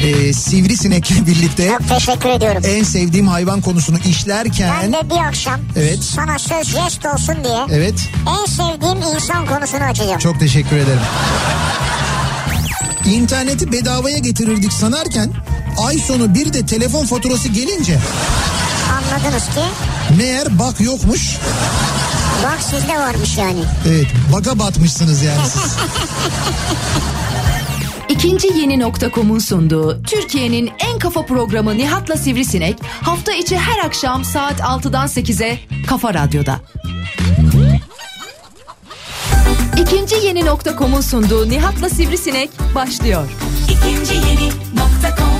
Sivrisinek'le birlikte. Çok teşekkür ediyorum. En sevdiğim hayvan konusunu işlerken. Ben de bir akşam sana söz jest olsun diye. Evet. En sevdiğim insan konusunu açacağım. Çok teşekkür ederim. İnterneti bedavaya getirirdik sanarken ay sonu bir de telefon faturası gelince. Anladınız ki. Meğer bak yokmuş. Bak sizde varmış yani. Evet, baka batmışsınız yani siz. İkinci Yeni.com'un sunduğu Türkiye'nin en kafa programı Nihat'la Sivrisinek hafta içi her akşam saat 6'dan 8'e Kafa Radyo'da. İkinci Yeni.com'un sunduğu Nihat'la Sivrisinek başlıyor. İkinci Yeni.com.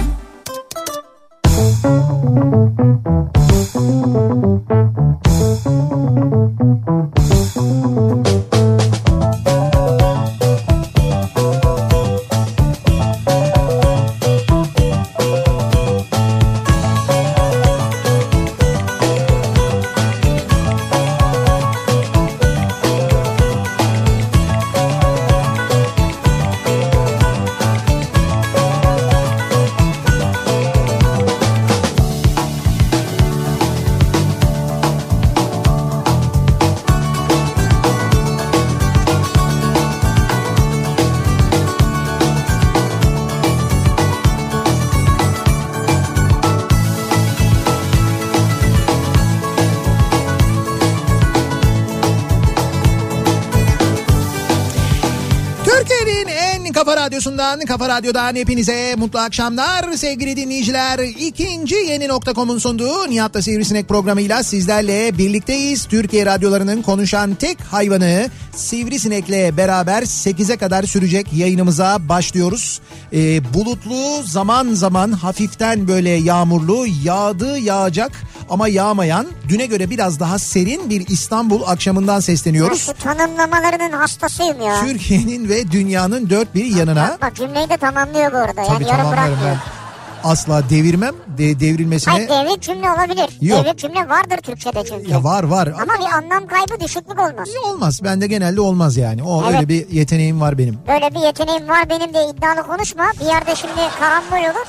Kafa Radyo'dan hepinize mutlu akşamlar sevgili dinleyiciler. İkinci Yeni.com'un sunduğu Nihat'la Sivrisinek programıyla sizlerle birlikteyiz. Türkiye radyolarının konuşan tek hayvanı Sivrisinek'le beraber 8'e kadar sürecek yayınımıza başlıyoruz. Bulutlu, zaman zaman hafiften böyle yağmurlu, yağacak ama yağmayan, düne göre biraz daha serin bir İstanbul akşamından sesleniyoruz. Şu tanımlamalarının hastasıyım ya. Türkiye'nin ve dünyanın dört bir yanına. Bak cümleyi de tamamlıyor bu arada. Tabii yani yarım bırakmıyor. Asla devirmem. Devrilmesine. Hayır, devir cümle olabilir. Yok. Devir cümle vardır Türkçe'de çünkü. Ya var. Ama bir anlam kaybı, düşüklük olmaz. Olmaz. Bende genelde olmaz yani. Öyle bir yeteneğim var benim. Böyle bir yeteneğim var benim de iddialı konuşma. Bir yerde şimdi karambol olur.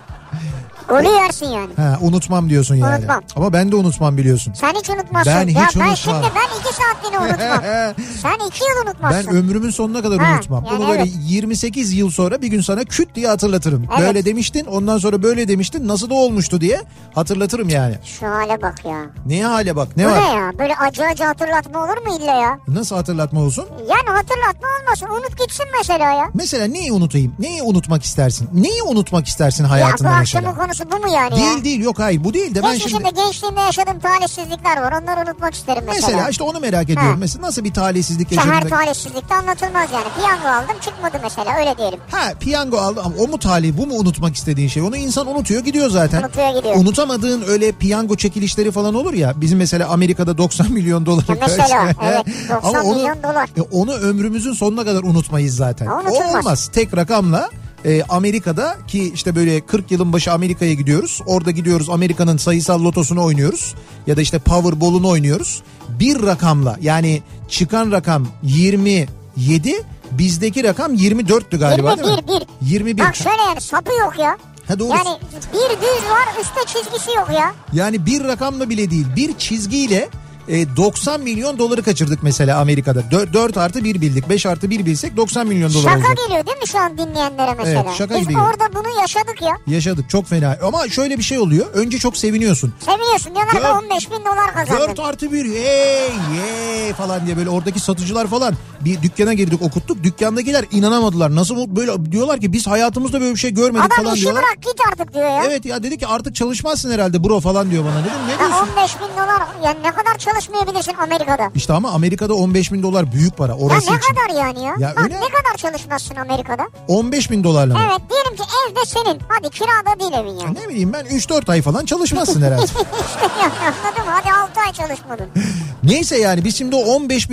Golü yersin yani. Unutmam diyorsun yani. Unutmam. Ama ben de unutmam biliyorsun. Sen hiç unutmazsın. Ben hiç unutmam. Ben şimdi 2 saatliğine unutmam. Sen 2 yıl unutmazsın. Ben ömrümün sonuna kadar unutmam. Yani bunu böyle 28 yıl sonra bir gün sana küt diye hatırlatırım. Evet. Böyle demiştin, ondan sonra böyle demiştin, nasıl da olmuştu diye hatırlatırım yani. Şu hale bak ya. Neye hale bak? Ne bu var? Bu ne ya? Böyle acı hatırlatma olur mu illa ya? Nasıl hatırlatma olsun? Yani hatırlatma olmasın. Unut gitsin mesela ya. Mesela neyi unutayım? Neyi unutmak istersin? Neyi unutmak istersin hayatında mesela? Ya bu mesela? akşamın konusu bu mu yani ya? Değil yok hayır bu değil de ben şimdi. Gençliğimde yaşadığım talihsizlikler var, onları unutmak isterim mesela. Mesela işte onu merak ediyorum. Mesela nasıl bir talihsizlik yaşadın? Her talihsizlikte anlatılmaz yani. Piyango aldım çıkmadı mesela, öyle diyelim. Piyango aldım ama o mu talih, bu mu unutmak istediğin şey? Onu insan unutuyor gidiyor zaten. Unutamadığın öyle piyango çekilişleri falan olur ya. Bizim mesela Amerika'da 90 milyon dolar. Mesela evet 90 ama milyon dolar. Onu ömrümüzün sonuna kadar unutmayız zaten. O olmaz. Tek rakamla. Amerika'da ki işte böyle 40 yılın başı Amerika'ya gidiyoruz. Orada gidiyoruz, Amerika'nın sayısal lotosunu oynuyoruz. Ya da işte Powerball'unu oynuyoruz. Bir rakamla, yani çıkan rakam 27, bizdeki rakam 24'tü galiba, değil mi? 21. Bak şöyle yani, sapı yok ya. Yani bir düz var, üstte çizgisi yok ya. Yani bir rakamla bile değil, bir çizgiyle 90 milyon doları kaçırdık mesela Amerika'da. 4 artı 1 bildik. 5 artı 1 bilsek 90 milyon dolar olacak. Şaka geliyor değil mi şu an dinleyenlere mesela? Evet, şaka Biz gibi orada bunu yaşadık ya. Yaşadık, çok fena. Ama şöyle bir şey oluyor. Önce çok seviniyorsun. Diyorlar ki 15 bin dolar kazandım. 4 artı 1 hey falan diye böyle oradaki satıcılar falan. Bir dükkana girdik, okuttuk. Dükkandakiler inanamadılar. Nasıl böyle, diyorlar ki biz hayatımızda böyle bir şey görmedik adam falan diyorlar. Adam işi bırak git artık diyor ya. Evet ya, dedi ki artık çalışmazsın herhalde bro falan diyor bana. Dedim ne diyorsun? 15 bin dolar yani ne kadar çalışmayabilirsin Amerika'da? İşte ama Amerika'da 15 bin dolar büyük para. Orası ya ne için. kadar yani ya? Ya bak öyle... ne kadar çalışmazsın Amerika'da? 15 bin dolarla mı? Evet, diyelim ki evde senin. Hadi kirada değil evin yani. Ne bileyim ben 3-4 ay falan çalışmazsın herhalde. İşte anladım, hadi 6 ay çalışmadın. Neyse yani biz şimdi o 15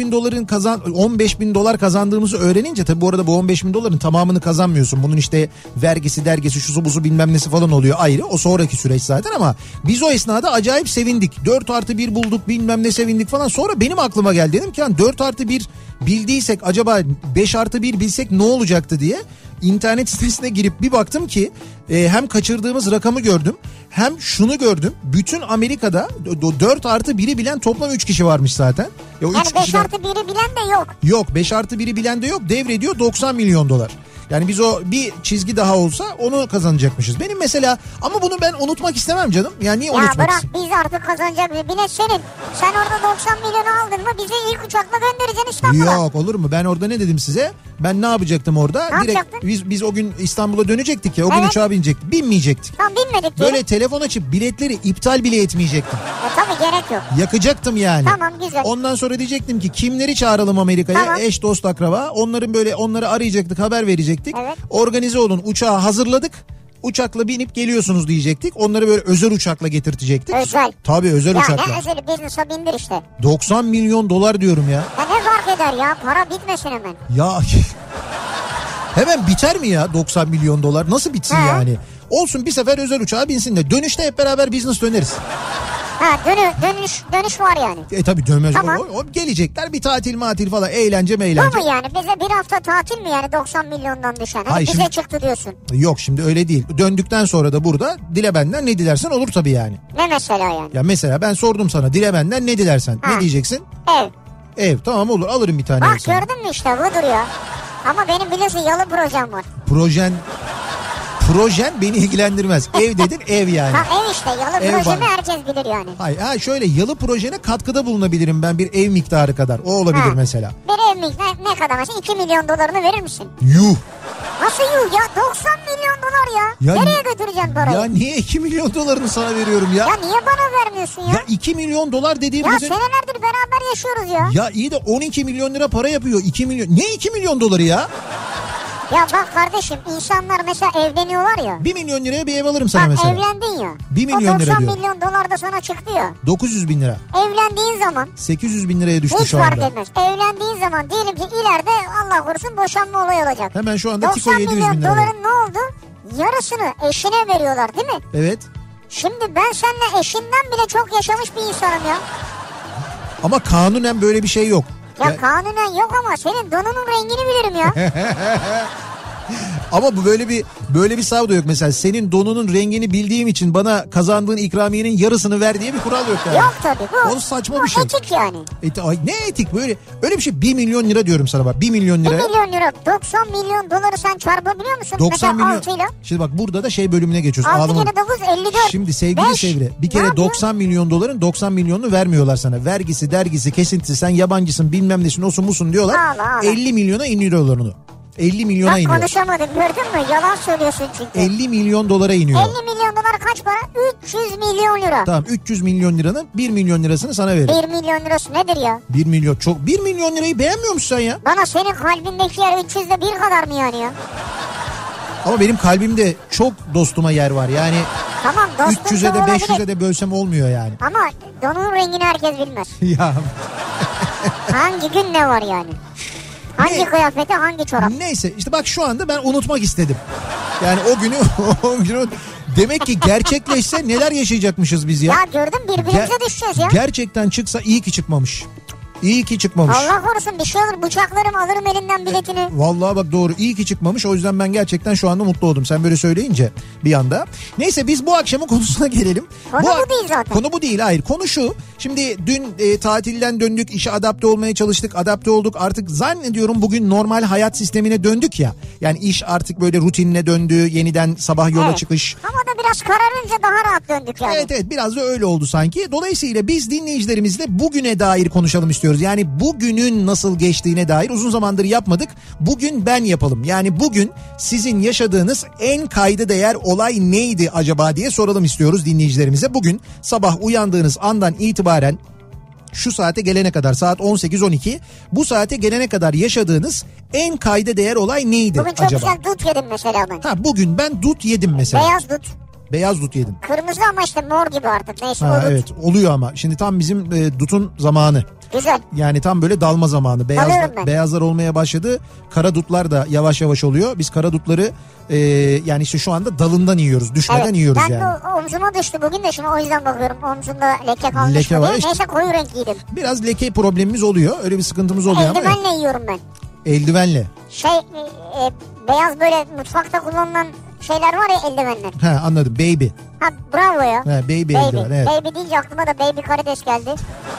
bin dolar kazandığımızı öğrenince, tabii bu arada bu 15 bin doların tamamını kazanmıyorsun. Bunun işte vergisi, dergisi, şusu busu bilmem nesi falan oluyor ayrı. O sonraki süreç zaten, ama biz o esnada acayip sevindik. 4 artı 1 bulduk, bilmem ne sevindik falan. Sonra benim aklıma geldi, dedim ki 4 artı 1 bildiysek acaba 5 artı 1 bilsek ne olacaktı diye. internet sitesine girip bir baktım ki hem kaçırdığımız rakamı gördüm hem şunu gördüm. Bütün Amerika'da 4+1'i bilen toplam 3 kişi varmış zaten. Yani 5+1'i bilen de yok. Yok, 5+1'i bilen de yok. Devrediyor 90 milyon dolar. Yani biz o bir çizgi daha olsa onu kazanacakmışız. Benim mesela ama bunu ben unutmak istemem canım. Yani niye unutmak Ya bırak biz artık kazanacağız. Bilet senin. Sen orada 90 milyonu aldın mı bizi ilk uçakla göndereceksin İstanbul'a. Yok olur mu? Ben orada ne dedim size? Ben ne yapacaktım orada? Ne Direkt yapacaktın? biz o gün İstanbul'a dönecektik ya. O gün Evet. uçağa binecektik. Binmeyecektik. Tam binmedik. Böyle telefon açıp biletleri iptal bile etmeyecektim. Tabii gerek yok. Yakacaktım yani. Tamam güzel. Ondan sonra diyecektim ki kimleri çağıralım Amerika'ya? Tamam. Eş, dost, akraba. Onları arayacaktık, haber verecektik. Evet. Organize olun, uçağı hazırladık. Uçakla binip geliyorsunuz diyecektik. Onları böyle özel uçakla getirtecektik. Özel. Tabii özel Ya uçakla. ne özeli business'a bindir işte. 90 milyon dolar diyorum ya. Ya ne fark eder ya para bitmesin hemen. Ya hemen biter mi ya 90 milyon dolar? Nasıl bitsin He. yani? Olsun bir sefer özel uçağa binsin de dönüşte hep beraber business döneriz. Ha dönüş var yani. Tabii dönmez. Tamam. O gelecekler bir tatil falan eğlence. Bu mu yani bize bir hafta tatil mi yani 90 milyondan düşen? Hani Hayır, bize şimdi- çıktı diyorsun. Yok şimdi öyle değil. Döndükten sonra da burada dile benden ne dilersen olur tabii yani. Ne mesela yani? Ya mesela ben sordum sana dile benden ne dilersen. Ha. Ne diyeceksin? Ev. Ev, tamam olur, alırım bir tane ev Bak sana. gördün mü işte budur ya. Ama benim biliyorsun yalı projem var. Projen beni ilgilendirmez. Ev dedin ev yani. Ha ev işte yalı Ev projemi var. herkes bilir yani. Hayır, şöyle yalı projene katkıda bulunabilirim ben bir ev miktarı kadar. O olabilir Ha. mesela. Bir ev ne kadar mesela 2 milyon dolarını verir misin? Yuh. Nasıl yuh ya 90 milyon dolar ya. Ya Nereye götüreceksin parayı? Ya niye 2 milyon dolarını sana veriyorum ya? Ya niye bana vermiyorsun ya? Ya 2 milyon dolar dediğim Ya bizim... senelerdir beraber yaşıyoruz ya. Ya iyi de 12 milyon lira para yapıyor. 2 milyon. Ne 2 milyon doları ya? Ya bak kardeşim insanlar mesela evleniyorlar ya. 1 milyon liraya bir ev alırım sana Bak mesela. evlendin ya. 1 milyon o lira 90 diyor. milyon dolar da sana çıktı ya. 900 bin lira. Evlendiğin zaman 800 bin liraya düştü hiç şu fark anda. etmez. Evlendiğin zaman diyelim ki ileride Allah korusun boşanma olayı olacak. Hemen şu anda Tiko 90 700 milyon bin lira. doların ne oldu? Yarısını eşine veriyorlar değil mi? Evet. Şimdi ben seninle eşinden bile çok yaşamış bir insanım ya. Ama kanunen böyle bir şey yok. Ya kanunen yok ama senin donunun rengini bilirim ya. Ama bu böyle bir savda yok. Mesela senin donunun rengini bildiğim için bana kazandığın ikramiyenin yarısını ver diye bir kural yok yani. Yok tabii bu. O saçma bu bir şey. etik yani. Ay ne etik böyle? Öyle bir şey 1 milyon lira diyorum sana bak. 1 milyon 1 lira. milyon lira 90 milyon doları sen çarpabiliyor musun? 90 Mesela milyon. 6 ile. Şimdi bak burada da şey bölümüne geçiyoruz. 6 Ağlama. kere 9 54. Şimdi sevgili 5. Sevre bir Ne kere yapıyor? 90 milyon doların 90 milyonunu vermiyorlar sana. Vergisi, dergisi, kesintisi, sen yabancısın bilmem nesin osun musun diyorlar. Allah. 50 milyona iniyorlar onu. 50 milyona Bak iniyor. konuşamadım gördün mü? Yalan söylüyorsun çünkü. 50 milyon dolara iniyor. 50 milyon dolar kaç para? 300 milyon lira. Tamam 300 milyon liranın 1 milyon lirasını sana verir. 1 milyon lirası nedir ya? 1 milyon çok. 1 milyon lirayı beğenmiyor musun sen ya? Bana senin kalbindeki yer 300'de 1 kadar mı yani ya? Ama benim kalbimde çok dostuma yer var. Yani Tamam dostum 300'e de olabilir. 500'e de bölsem olmuyor yani. Ama donun rengini herkes bilmez. Ya Hangi gün ne var yani? Hangi kıyafete hangi çorap? neyse işte bak şu anda ben unutmak istedim. Yani o günü demek ki gerçekleşse neler yaşayacakmışız biz ya. Ya gördün birbirimize düşeceğiz ya. Gerçekten çıksa iyi ki çıkmamış. İyi ki çıkmamış. Allah korusun bir şey olur bıçaklarım alırım elinden biletini. Vallahi bak doğru iyi ki çıkmamış. O yüzden ben gerçekten şu anda mutlu oldum. Sen böyle söyleyince bir anda. Neyse biz bu akşamın konusuna gelelim. Konu bu değil zaten. Konu bu değil hayır. Konu şu. Şimdi dün tatilden döndük. İşe adapte olmaya çalıştık. Adapte olduk. Artık zannediyorum bugün normal hayat sistemine döndük ya. Yani iş artık böyle rutinine döndü. Yeniden sabah yola Evet. çıkış. Ama da biraz kararınca daha rahat döndük yani. Evet biraz da öyle oldu sanki. Dolayısıyla biz dinleyicilerimizle bugüne dair konuşalım istiyoruz. Yani bugünün nasıl geçtiğine dair uzun zamandır yapmadık. Bugün ben yapalım. Yani bugün sizin yaşadığınız en kayda değer olay neydi acaba diye soralım istiyoruz dinleyicilerimize. Bugün sabah uyandığınız andan itibaren şu saate gelene kadar saat 18-12 bu saate gelene kadar yaşadığınız en kayda değer olay neydi Bugün çok acaba? güzel dut yedim mesela ben. Bugün ben dut yedim mesela. Beyaz dut. Beyaz dut yedim. Kırmızı ama işte mor gibi artık neyse o dut. Evet oluyor ama şimdi tam bizim dutun zamanı. Güzel. Yani tam böyle dalma zamanı. Alıyorum ben. Beyazlar olmaya başladı. Kara dutlar da yavaş yavaş oluyor. Biz kara dutları yani işte şu anda dalından yiyoruz. Düşmeden Evet. yiyoruz Ben yani. de omzuma düştü bugün de şimdi o yüzden bakıyorum. Omzumda leke kalmış Leke mı var diye. işte. Neyse koyu renk giydim. Biraz leke problemimiz oluyor. Öyle bir sıkıntımız oluyor ama. Eldivenle yiyorum ben. Eldivenle. Beyaz böyle mutfakta kullanılan şeyler var ya, eldivenler. Ha, anladım, baby. Ha, bravo ya. Ha, baby eldiven, evet. Baby deyince aklıma da baby karides geldi.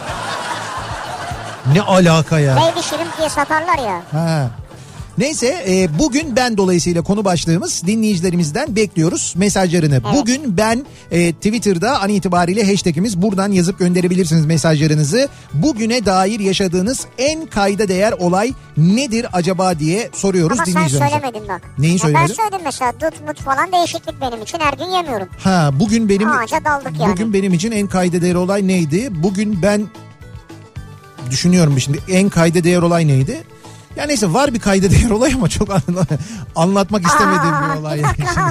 Ne alaka ya? Baby shrimp diye satarlar ya. Ha. Neyse, bugün ben dolayısıyla konu başlığımız, dinleyicilerimizden bekliyoruz mesajlarını. Evet. Bugün ben Twitter'da an itibariyle hashtagimiz, buradan yazıp gönderebilirsiniz mesajlarınızı. Bugüne dair yaşadığınız en kayda değer olay nedir acaba diye soruyoruz dinleyicilerimize. Ama sen söylemedin bak. Neyi söylemedin? Ben söyledim mesela, dut mut falan değişiklik benim için, her gün yemiyorum. Ha, bugün benim ağaca daldık yani. Bugün benim için en kayda değer olay neydi? Bugün ben düşünüyorum şimdi, en kayda değer olay neydi? Ya neyse, var bir kayda değer olay ama çok anlatmak istemediğim bir olay.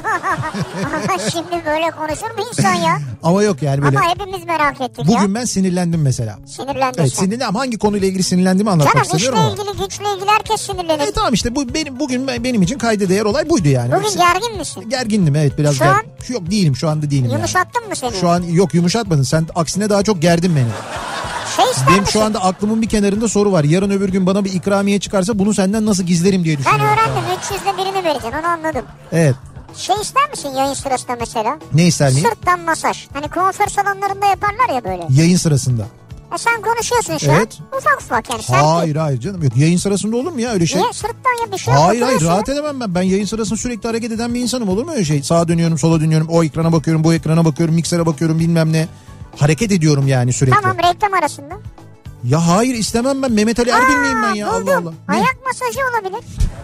Şimdi böyle konuşur mu insan ya? Ama yok yani böyle. Ama hepimiz merak ettik bugün ya. ben sinirlendim mesela. Sinirlendin evet, sen. sinirlendim ama hangi konuyla ilgili sinirlendiğimi anlatmak istemiyorum ama. Canım işle ilgili, güçle ilgili herkes sinirlenir. Tamam işte, bugün benim için kayda değer olay buydu yani. Bugün gergin misin? Gergindim, evet, biraz. Şu an? Yok, değilim, şu anda değilim. Yumuşattın yani. mı seni? Şu an yok, yumuşatmadın. Sen aksine daha çok gerdin beni. Benim şu anda aklımın bir kenarında soru var. Yarın öbür gün bana bir ikramiye çıkarsa bunu senden nasıl gizlerim diye düşünüyorum. Ben öğrendim. 300'de birini vereceksin, onu anladım. Evet. İster misin yayın sırasında mesela? Ne ister miyim? Sırttan masaj. Hani kuaför salonlarında yaparlar ya böyle. Yayın sırasında. Sen konuşuyorsun şu an. Ufak ufak yani. Hayır canım, yok, yayın sırasında olur mu ya öyle şey? Niye? Sırttan ya bir şey yok. Hayır, rahat edemem ben. Ben yayın sırasında sürekli hareket eden bir insanım, olur mu öyle şey? Sağa dönüyorum, sola dönüyorum, o ekrana bakıyorum, bu ekrana bakıyorum, miksere bakıyorum, bilmem ne. Hareket ediyorum yani sürekli. Tamam, reklam arasında. Ya hayır, istemem ben. Mehmet Ali Erbil'liyim ben ya. Buldum. Allah Allah. Ayak masajı olabilir.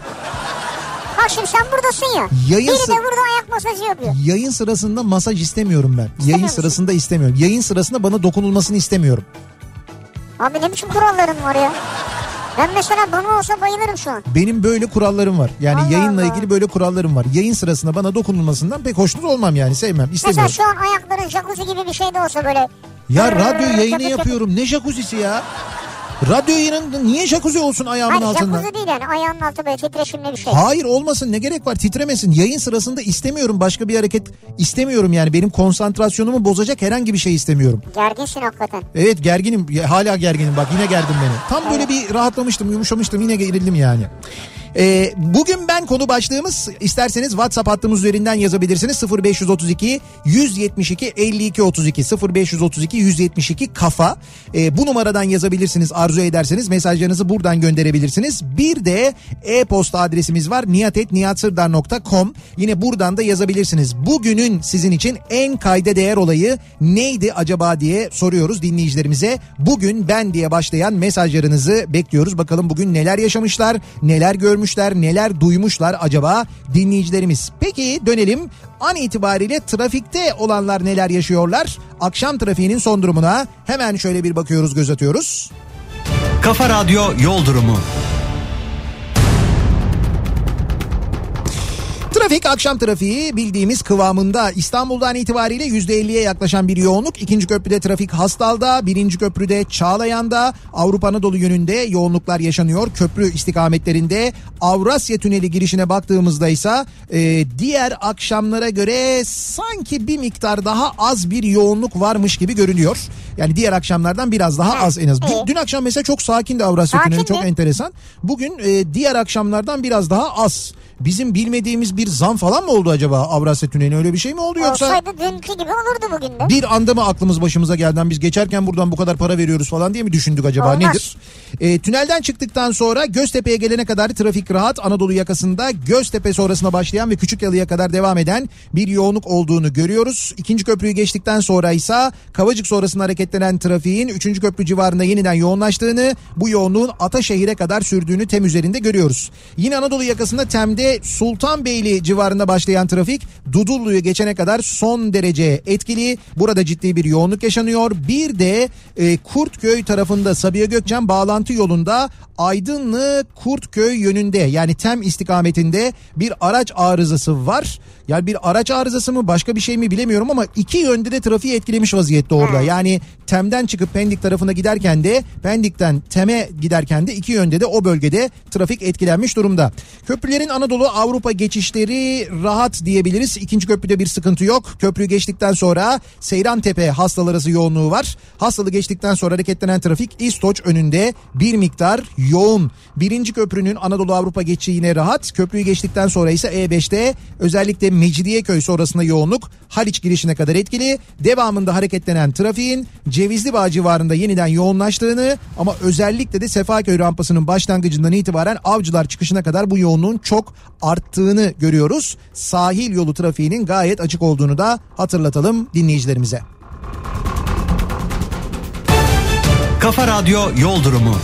Bak şimdi sen buradasın ya. Biri de burada ayak masajı yapıyor. Yayın sırasında masaj istemiyorum ben. Yayın sırasında istemiyorum. Yayın sırasında bana dokunulmasını istemiyorum. Abi ne biçim kuralların var ya? Ben mesela bana olsa bayılırım şu an. Benim böyle kurallarım var. Yani Allah yayınla Allah. ilgili böyle kurallarım var. Yayın sırasında bana dokunulmasından pek hoşnut olmam yani. Sevmem, istemiyorum. Mesela şu an ayakların jacuzzi gibi bir şey de olsa böyle. Ya radyo yayını yapıyorum. Ne jacuzzi'si ya? Radyo yayınında niye jacuzzi olsun ayağımın altında? Hayır, jacuzzi değil yani, ayağının altı böyle titreşimli bir şey. Hayır, olmasın, ne gerek var, titremesin. Yayın sırasında istemiyorum, başka bir hareket istemiyorum yani. Benim konsantrasyonumu bozacak herhangi bir şey istemiyorum. Gerginsin hakikaten. Evet, gerginim, hala gerginim, bak yine gerdin beni. Tam böyle bir rahatlamıştım, yumuşamıştım, yine gerildim yani. Bugün ben konu başlığımız, isterseniz WhatsApp hattımız üzerinden yazabilirsiniz. 0532 172 52 32 0532 172 kafa. Bu numaradan yazabilirsiniz, arzu ederseniz mesajlarınızı buradan gönderebilirsiniz. Bir de e-posta adresimiz var, niyatetniyatsırdar.com. Yine buradan da yazabilirsiniz. Bugünün sizin için en kayda değer olayı neydi acaba diye soruyoruz dinleyicilerimize. Bugün ben diye başlayan mesajlarınızı bekliyoruz. Bakalım bugün neler yaşamışlar, neler görmüşler, neler duymuşlar acaba dinleyicilerimiz. Peki dönelim an itibariyle trafikte olanlar neler yaşıyorlar? Akşam trafiğinin son durumuna hemen şöyle bir bakıyoruz, göz atıyoruz. Kafa Radyo Yol Durumu. Trafik, akşam trafiği bildiğimiz kıvamında. İstanbul'dan itibariyle %50'ye yaklaşan bir yoğunluk. İkinci köprüde trafik Hastal'da, birinci köprüde Çağlayan'da, Avrupa Anadolu yönünde yoğunluklar yaşanıyor. Köprü istikametlerinde. Avrasya Tüneli girişine baktığımızda ise diğer akşamlara göre sanki bir miktar daha az bir yoğunluk varmış gibi görünüyor. Yani diğer akşamlardan biraz daha az en az. Dün akşam mesela çok sakindi Avrasya Tüneli, çok enteresan. Bugün diğer akşamlardan biraz daha az. Bizim bilmediğimiz bir zam falan mı oldu acaba Avrasya Tüneli, öyle bir şey mi oldu yoksa? Olsaydı dünkü gibi olurdu bugün de. Bir anda mı aklımız başımıza geldi, biz geçerken buradan bu kadar para veriyoruz falan diye mi düşündük acaba? Olmaz. Nedir? Tünelden çıktıktan sonra Göztepe'ye gelene kadar trafik rahat. Anadolu yakasında Göztepe sonrasına başlayan ve Küçükyalı'ya kadar devam eden bir yoğunluk olduğunu görüyoruz. İkinci köprüyü geçtikten sonra ise Kavacık sonrasında hareketlenen trafiğin 3. köprü civarında yeniden yoğunlaştığını, bu yoğunluğun Ataşehir'e kadar sürdüğünü TEM üzerinde görüyoruz. Yine Anadolu yakasında TEM'de Sultanbeyli civarında başlayan trafik Dudullu'yu geçene kadar son derece etkili. Burada ciddi bir yoğunluk yaşanıyor. Bir de Kurtköy tarafında Sabiha Gökçen bağlantı yolunda Aydınlı Kurtköy yönünde, yani TEM istikametinde bir araç arızası var. Yani bir araç arızası mı başka bir şey mi bilemiyorum ama iki yönde de trafiği etkilemiş vaziyette orada. Yani Tem'den çıkıp Pendik tarafına giderken de Pendik'ten Tem'e giderken de iki yönde de o bölgede trafik etkilenmiş durumda. Köprülerin Anadolu Avrupa geçişleri rahat diyebiliriz. İkinci köprüde bir sıkıntı yok. Köprüyü geçtikten sonra Seyrantepe Hastal arası yoğunluğu var. Hastalı geçtikten sonra hareketlenen trafik İstoç önünde bir miktar yoğun. Birinci köprünün Anadolu Avrupa geçişi yine rahat. Köprüyü geçtikten sonra ise E5'te özellikle Mecidiyeköy sonrasında yoğunluk Haliç girişine kadar etkili. Devamında hareketlenen trafiğin Cevizlibağ civarında yeniden yoğunlaştığını ama özellikle de Sefaköy rampasının başlangıcından itibaren Avcılar çıkışına kadar bu yoğunluğun çok arttığını görüyoruz. Sahil yolu trafiğinin gayet açık olduğunu da hatırlatalım dinleyicilerimize. Kafa Radyo Yol Durumu.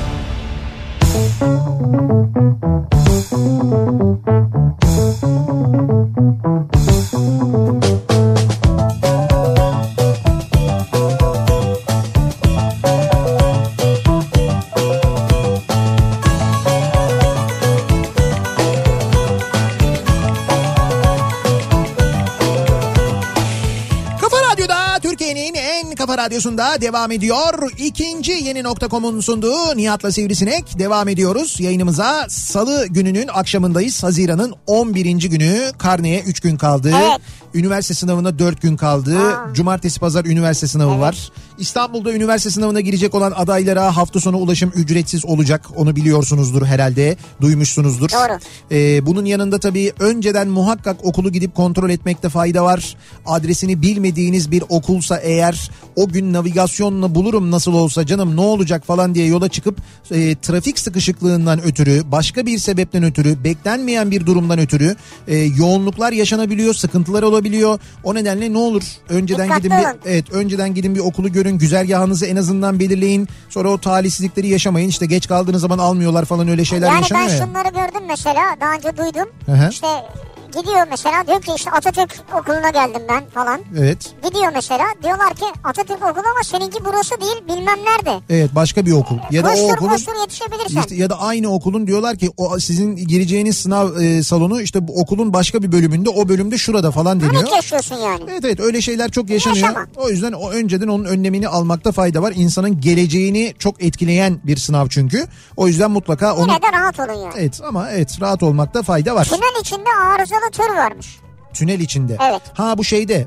Kafa Radyosu'nda devam ediyor. İkinci yeni nokta.com'un sunduğu Nihat'la Sivrisinek devam ediyoruz. Yayınımıza salı gününün akşamındayız. Haziran'ın 11. günü. Karneye 3 gün kaldı. Evet. Üniversite sınavına 4 gün kaldı. Cumartesi pazar üniversite sınavı var. İstanbul'da üniversite sınavına girecek olan adaylara hafta sonu ulaşım ücretsiz olacak. Onu biliyorsunuzdur herhalde. Duymuşsunuzdur. Doğru. Bunun yanında tabii önceden muhakkak okulu gidip kontrol etmekte fayda var. Adresini bilmediğiniz bir okulsa eğer o gün navigasyonla bulurum nasıl olsa canım ne olacak falan diye yola çıkıp trafik sıkışıklığından ötürü başka bir sebepten ötürü beklenmeyen bir durumdan ötürü yoğunluklar yaşanabiliyor, sıkıntılar olabiliyor. O nedenle ne olur önceden önceden gidin bir okulu görün, güzergahınızı en azından belirleyin. Sonra o talihsizlikleri yaşamayın. İşte geç kaldığınız zaman almıyorlar falan öyle şeyler yaşanıyor ya. Yani ben şunları gördüm mesela daha önce duydum. Hı-hı. İşte gidiyor mesela diyor ki işte Atatürk okuluna geldim ben falan. Evet. Gidiyor mesela diyorlar ki Atatürk okulu ama seninki burası değil bilmem nerede. Evet başka bir okul. Ya da o okulun koştur yetişebilirsen. İşte, ya da aynı okulun diyorlar ki o sizin gireceğiniz sınav salonu işte bu okulun başka bir bölümünde o bölümde şurada falan deniyor. Panik yaşıyorsun yani. Evet öyle şeyler çok yaşanıyor. O yüzden o önceden onun önlemini almakta fayda var. İnsanın geleceğini çok etkileyen bir sınav çünkü. O yüzden mutlaka onu... Yine de rahat olun yani. Evet ama rahat olmakta fayda var. Tünel içinde arızalı tır varmış. Tünel içinde. Evet. Ha bu şeyde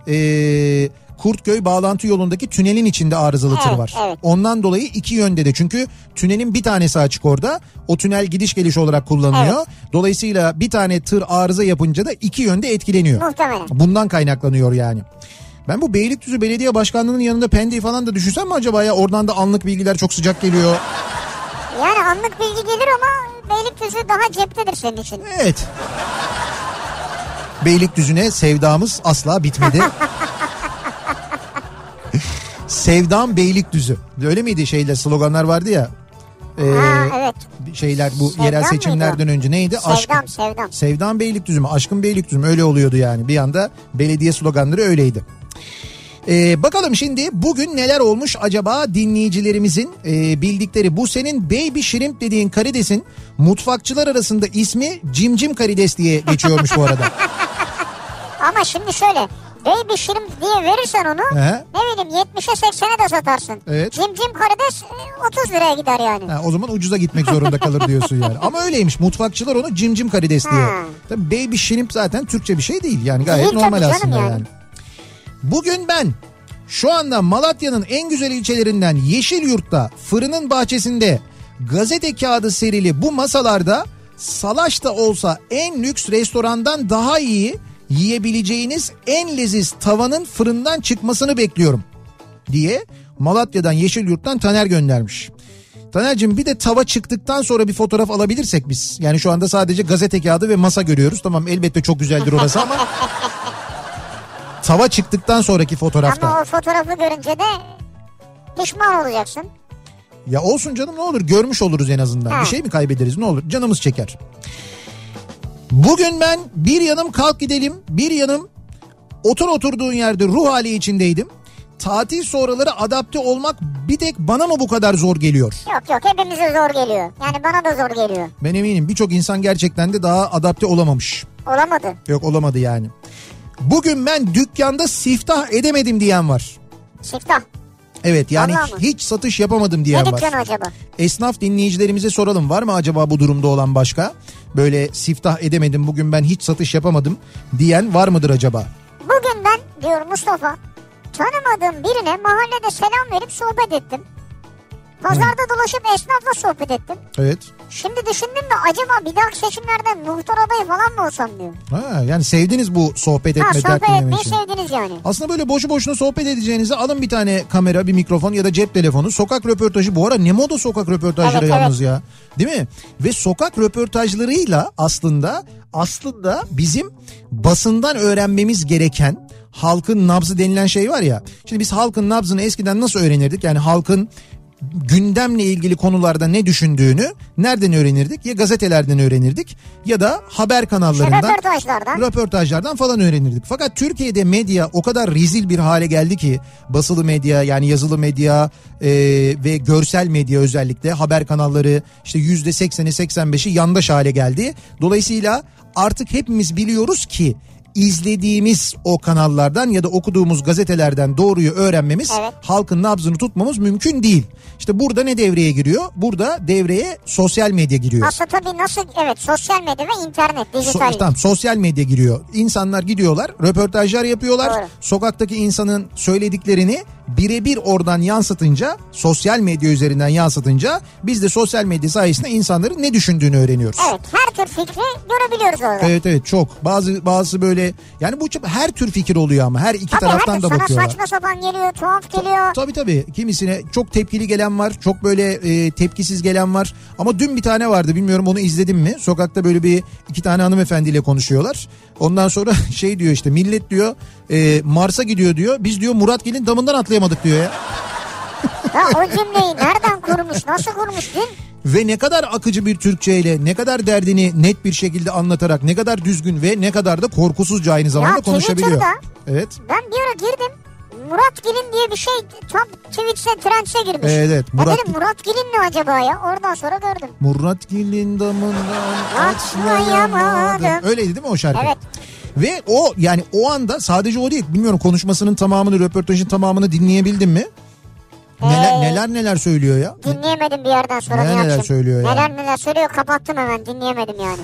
Kurtköy bağlantı yolundaki tünelin içinde arızalı tır var. Evet. Ondan dolayı iki yönde de çünkü tünelin bir tanesi açık orada. O tünel gidiş geliş olarak kullanılıyor. Evet. Dolayısıyla bir tane tır arıza yapınca da iki yönde etkileniyor. Muhtemelen. Bundan kaynaklanıyor yani. Ben bu Beylikdüzü Belediye Başkanlığı'nın yanında Pendik'i falan da düşünsem mi acaba ya? Oradan da anlık bilgiler çok sıcak geliyor. Yani anlık bilgi gelir ama Beylikdüzü daha ceptedir senin için. Evet. Beylikdüzü'ne sevdamız asla bitmedi. Sevdam Beylikdüzü. Öyle miydi sloganlar vardı ya. Evet. Şeyler bu Sevdam yerel seçimlerden önce neydi? Sevdam. Sevdam Beylikdüzü mü? Aşkın Beylikdüzü mü? Öyle oluyordu yani. Bir anda belediye sloganları öyleydi. Bakalım şimdi bugün neler olmuş acaba dinleyicilerimizin bildikleri. Bu senin baby shrimp dediğin karidesin mutfakçılar arasında ismi cimcim karides diye geçiyormuş bu arada. Ama şimdi şöyle baby shrimp diye verirsen onu ne bileyim 70'e 80'e de satarsın. Evet. Cimcim karides 30 liraya gider yani. O zaman ucuza gitmek zorunda kalır diyorsun yani. Ama öyleymiş mutfakçılar onu cimcim karides diyor. Tabii baby shrimp zaten Türkçe bir şey değil yani gayet değil, normal aslında yani. Bugün ben şu anda Malatya'nın en güzel ilçelerinden Yeşilyurt'ta fırının bahçesinde gazete kağıdı serili bu masalarda salaş da olsa en lüks restorandan daha iyi yiyebileceğiniz en leziz tavanın fırından çıkmasını bekliyorum diye Malatya'dan Yeşilyurt'tan Taner göndermiş. Taner'cim bir de tava çıktıktan sonra bir fotoğraf alabilirsek biz. Yani şu anda sadece gazete kağıdı ve masa görüyoruz. Tamam elbette çok güzeldir orası ama tava çıktıktan sonraki fotoğrafta. Ama o fotoğrafı görünce de pişman olacaksın. Ya olsun canım ne olur görmüş oluruz en azından. Bir şey mi kaybederiz ne olur canımız çeker. Bugün ben bir yanım kalk gidelim bir yanım oturduğun yerde ruh hali içindeydim. tatil sonraları adapte olmak bir tek bana mı bu kadar zor geliyor? Yok hepimize zor geliyor. Yani bana da zor geliyor. Ben eminim birçok insan gerçekten de daha adapte olamamış. Olamadı. Yok olamadı yani. Bugün ben dükkanda siftah edemedim diyen var. Siftah. Evet yani Vallahi hiç satış yapamadım diyen ne var. dükkanı acaba? Esnaf dinleyicilerimize soralım, var mı acaba bu durumda olan başka? Böyle siftah edemedim bugün ben hiç satış yapamadım diyen var mıdır acaba? Bugün ben diyor Mustafa tanımadığım birine mahallede selam verip sohbet ettim. Pazarda dolaşıp esnafla sohbet ettim. Evet. Şimdi düşündüm de acaba bir dahaki seçimlerde muhtar adayı falan mı olsam diyor. Ha, yani sevdiniz bu sohbet etme, sohbet dert dinleme etmeyi için. sevdiniz yani. Aslında böyle boşu boşuna sohbet edeceğinize alın bir tane kamera, bir mikrofon ya da cep telefonu. Sokak röportajı, bu ara ne moda sokak röportajları Evet, yalnız ya. Değil mi? Ve sokak röportajlarıyla aslında bizim basından öğrenmemiz gereken halkın nabzı denilen şey var ya. Şimdi biz halkın nabzını eskiden nasıl öğrenirdik? Yani halkın gündemle ilgili konularda ne düşündüğünü nereden öğrenirdik? Ya gazetelerden öğrenirdik ya da haber kanallarından, röportajlardan falan öğrenirdik. Fakat Türkiye'de medya o kadar rezil bir hale geldi ki, basılı medya yani yazılı medya ve görsel medya, özellikle haber kanalları işte %80'i 85'i yandaş hale geldi. Dolayısıyla artık hepimiz biliyoruz ki izlediğimiz o kanallardan ya da okuduğumuz gazetelerden doğruyu öğrenmemiz, halkın nabzını tutmamız mümkün değil. İşte burada ne devreye giriyor? Burada devreye sosyal medya giriyor. Aslında tabii nasıl, evet, sosyal medya ve internet, dijital. Tamam, sosyal medya giriyor. İnsanlar gidiyorlar, röportajlar yapıyorlar. Doğru. Sokaktaki insanın söylediklerini birebir oradan yansıtınca, sosyal medya üzerinden yansıtınca biz de sosyal medya sayesinde insanların ne düşündüğünü öğreniyoruz. Evet, her tür fikri görebiliyoruz orada. Evet çok. Bazı böyle, yani bu her tür fikir oluyor ama her iki taraftan da bakıyorlar. Sana saçma sapan geliyor, tuhaf geliyor. Tabii. Kimisine çok tepkili gelen var, çok böyle tepkisiz gelen var. Ama dün bir tane vardı, bilmiyorum onu izledin mi? Sokakta böyle iki tane hanımefendiyle konuşuyorlar. Ondan sonra şey diyor, işte millet diyor Mars'a gidiyor diyor. Biz diyor Muratgil'in damından atlayamadık diyor ya. Ya o cümleyi nereden kurmuş, nasıl kurmuş dün? Ve ne kadar akıcı bir Türkçeyle, ne kadar derdini net bir şekilde anlatarak, ne kadar düzgün ve ne kadar da korkusuzca aynı zamanda konuşabiliyor. Evet. Ben bir ara girdim. Muratgil'in diye bir şey tam Trends'e girmiş. Evet. Muratgil'in ne acaba ya? Oradan sonra gördüm. Muratgil'in damından atlayamadım. Öyleydi değil mi o şarkı? Evet. Ve o, yani o anda sadece o değil. Bilmiyorum konuşmasının tamamını, röportajın tamamını dinleyebildin mi? Neler söylüyor ya? Dinleyemedim bir yerden sonra. Neler söylüyor ya? Neler söylüyor, kapattım hemen, dinleyemedim yani.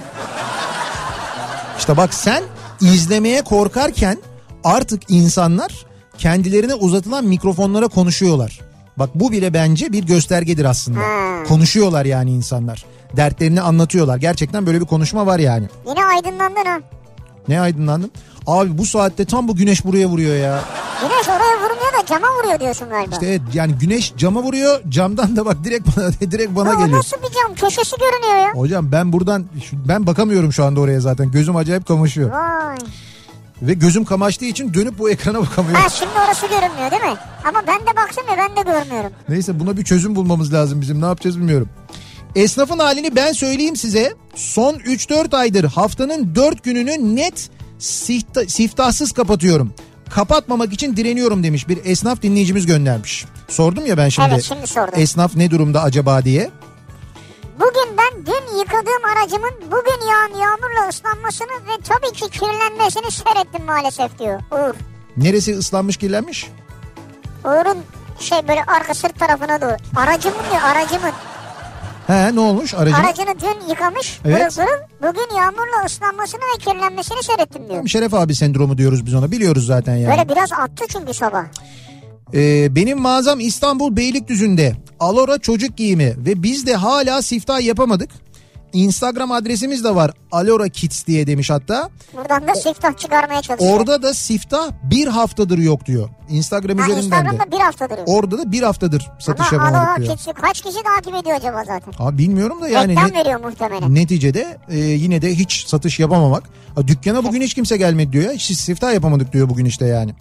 İşte bak, sen izlemeye korkarken artık insanlar kendilerine uzatılan mikrofonlara konuşuyorlar. Bak bu bile bence bir göstergedir aslında. Konuşuyorlar yani insanlar. Dertlerini anlatıyorlar. Gerçekten böyle bir konuşma var yani. Yine aydınlandın ha. Ne aydınlandım? Abi bu saatte tam bu güneş buraya vuruyor ya. Güneş oraya vurmuyor da cama vuruyor diyorsun galiba. İşte evet, yani güneş cama vuruyor, camdan da bak direkt bana geliyor. Nasıl bir cam? Köşesi görünüyor ya. Hocam ben bakamıyorum şu anda oraya zaten. Gözüm acayip kamaşıyor. Vay. Ve gözüm kamaştığı için dönüp bu ekrana bakamıyorum. Şimdi orası görünmüyor değil mi? Ama ben de baksın ya, ben de görmüyorum. Neyse, buna bir çözüm bulmamız lazım bizim. Ne yapacağız bilmiyorum. Esnafın halini ben söyleyeyim size. Son 3-4 aydır haftanın 4 gününü net siftahsız kapatıyorum. Kapatmamak için direniyorum demiş bir esnaf dinleyicimiz göndermiş. Sordum ya ben şimdi. Evet, şimdi sordum. Esnaf ne durumda acaba diye. Bugün ben dün yıkadığım aracımın bugün yağan yağmurla ıslanmasını ve tabii ki kirlenmesini seyrettim maalesef diyor Uğur. Neresi ıslanmış, kirlenmiş? Uğur'un böyle arka sırt tarafına doğru. Aracımın. He, ne olmuş aracın? Aracını dün yıkamış. Evet. Bugün yağmurla ıslanmasını ve kirlenmesini seyrettim diyor. Şeref abi sendromu diyoruz biz ona, biliyoruz zaten yani. Böyle biraz attı çünkü sabah. Benim mağazam İstanbul Beylikdüzü'nde. Alora çocuk giyimi ve biz de hala siftah yapamadık. Instagram adresimiz de var, Alora Kids diye demiş hatta. Buradan da siftah çıkarmaya çalışıyor. Orada da siftah bir haftadır yok diyor. Instagram üzerinden Instagram'da de. bir haftadır yok. Orada da bir haftadır satış yapamadık yapamadık diyor. diyor. Kids'i kaç kişi takip ediyor acaba zaten? Abi bilmiyorum da yani. Reklam veriyor muhtemelen. Neticede yine de hiç satış yapamamak. Dükkana bugün hiç kimse gelmedi diyor ya. Hiç siftah yapamadık diyor bugün işte yani.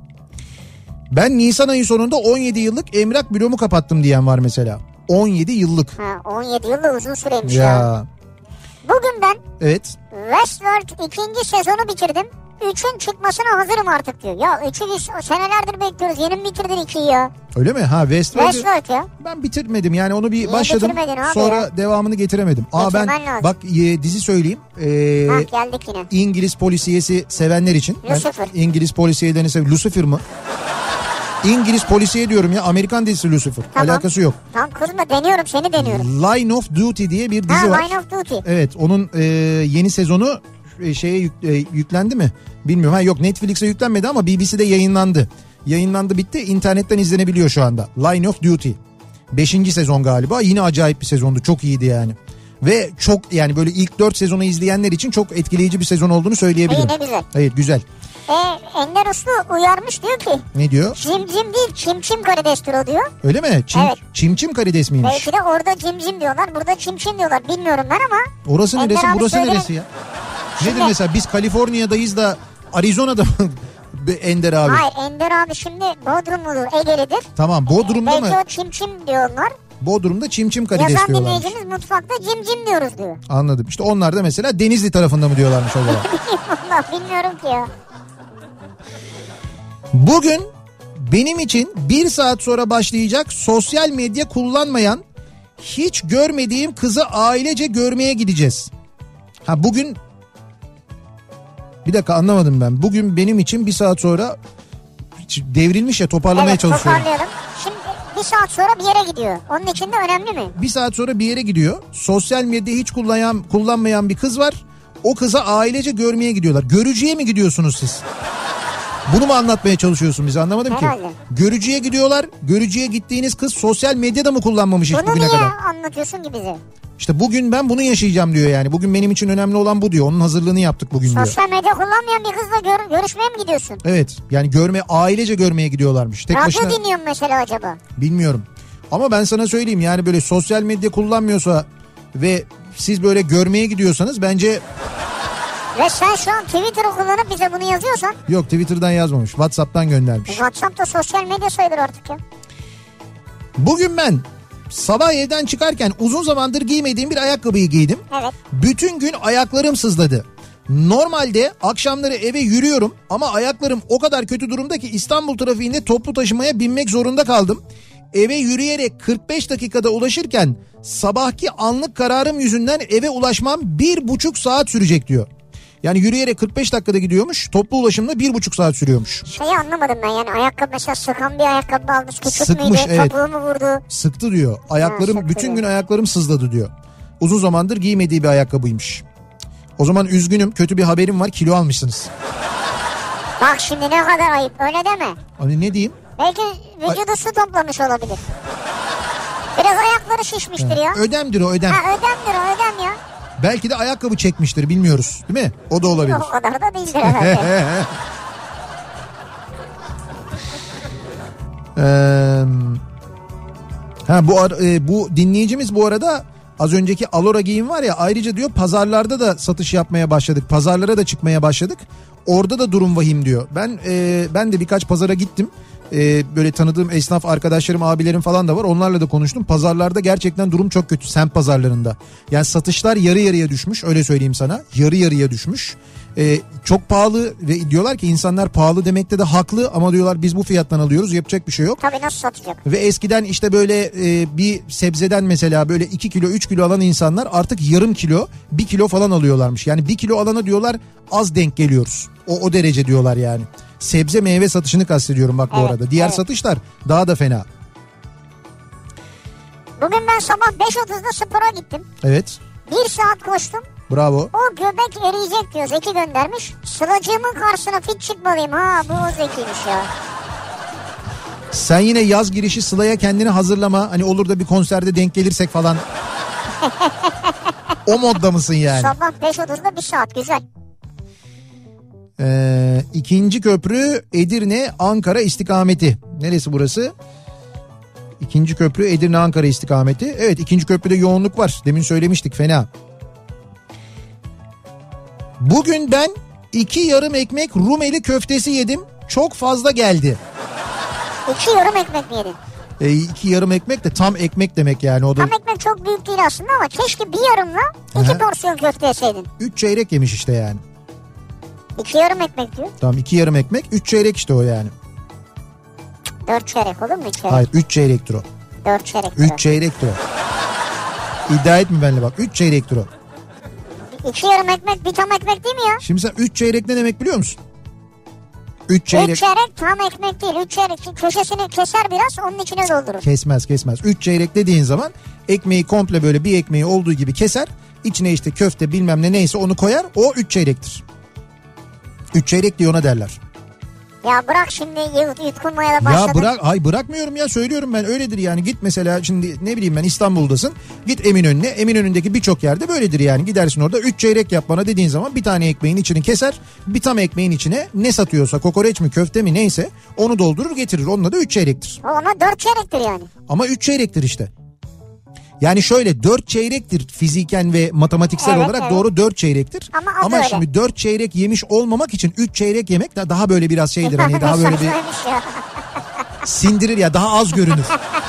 Ben Nisan ayı sonunda 17 yıllık emlak büromu kapattım diyen var mesela. 17 yıllık. 17 yıl da uzun süreymiş ya. Bugün ben evet. Westworld 2. sezonu bitirdim. 3'ün çıkmasına hazırım artık diyor. Ya 3'ü biz senelerdir bekliyoruz. Yeni mi bitirdin 2'yi ya? Öyle mi? Ha Westworld ya. Ben bitirmedim yani onu bir Niye başladım. Sonra ya? devamını getiremedim. Ben lazım. bak dizi söyleyeyim. Geldik yine. İngiliz polisiyesi sevenler için. Lucifer. İngiliz polisiyelerini seviyorum. Lucifer mı? İngiliz polisiye diyorum ya. Amerikan dizisi Lucifer. Tamam. Alakası yok. Tamam kızma deniyorum seni deniyorum. Line of Duty diye bir dizi var. Line of Duty. Evet onun yeni sezonu yüklendi mi? Bilmiyorum. Yok Netflix'e yüklenmedi ama BBC'de yayınlandı. Yayınlandı bitti. İnternetten izlenebiliyor şu anda. Line of Duty. 5. sezon galiba. Yine acayip bir sezondu. Çok iyiydi yani. Ve çok yani böyle ilk 4 sezonu izleyenler için çok etkileyici bir sezon olduğunu söyleyebilirim. İyi ne güzel. Evet güzel. Ender Uslu uyarmış diyor ki. Ne diyor? Cim değil çim karidestir o diyor. Öyle mi? Evet. Çim karides miymiş? Belki de orada cim diyorlar burada çim diyorlar bilmiyorum ben ama. Orası Ender neresi burası söyledi. neresi ya? Nedir mesela biz Kaliforniya'dayız da Arizona'da mı Ender abi? Hayır Ender abi şimdi Bodrumludur Ege'lidir. Tamam Bodrum'da belki mı? Belki o çim diyorlar. Bodrum'da çim karides yazan diyorlar. Yazan dinleyicimiz mutfakta cim diyoruz diyor. Anladım. İşte onlar da mesela Denizli tarafında mı diyorlarmış o zaman? Allah bilmiyorum ki ya. Bugün benim için 1 saat sonra başlayacak sosyal medya kullanmayan hiç görmediğim kızı ailece görmeye gideceğiz. Bugün bir dakika anlamadım ben. Bugün benim için 1 saat sonra devrilmiş ya toparlamaya çalışıyorum. Toparlayalım. Şimdi 1 saat sonra bir yere gidiyor. Onun için de önemli mi? 1 saat sonra bir yere gidiyor. Sosyal medyayı hiç kullanmayan bir kız var. O kıza ailece görmeye gidiyorlar. Görücüye mi gidiyorsunuz siz? Bunu mu anlatmaya çalışıyorsun bize anlamadım herhalde ki. Görücüye gidiyorlar. Görücüye gittiğiniz kız sosyal medyada mı kullanmamış hiç bugüne kadar? Bunu niye anlatıyorsun ki bize? İşte bugün ben bunu yaşayacağım diyor yani. Bugün benim için önemli olan bu diyor. Onun hazırlığını yaptık bugün diyor. Sosyal medya kullanmayan bir kızla görüşmeye mi gidiyorsun? Evet yani ailece görmeye gidiyorlarmış. Tek radyo başına... dinliyor mu mesela acaba? Bilmiyorum. Ama ben sana söyleyeyim yani böyle sosyal medya kullanmıyorsa ve siz böyle görmeye gidiyorsanız bence... Ve sen şu an Twitter'ı kullanıp bize bunu yazıyorsan... Yok Twitter'dan yazmamış. WhatsApp'tan göndermiş. WhatsApp da sosyal medya sayılır artık ya. Bugün ben sabah evden çıkarken uzun zamandır giymediğim bir ayakkabıyı giydim. Evet. Bütün gün ayaklarım sızladı. Normalde akşamları eve yürüyorum ama ayaklarım o kadar kötü durumda ki İstanbul trafiğinde toplu taşımaya binmek zorunda kaldım. Eve yürüyerek 45 dakikada ulaşırken sabahki anlık kararım yüzünden eve ulaşmam 1,5 saat sürecek diyor. Yani yürüyerek 45 dakikada gidiyormuş. Toplu ulaşımda 1,5 saat sürüyormuş. Şeyi anlamadım ben yani ayakkabı mesela sıkan bir ayakkabı almış. Küçük Sıkmış, müydü? evet. Topuğu mu vurdu? Sıktı diyor. Ayaklarım bütün gün ayaklarım sızladı diyor. Uzun zamandır giymediği bir ayakkabıymış. O zaman üzgünüm, kötü bir haberim var, kilo almışsınız. Bak şimdi ne kadar ayıp, öyle deme. Hani ne diyeyim? Belki vücudu su toplamış olabilir. Biraz ayakları şişmiştir ya. Ödemdir o, ödem. Ödemdir o, ödem ya. Belki de ayakkabı çekmiştir, bilmiyoruz değil mi? O da olabilir. O kadar da değildir herhalde. Bu dinleyicimiz bu arada az önceki Alora giyim var ya, ayrıca diyor pazarlarda da satış yapmaya başladık. Pazarlara da çıkmaya başladık. Orada da durum vahim diyor. Ben de birkaç pazara gittim. Böyle tanıdığım esnaf arkadaşlarım, abilerim falan da var. Onlarla da konuştum. Pazarlarda gerçekten durum çok kötü. Semt pazarlarında. Yani satışlar yarı yarıya düşmüş. Öyle söyleyeyim sana. Yarı yarıya düşmüş. Çok pahalı ve diyorlar ki insanlar pahalı demekte de haklı ama diyorlar biz bu fiyattan alıyoruz, yapacak bir şey yok. Tabii, nasıl satacak? Ve eskiden işte böyle bir sebzeden mesela böyle 2 kilo 3 kilo alan insanlar artık yarım kilo 1 kilo falan alıyorlarmış. Yani 1 kilo alana diyorlar az denk geliyoruz. O derece diyorlar yani. Sebze meyve satışını kastediyorum bak bu arada. Diğer satışlar daha da fena. Bugün ben sabah 5.30'da spora gittim. Evet. 1 saat koştum. Bravo. O göbek eriyecek diyor. Zeki göndermiş. Sılacığımın karşısına fit çıkmalıyım. Bu o Zeki'ymiş ya. Sen yine yaz girişi Sıla'ya kendini hazırlama. Hani olur da bir konserde denk gelirsek falan. O modda mısın yani? Sabah 5.30'da 1 saat, güzel. 2. köprü Edirne Ankara istikameti. Neresi burası? 2. köprü Edirne Ankara istikameti. Evet, 2. köprüde yoğunluk var. Demin söylemiştik, fena. Bugün ben 2 yarım ekmek Rumeli köftesi yedim. Çok fazla geldi. 2 yarım ekmek mi yedin? 2 yarım ekmek de tam ekmek demek yani. O da... Tam ekmek çok büyük değil aslında ama keşke bir yarımla 2 porsiyon köfte yeseydin. 3 çeyrek yemiş işte yani. 2 yarım ekmek diyor. Tamam 2 yarım ekmek 3 çeyrek işte o yani. 4 çeyrek olur mu 3 çeyrek? Hayır 3 çeyrektir o. 4 çeyrek. 3 çeyrektir o. İddia etme benimle bak 3 çeyrektir o. 2 yarım ekmek bir tam ekmek değil mi ya? Şimdi sen 3 çeyrek ne demek biliyor musun? 3 çeyrek. 3 çeyrek tam ekmek değil. 3 çeyrek köşesini keser biraz onun içine doldurur. Kesmez. 3 çeyrek dediğin zaman ekmeği komple böyle bir ekmeği olduğu gibi keser. İçine işte köfte bilmem ne neyse onu koyar. O 3 çeyrektir. 3 çeyrek diye ona derler. Ya bırak şimdi yutkunmaya da başladın. Ya bırakmıyorum ya, söylüyorum ben, öyledir yani. Git mesela şimdi ne bileyim ben İstanbul'dasın, git Eminönü'ne, Eminönü'ndeki birçok yerde böyledir yani. Gidersin orada 3 çeyrek yap bana dediğin zaman bir tane ekmeğin içini keser, bir tam ekmeğin içine ne satıyorsa kokoreç mi köfte mi neyse onu doldurur getirir, onunla da 3 çeyrektir. Ama 4 çeyrektir yani. Ama 3 çeyrektir işte. Yani şöyle 4 çeyrektir fiziken ve matematiksel evet, olarak evet. Doğru 4 çeyrektir. Ama şimdi 4 çeyrek yemiş olmamak için 3 çeyrek yemek daha böyle biraz şeydir. Hani daha böyle bir sindirir ya, daha az görünür.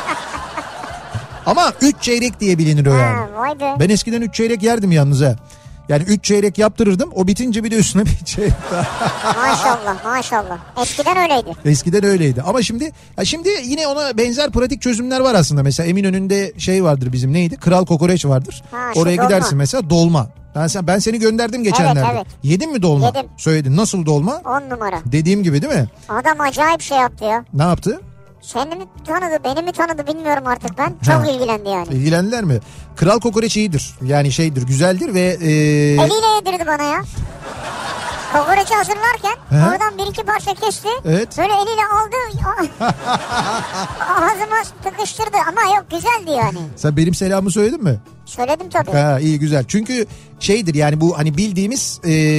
Ama 3 çeyrek diye bilinir o yani. Vay be. Ben eskiden 3 çeyrek yerdim yalnız ha. Yani 3 çeyrek yaptırırdım. O bitince bir de üstüne bir çeyrek daha. Maşallah. Eskiden öyleydi. Eskiden öyleydi. Ama şimdi yine ona benzer pratik çözümler var aslında. Mesela Eminönü'nde şey vardır bizim, neydi? Kral Kokoreç vardır. Oraya gidersin mesela, dolma. Ben seni gönderdim geçenlerde. Evet. Yedin mi dolma? Yedim. Söyledin. Nasıl dolma? 10 numara. Dediğim gibi değil mi? Adam acayip şey yaptı ya. Ne yaptı? Seni mi tanıdı, beni mi tanıdı bilmiyorum artık ben. Çok ilgilendi yani. İlgilendiler mi? Kral Kokoreç iyidir. Yani şeydir, güzeldir ve... Eliyle yedirdi bana ya. Kokoreçi hazırlarken oradan bir iki parça kesti. Evet. Böyle eliyle aldı. Ağzıma tıkıştırdı ama yok, güzeldi yani. Sen benim selamımı söyledin mi? Söyledim tabii. Ha, iyi güzel. Çünkü şeydir yani, bu hani bildiğimiz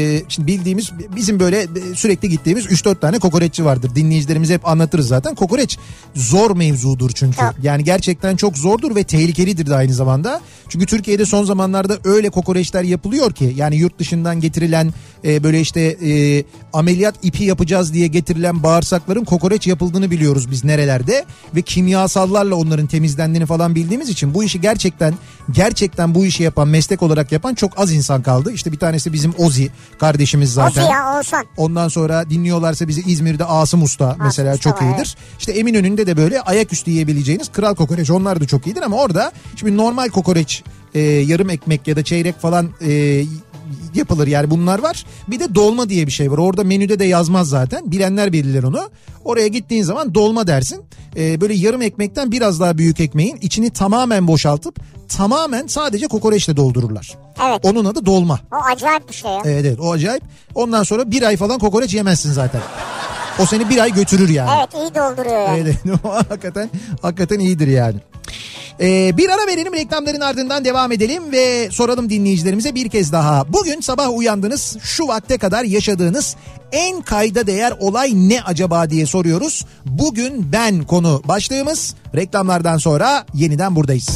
bizim böyle sürekli gittiğimiz 3-4 tane kokoreççi vardır. Dinleyicilerimize hep anlatırız zaten. Kokoreç zor mevzudur çünkü. Çok. Yani gerçekten çok zordur ve tehlikelidir de aynı zamanda. Çünkü Türkiye'de son zamanlarda öyle kokoreçler yapılıyor ki, yani yurt dışından getirilen böyle işte ameliyat ipi yapacağız diye getirilen bağırsakların kokoreç yapıldığını biliyoruz biz nerelerde ve kimyasallarla onların temizlendiğini falan bildiğimiz için bu işi gerçekten bu işi yapan, meslek olarak yapan çok az insan kaldı. İşte bir tanesi bizim Ozi kardeşimiz zaten. Ozi ya, Oğuzhan. Ondan sonra dinliyorlarsa bizi İzmir'de Asım Usta mesela Usta çok var, iyidir. evet. İşte Eminönü'nde de böyle ayaküstü yiyebileceğiniz Kral Kokoreç, onlar da çok iyidir ama orada şimdi normal kokoreç yarım ekmek ya da çeyrek falan yapılır yani, bunlar var. Bir de dolma diye bir şey var. Orada menüde de yazmaz zaten. Bilenler bilirler onu. Oraya gittiğin zaman dolma dersin. Böyle yarım ekmekten biraz daha büyük ekmeğin içini tamamen boşaltıp tamamen sadece kokoreçle doldururlar. Evet. Onun adı dolma. O acayip bir şey ya. Evet o acayip. Ondan sonra bir ay falan kokoreç yemezsin zaten. O seni bir ay götürür yani. Evet, iyi dolduruyor yani. Evet, o hakikaten iyidir yani. Bir ara verelim, reklamların ardından devam edelim ve soralım dinleyicilerimize bir kez daha. Bugün sabah uyandınız, şu vakte kadar yaşadığınız en kayda değer olay ne acaba diye soruyoruz. Bugün ben konu başlığımız. Reklamlardan sonra yeniden buradayız.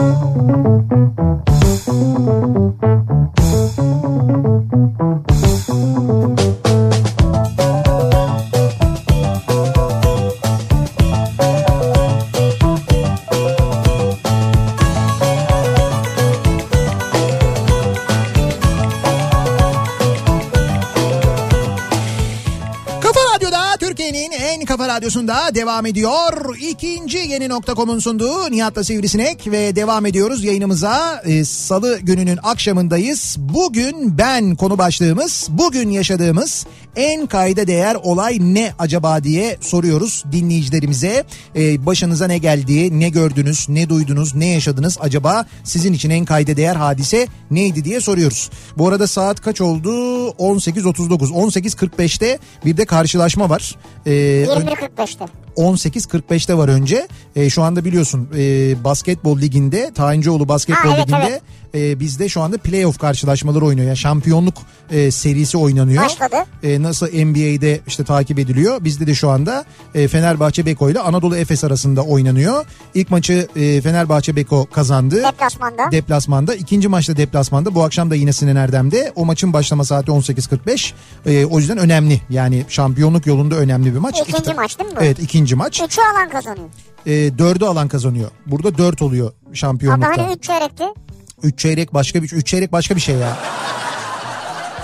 Kafa Radyosu'nda devam ediyor. İkinci yeni nokta.com'un sunduğu Nihat'la Sivrisinek ve devam ediyoruz yayınımıza. Salı gününün akşamındayız. Bugün ben konu başlığımız, bugün yaşadığımız en kayda değer olay ne acaba diye soruyoruz dinleyicilerimize. Başınıza ne geldi, ne gördünüz, ne duydunuz, ne yaşadınız acaba, sizin için en kayda değer hadise neydi diye soruyoruz. Bu arada saat kaç oldu? 18.39. 18.45'te bir de karşılaşma var. 21.45'te. 18.45'te var önce. Şu anda biliyorsun basketbol liginde, Tayincioğlu basketbol liginde bizde şu anda playoff karşılaşmaları oynuyor. Yani şampiyonluk serisi oynanıyor. Başladı. Nasıl NBA'de işte takip ediliyor. Bizde de şu anda Fenerbahçe Beko ile Anadolu Efes arasında oynanıyor. İlk maçı Fenerbahçe Beko kazandı. Deplasmanda. İkinci maçta deplasmanda. Bu akşam da yine Sinan Erdem'de. O maçın başlama saati 18.45. O yüzden önemli. Yani şampiyonluk yolunda önemli bir maç. İkinci maç değil mi bu? Evet, ikinci maç. 3'ü alan kazanıyor. 4'ü alan kazanıyor. Burada 4 oluyor şampiyonlukta. Ama hani 3 çeyrekti. 3 çeyrek başka bir şey ya.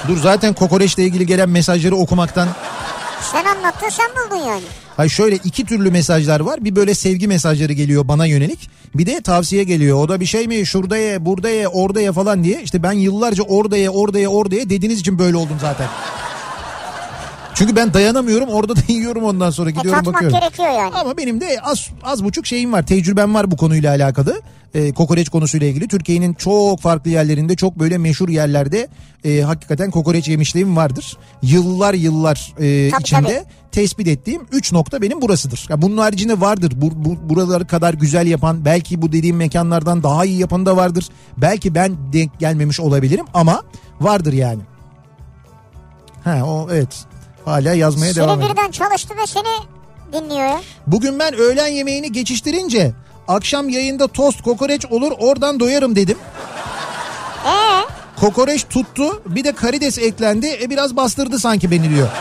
Dur zaten kokoreçle ilgili gelen mesajları okumaktan. Sen anlattın, sen buldun yani. Hayır, şöyle iki türlü mesajlar var. Bir böyle sevgi mesajları geliyor bana yönelik. Bir de tavsiye geliyor. O da bir şey mi, şurada ye, burada ye, orada ye falan diye. İşte ben yıllarca orada ye, orada ye, orada ye dediğiniz için böyle oldum zaten. Çünkü ben dayanamıyorum, orada da yiyorum, ondan sonra gidiyorum bakıyorum. Tatmak gerekiyor yani. Ama benim de az buçuk şeyim var, tecrübem var bu konuyla alakalı. Kokoreç konusuyla ilgili. Türkiye'nin çok farklı yerlerinde, çok böyle meşhur yerlerde hakikaten kokoreç yemişliğim vardır. Yıllar içinde tespit ettiğim 3 nokta benim burasıdır. Ya bunun haricinde vardır. Buraları kadar güzel yapan, belki bu dediğim mekanlardan daha iyi yapan da vardır. Belki ben denk gelmemiş olabilirim ama vardır yani. Evet. Hala yazmaya devam ediyor. Seni birden çalıştı ve seni dinliyor ya. Bugün ben öğlen yemeğini geçiştirince akşam yayında tost kokoreç olur, oradan doyarım dedim. Kokoreç tuttu, bir de karides eklendi, biraz bastırdı sanki beni diyor.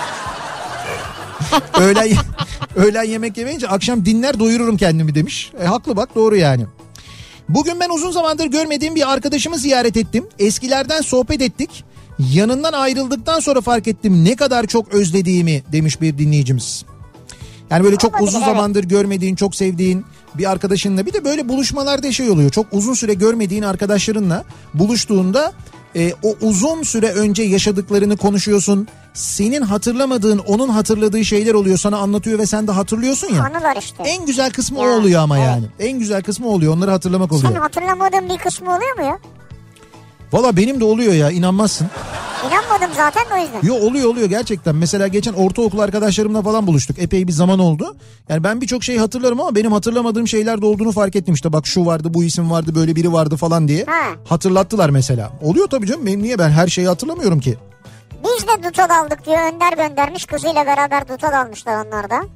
öğlen yemek yemeyince akşam dinler doyururum kendimi demiş. Haklı bak, doğru yani. Bugün ben uzun zamandır görmediğim bir arkadaşımı ziyaret ettim. Eskilerden sohbet ettik. Yanından ayrıldıktan sonra fark ettim ne kadar çok özlediğimi demiş bir dinleyicimiz. Yani böyle çok uzun zamandır görmediğin, çok sevdiğin bir arkadaşınla, bir de böyle buluşmalarda şey oluyor. Çok uzun süre görmediğin arkadaşlarınla buluştuğunda o uzun süre önce yaşadıklarını konuşuyorsun. Senin hatırlamadığın, onun hatırladığı şeyler oluyor, sana anlatıyor ve sen de hatırlıyorsun ya. Anılar işte. En güzel kısmı o oluyor ama yani. En güzel kısmı oluyor, onları hatırlamak oluyor. Senin hatırlamadığın bir kısmı oluyor mu ya? Valla benim de oluyor ya, inanmazsın. İnanmadım zaten o yüzden. Oluyor gerçekten. Mesela geçen ortaokul arkadaşlarımla falan buluştuk. Epey bir zaman oldu. Yani ben birçok şeyi hatırlarım ama benim hatırlamadığım şeyler de olduğunu fark ettim. İşte bak şu vardı, bu isim vardı, böyle biri vardı falan diye. Hatırlattılar mesela. Oluyor tabii canım, benim niye, ben her şeyi hatırlamıyorum ki. Biz de dutal aldık diyor, Önder göndermiş, kızıyla beraber dutal almışlar onlar da.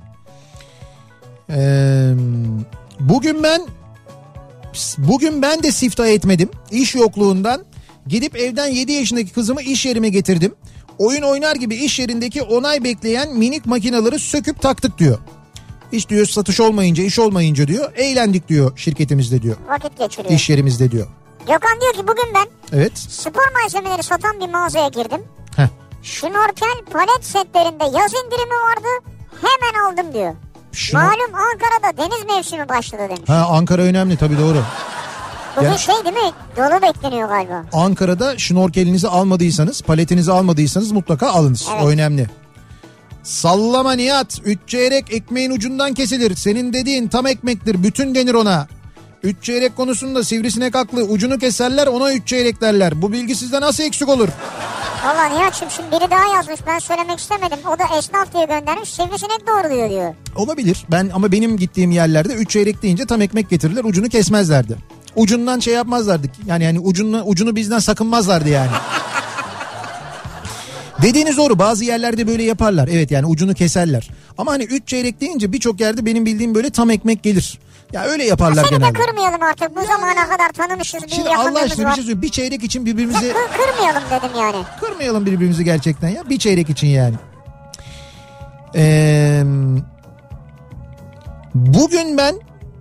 Bugün ben de siftah etmedim. İş yokluğundan gidip evden 7 yaşındaki kızımı iş yerime getirdim. Oyun oynar gibi iş yerindeki onay bekleyen minik makineleri söküp taktık diyor. Hiç diyor satış olmayınca, iş olmayınca diyor, eğlendik diyor şirketimizde diyor. Vakit geçiriyor. İş yerimizde diyor. Gökhan diyor ki bugün ben evet, spor malzemeleri satan bir mağazaya girdim. Şnorkel palet setlerinde yaz indirimi vardı. Hemen aldım diyor. Malum Ankara'da deniz mevsimi başladı demiş. Ankara önemli tabii, doğru. Bugün değil mi? Dolu bekleniyor galiba. Ankara'da şnorkelinizi almadıysanız, paletinizi almadıysanız mutlaka alınız. Evet. O önemli. Sallama Nihat. 3 çeyrek ekmeğin ucundan kesilir. Senin dediğin tam ekmektir. Bütün denir ona. 3 çeyrek konusunda sivrisinek haklı. Ucunu keserler, ona 3 çeyrek derler. Bu bilgi sizde nasıl eksik olur? Valla Nihat'cığım, şimdi biri daha yazmış. Ben söylemek istemedim. O da esnaf diye göndermiş. Sivrisinek doğruluyor diyor. Olabilir. Ama benim gittiğim yerlerde 3 çeyrek deyince tam ekmek getirirler. Ucunu kesmezlerdi. Ucundan şey yapmazlardı. Yani ucunu bizden sakınmazlardı yani. Dediğiniz doğru, bazı yerlerde böyle yaparlar. Evet, yani ucunu keserler. Ama hani 3 çeyrek deyince birçok yerde benim bildiğim böyle tam ekmek gelir. Ya öyle yaparlar genelde. Seni de kırmayalım artık. Bu zamana kadar tanımışız. Şimdi Allah aşkına bir şey söyleyeyim. Bir çeyrek için birbirimizi... Kırmayalım dedim yani. Kırmayalım birbirimizi gerçekten ya. Bir çeyrek için yani. Bugün ben...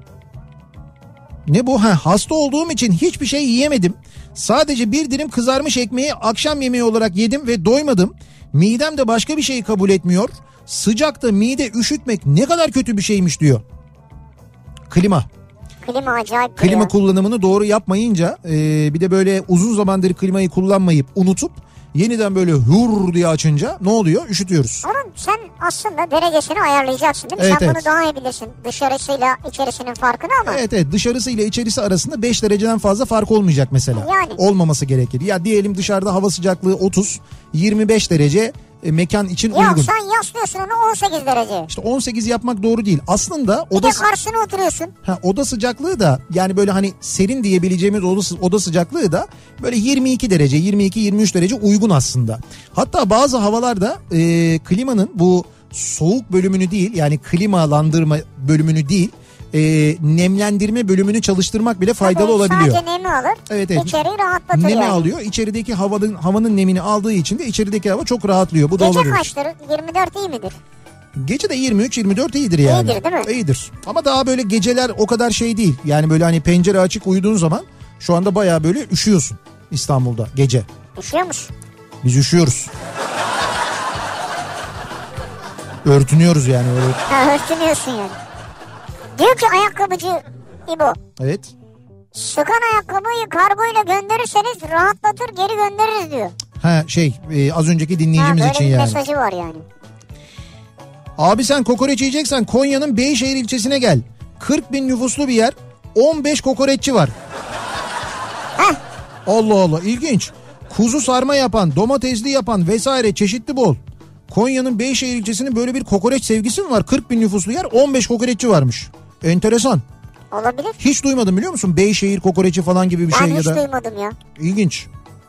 Ne bu? Hasta olduğum için hiçbir şey yiyemedim. Sadece bir dilim kızarmış ekmeği akşam yemeği olarak yedim ve doymadım. Midem de başka bir şeyi kabul etmiyor. Sıcakta mide üşütmek ne kadar kötü bir şeymiş diyor. Klima acayip. Klima kullanımını doğru yapmayınca bir de böyle uzun zamandır klimayı kullanmayıp unutup yeniden böyle hur diye açınca ne oluyor? Üşütüyoruz. Onun sen aslında derecesini ayarlayacaksın değil mi? Evet, sen bunu daha iyi bilirsin. Dışarısıyla içerisinin farkını ama. Evet, dışarısıyla içerisi arasında 5 dereceden fazla fark olmayacak mesela. Yani. Olmaması gerekir. Ya diyelim dışarıda hava sıcaklığı 30, 25 derece mekan için uygun. Yok, sen yaslıyorsun onu 18 derece. İşte 18 yapmak doğru değil. Aslında bir de karşısına oturuyorsun. Oda sıcaklığı da yani böyle hani serin diyebileceğimiz oda sıcaklığı da böyle 22 derece, 22-23 derece uygun aslında. Hatta bazı havalarda klimanın bu soğuk bölümünü değil, yani klimalandırma bölümünü değil, nemlendirme bölümünü çalıştırmak bile faydalı olabiliyor. Sadece nemi alır. Evet. İçeriği rahatlatır nemi yani. alıyor. İçerideki havanın nemini aldığı için de içerideki hava çok rahatlıyor. Bu da gece olabilir. Kaçtır? 24 iyi midir? Gece de 23-24 iyidir yani. İyidir değil mi? İyidir. Ama daha böyle geceler o kadar şey değil. Yani böyle hani pencere açık uyuduğun zaman şu anda bayağı böyle üşüyorsun İstanbul'da gece. Üşüyor musun? Biz üşüyoruz. Örtünüyoruz yani öyle. Ha, örtünüyorsun yani. Diyor ki ayakkabıcı İbo. Evet. Sıkan ayakkabıyı kargoyla gönderirseniz rahatlatır, geri göndeririz diyor. Ha az önceki dinleyicimiz için yani. Böyle bir mesajı var yani. Abi sen kokoreç yiyeceksen Konya'nın Beyşehir ilçesine gel. 40 bin nüfuslu bir yer. 15 kokoreççi var. Heh. Allah Allah, ilginç. Kuzu sarma yapan, domatesli yapan vesaire çeşitli bol. Konya'nın Beyşehir ilçesinin böyle bir kokoreç sevgisi mi var? 40 bin nüfuslu yer, 15 kokoreççi varmış. Enteresan. Olabilir. Hiç duymadım biliyor musun? Beyşehir kokoreçi falan gibi bir şey ya da. Ben hiç duymadım ya. İlginç.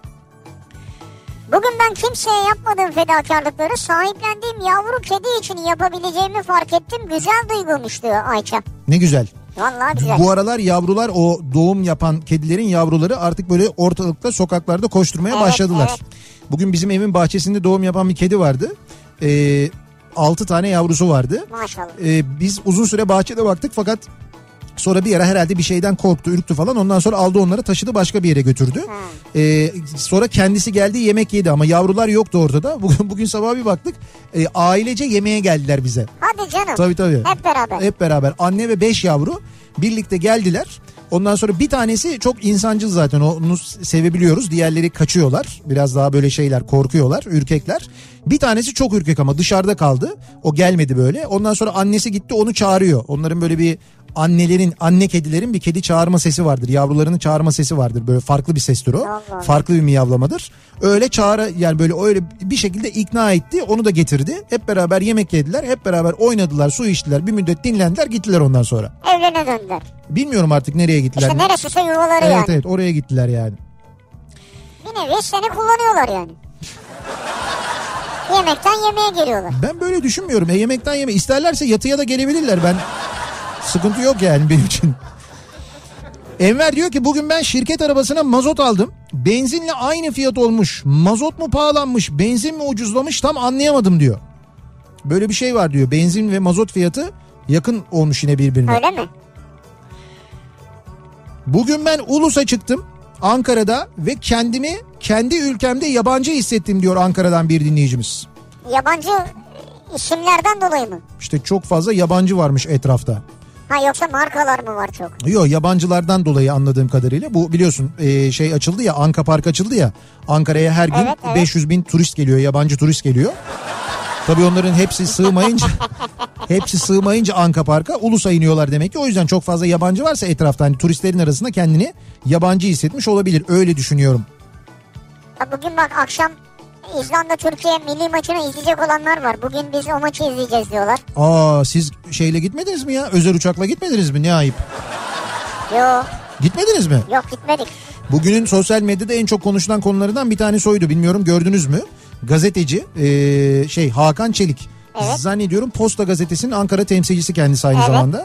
Bugün ben kimseye yapmadığım fedakarlıkları sahiplendiğim yavru kedi için yapabileceğimi fark ettim. Güzel duyguymuş diyor Ayça. Ne güzel. Vallahi güzel. Bu aralar yavrular, o doğum yapan kedilerin yavruları artık böyle ortalıkta, sokaklarda koşturmaya başladılar. Evet. Bugün bizim evin bahçesinde doğum yapan bir kedi vardı. 6 tane yavrusu vardı. Maşallah. Biz uzun süre bahçede baktık fakat sonra bir ara herhalde bir şeyden korktu, ürktü falan. Ondan sonra aldı onları, taşıdı, başka bir yere götürdü. Sonra kendisi geldi, yemek yedi ama yavrular yoktu ortada. Bugün sabah bir baktık, ailece yemeğe geldiler bize. Hadi canım. Tabii. Hep beraber. Hep beraber. Anne ve 5 yavru birlikte geldiler. Ondan sonra bir tanesi çok insancıl zaten, onu sevebiliyoruz. Diğerleri kaçıyorlar. Biraz daha böyle şeyler, korkuyorlar, ürkekler. Bir tanesi çok ürkek ama dışarıda kaldı. O gelmedi böyle. Ondan sonra annesi gitti, onu çağırıyor. Onların böyle bir anne kedilerin bir kedi çağırma sesi vardır. Yavrularını çağırma sesi vardır. Böyle farklı bir sestir o. Allah. Farklı bir miyavlamadır. Öyle yani böyle öyle bir şekilde ikna etti. Onu da getirdi. Hep beraber yemek yediler. Hep beraber oynadılar, su içtiler. Bir müddet dinlendiler, gittiler ondan sonra. Evlerine döndüler. Bilmiyorum artık nereye gittiler. İşte neresiyse yuvaları yani. Evet oraya gittiler yani. Bir nevi seni kullanıyorlar yani. Yemekten yemeğe geliyorlar. Ben böyle düşünmüyorum. Yemekten yemeğe isterlerse yatıya da gelebilirler. Ben sıkıntı yok yani benim için. Enver diyor ki bugün ben şirket arabasına mazot aldım. Benzinle aynı fiyat olmuş. Mazot mu pahalanmış, benzin mi ucuzlamış, tam anlayamadım diyor. Böyle bir şey var diyor. Benzin ve mazot fiyatı yakın olmuş yine birbirine. Öyle mi? Bugün ben Ulus'a çıktım Ankara'da ve kendimi kendi ülkemde yabancı hissettim diyor Ankara'dan bir dinleyicimiz. Yabancı isimlerden dolayı mı? İşte çok fazla yabancı varmış etrafta. Ha, yoksa markalar mı var çok? Yok, yabancılardan dolayı anladığım kadarıyla. Bu biliyorsun şey açıldı ya, Anka Park açıldı ya. Ankara'ya her gün evet. 500 bin turist geliyor, yabancı turist geliyor. Tabii onların hepsi sığmayınca Anka Park'a, Ulus'a iniyorlar demek ki. O yüzden çok fazla yabancı varsa etrafta, hani turistlerin arasında kendini yabancı hissetmiş olabilir. Öyle düşünüyorum. Bugün bak akşam İzlanda Türkiye milli maçını izleyecek olanlar var. Bugün biz o maçı izleyeceğiz diyorlar. Siz şeyle gitmediniz mi ya? Özel uçakla gitmediniz mi? Ne ayıp. Yok. Gitmediniz mi? Yok, gitmedik. Bugünün sosyal medyada en çok konuşulan konularından bir tanesi oydu. Bilmiyorum gördünüz mü? Gazeteci Hakan Çelik. Evet. Zannediyorum Posta Gazetesi'nin Ankara temsilcisi kendisi aynı zamanda.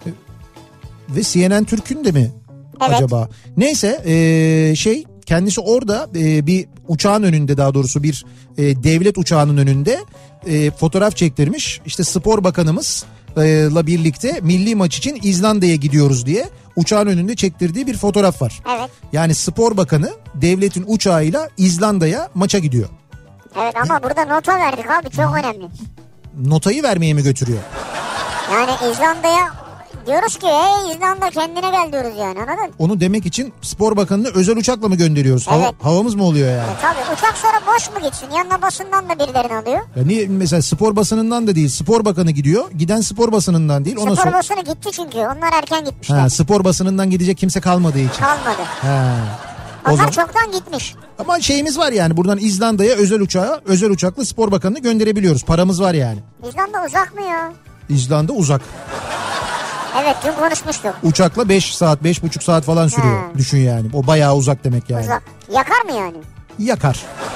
Ve CNN Türk'ün de mi acaba? Neyse kendisi orada bir uçağın önünde, daha doğrusu bir devlet uçağının önünde fotoğraf çektirmiş. İşte Spor Bakanımızla birlikte milli maç için İzlanda'ya gidiyoruz diye uçağın önünde çektirdiği bir fotoğraf var. Evet. Yani Spor Bakanı devletin uçağıyla İzlanda'ya maça gidiyor. Evet ama burada nota verdik abi, çok önemli. Notayı vermeye mi götürüyor? Yani İzlanda'ya diyoruz ki İzlanda kendine gel diyoruz yani, anladın? Onu demek için Spor Bakanı'nı özel uçakla mı gönderiyoruz? Evet. Havamız mı oluyor yani? Tabii, uçak sonra boş mu gitsin? Yanına basından da birilerini alıyor. Ya niye mesela spor basınından da değil, Spor Bakanı gidiyor. Giden spor basınından değil. Spor basını gitti çünkü. Onlar erken gitmişler. Spor basınından gidecek kimse kalmadığı için. Kalmadı. Onlar çoktan gitmiş. Ama şeyimiz var yani, buradan İzlanda'ya özel uçakla Spor Bakanı'nı gönderebiliyoruz. Paramız var yani. İzlanda uzak mı ya? İzlanda uzak. Evet, dün konuşmuştuk. Uçakla 5 saat, 5,5 saat falan sürüyor. Düşün yani. O bayağı uzak demek yani. Uzak. Yakar mı yani? Yakar.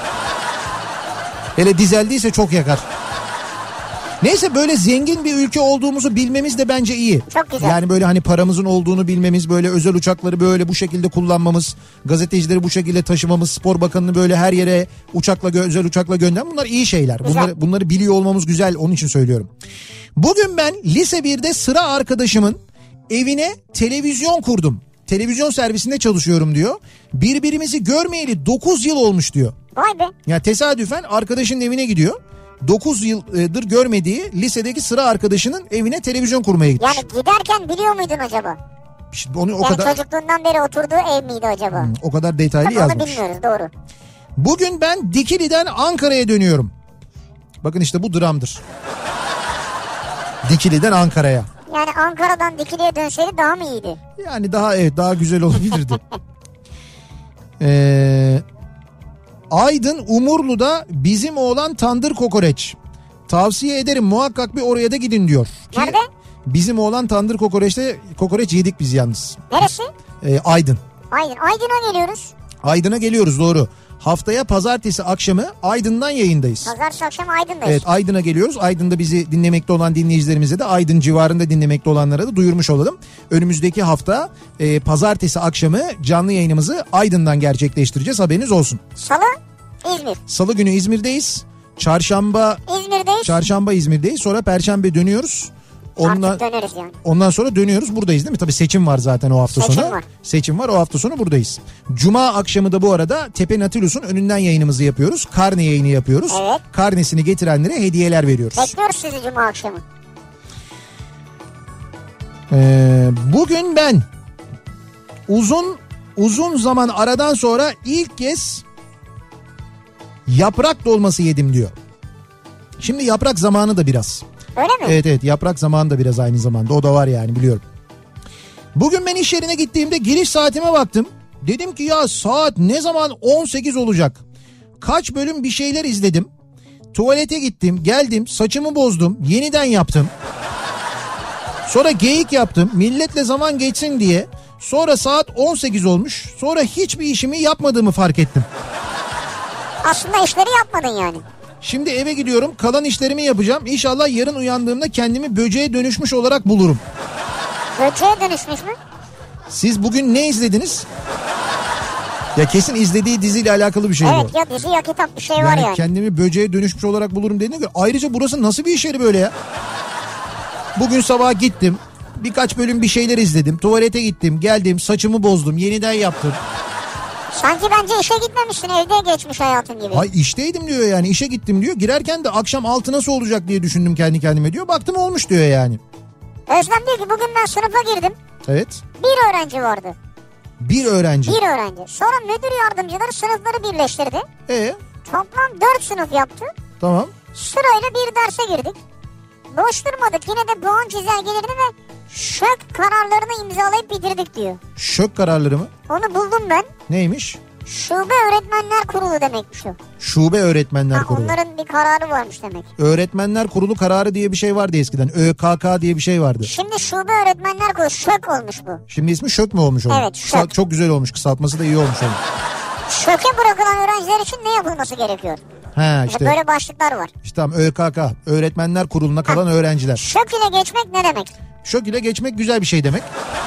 Hele dizel değilse çok yakar. Neyse, böyle zengin bir ülke olduğumuzu bilmemiz de bence iyi. Çok güzel. Yani böyle hani paramızın olduğunu bilmemiz, böyle özel uçakları böyle bu şekilde kullanmamız, gazetecileri bu şekilde taşımamız, Spor Bakanı'nı böyle her yere özel uçakla göndermemiz, bunlar iyi şeyler. Bunları biliyor olmamız güzel, onun için söylüyorum. Bugün ben lise 1'de sıra arkadaşımın evine televizyon kurdum. televizyon servisinde çalışıyorum diyor. Birbirimizi görmeyeli 9 yıl olmuş diyor. Vay be. Ya tesadüfen arkadaşının evine gidiyor. 9 yıldır görmediği lisedeki sıra arkadaşının evine televizyon kurmaya gitmiş. Yani giderken biliyor muydun acaba? İşte onu yani çocukluğundan beri oturduğu ev miydi acaba? O kadar detaylı tabii yazmış. Onu bilmiyoruz, doğru. Bugün ben Dikili'den Ankara'ya dönüyorum. Bakın işte bu dramdır. Dikili'den Ankara'ya. Yani Ankara'dan Dikili'ye dönseydi daha mı iyiydi? Yani daha güzel olabilirdi. Aydın Umurlu'da bizim oğlan tandır kokoreç. Tavsiye ederim, muhakkak bir oraya da gidin diyor. Nerede? Bizim oğlan tandır kokoreç yedik biz yalnız. Neresi? Aydın. Aydın'a geliyoruz. Aydın'a geliyoruz, doğru. Haftaya pazartesi akşamı Aydın'dan yayındayız. Pazartesi akşamı Aydın'dayız. Evet, Aydın'a geliyoruz. Aydın'da bizi dinlemekte olan dinleyicilerimize de, Aydın civarında dinlemekte olanlara da duyurmuş olalım. Önümüzdeki hafta pazartesi akşamı canlı yayınımızı Aydın'dan gerçekleştireceğiz, haberiniz olsun. Salı İzmir. Salı günü İzmir'deyiz. Çarşamba İzmir'deyiz. Sonra Perşembe dönüyoruz. Artık döneriz yani. Ondan sonra dönüyoruz, buradayız değil mi? Tabii seçim var zaten o hafta sonu. Seçim var o hafta sonu, buradayız. Cuma akşamı da bu arada Tepe Nautilus'un önünden yayınımızı yapıyoruz. Karne yayını yapıyoruz. Evet. Karnesini getirenlere hediyeler veriyoruz. Bekliyoruz sizi Cuma akşamı. Bugün ben uzun zaman aradan sonra ilk kez yaprak dolması yedim diyor. Şimdi yaprak zamanı da biraz. Öyle mi? Evet, yaprak zamanı da biraz aynı zamanda. O da var yani, biliyorum. Bugün ben iş yerine gittiğimde giriş saatime baktım. Dedim ki ya saat ne zaman 18 olacak? Kaç bölüm bir şeyler izledim. Tuvalete gittim, geldim, saçımı bozdum, yeniden yaptım. Sonra geyik yaptım, milletle zaman geçsin diye. Sonra saat 18 olmuş. Sonra hiçbir işimi yapmadığımı fark ettim. Aslında işleri yapmadın yani. Şimdi eve gidiyorum, kalan işlerimi yapacağım. İnşallah yarın uyandığımda kendimi böceğe dönüşmüş olarak bulurum. Böceğe dönüşmüş mü? Siz bugün ne izlediniz? Ya kesin izlediği diziyle alakalı bir şey bu. Evet, ya dizi ya kitap bir şey var yani. Kendimi böceğe dönüşmüş olarak bulurum dediğine göre. Ayrıca burası nasıl bir iş yeri böyle ya? Bugün sabah gittim. Birkaç bölüm bir şeyler izledim. Tuvalete gittim, geldim, saçımı bozdum, yeniden yaptım. Sanki bence işe gitmemişsin, evde geçmiş hayatın gibi. Ay işteydim diyor yani, işe gittim diyor. Girerken de akşam 6 nasıl olacak diye düşündüm kendi kendime diyor. Baktım olmuş diyor yani. Özlem diyor ki bugün ben sınıfa girdim. Evet. Bir öğrenci vardı. Bir öğrenci. Sonra müdür yardımcıları sınıfları birleştirdi. Toplam 4 sınıf yaptı. Tamam. Sırayla bir derse girdik. Boş durmadık, yine de puan çizelgelerini ve şök kararlarını imzalayıp bitirdik diyor. Şök kararları mı? Onu buldum ben. Neymiş? Şube Öğretmenler Kurulu demekmiş o. Şube Öğretmenler Kurulu. Onların bir kararı varmış demek. Öğretmenler Kurulu kararı diye bir şey vardı eskiden. ÖKK diye bir şey vardı. Şimdi Şube Öğretmenler Kurulu, şök olmuş bu. Şimdi ismi şök mü olmuş onun? Evet, şök. Çok güzel olmuş, kısaltması da iyi olmuş onun. Şöke bırakılan öğrenciler için ne yapılması gerekiyor? İşte böyle başlıklar var. İşte tamam, ÖKK, Öğretmenler Kurulu'na kalan öğrenciler. Şök ile geçmek ne demek? Şök ile geçmek güzel bir şey demek.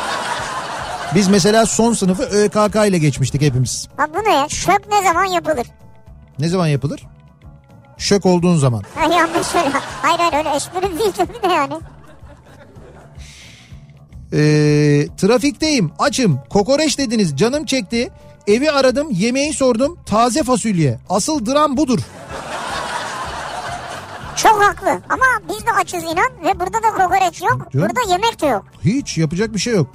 Biz mesela son sınıfı ÖKK ile geçmiştik hepimiz. Ha bu ne ya? Şök ne zaman yapılır? Ne zaman yapılır? Şök olduğun zaman. Yanlış söyle. Hayır öyle espri değil tabii de yani. Trafikteyim, açım, kokoreç dediniz, canım çekti. Evi aradım, yemeği sordum, taze fasulye. Asıl dram budur. Çok haklı ama biz de açız inan ve burada da kokoreç yok. Burada yemek de yok. Hiç yapacak bir şey yok.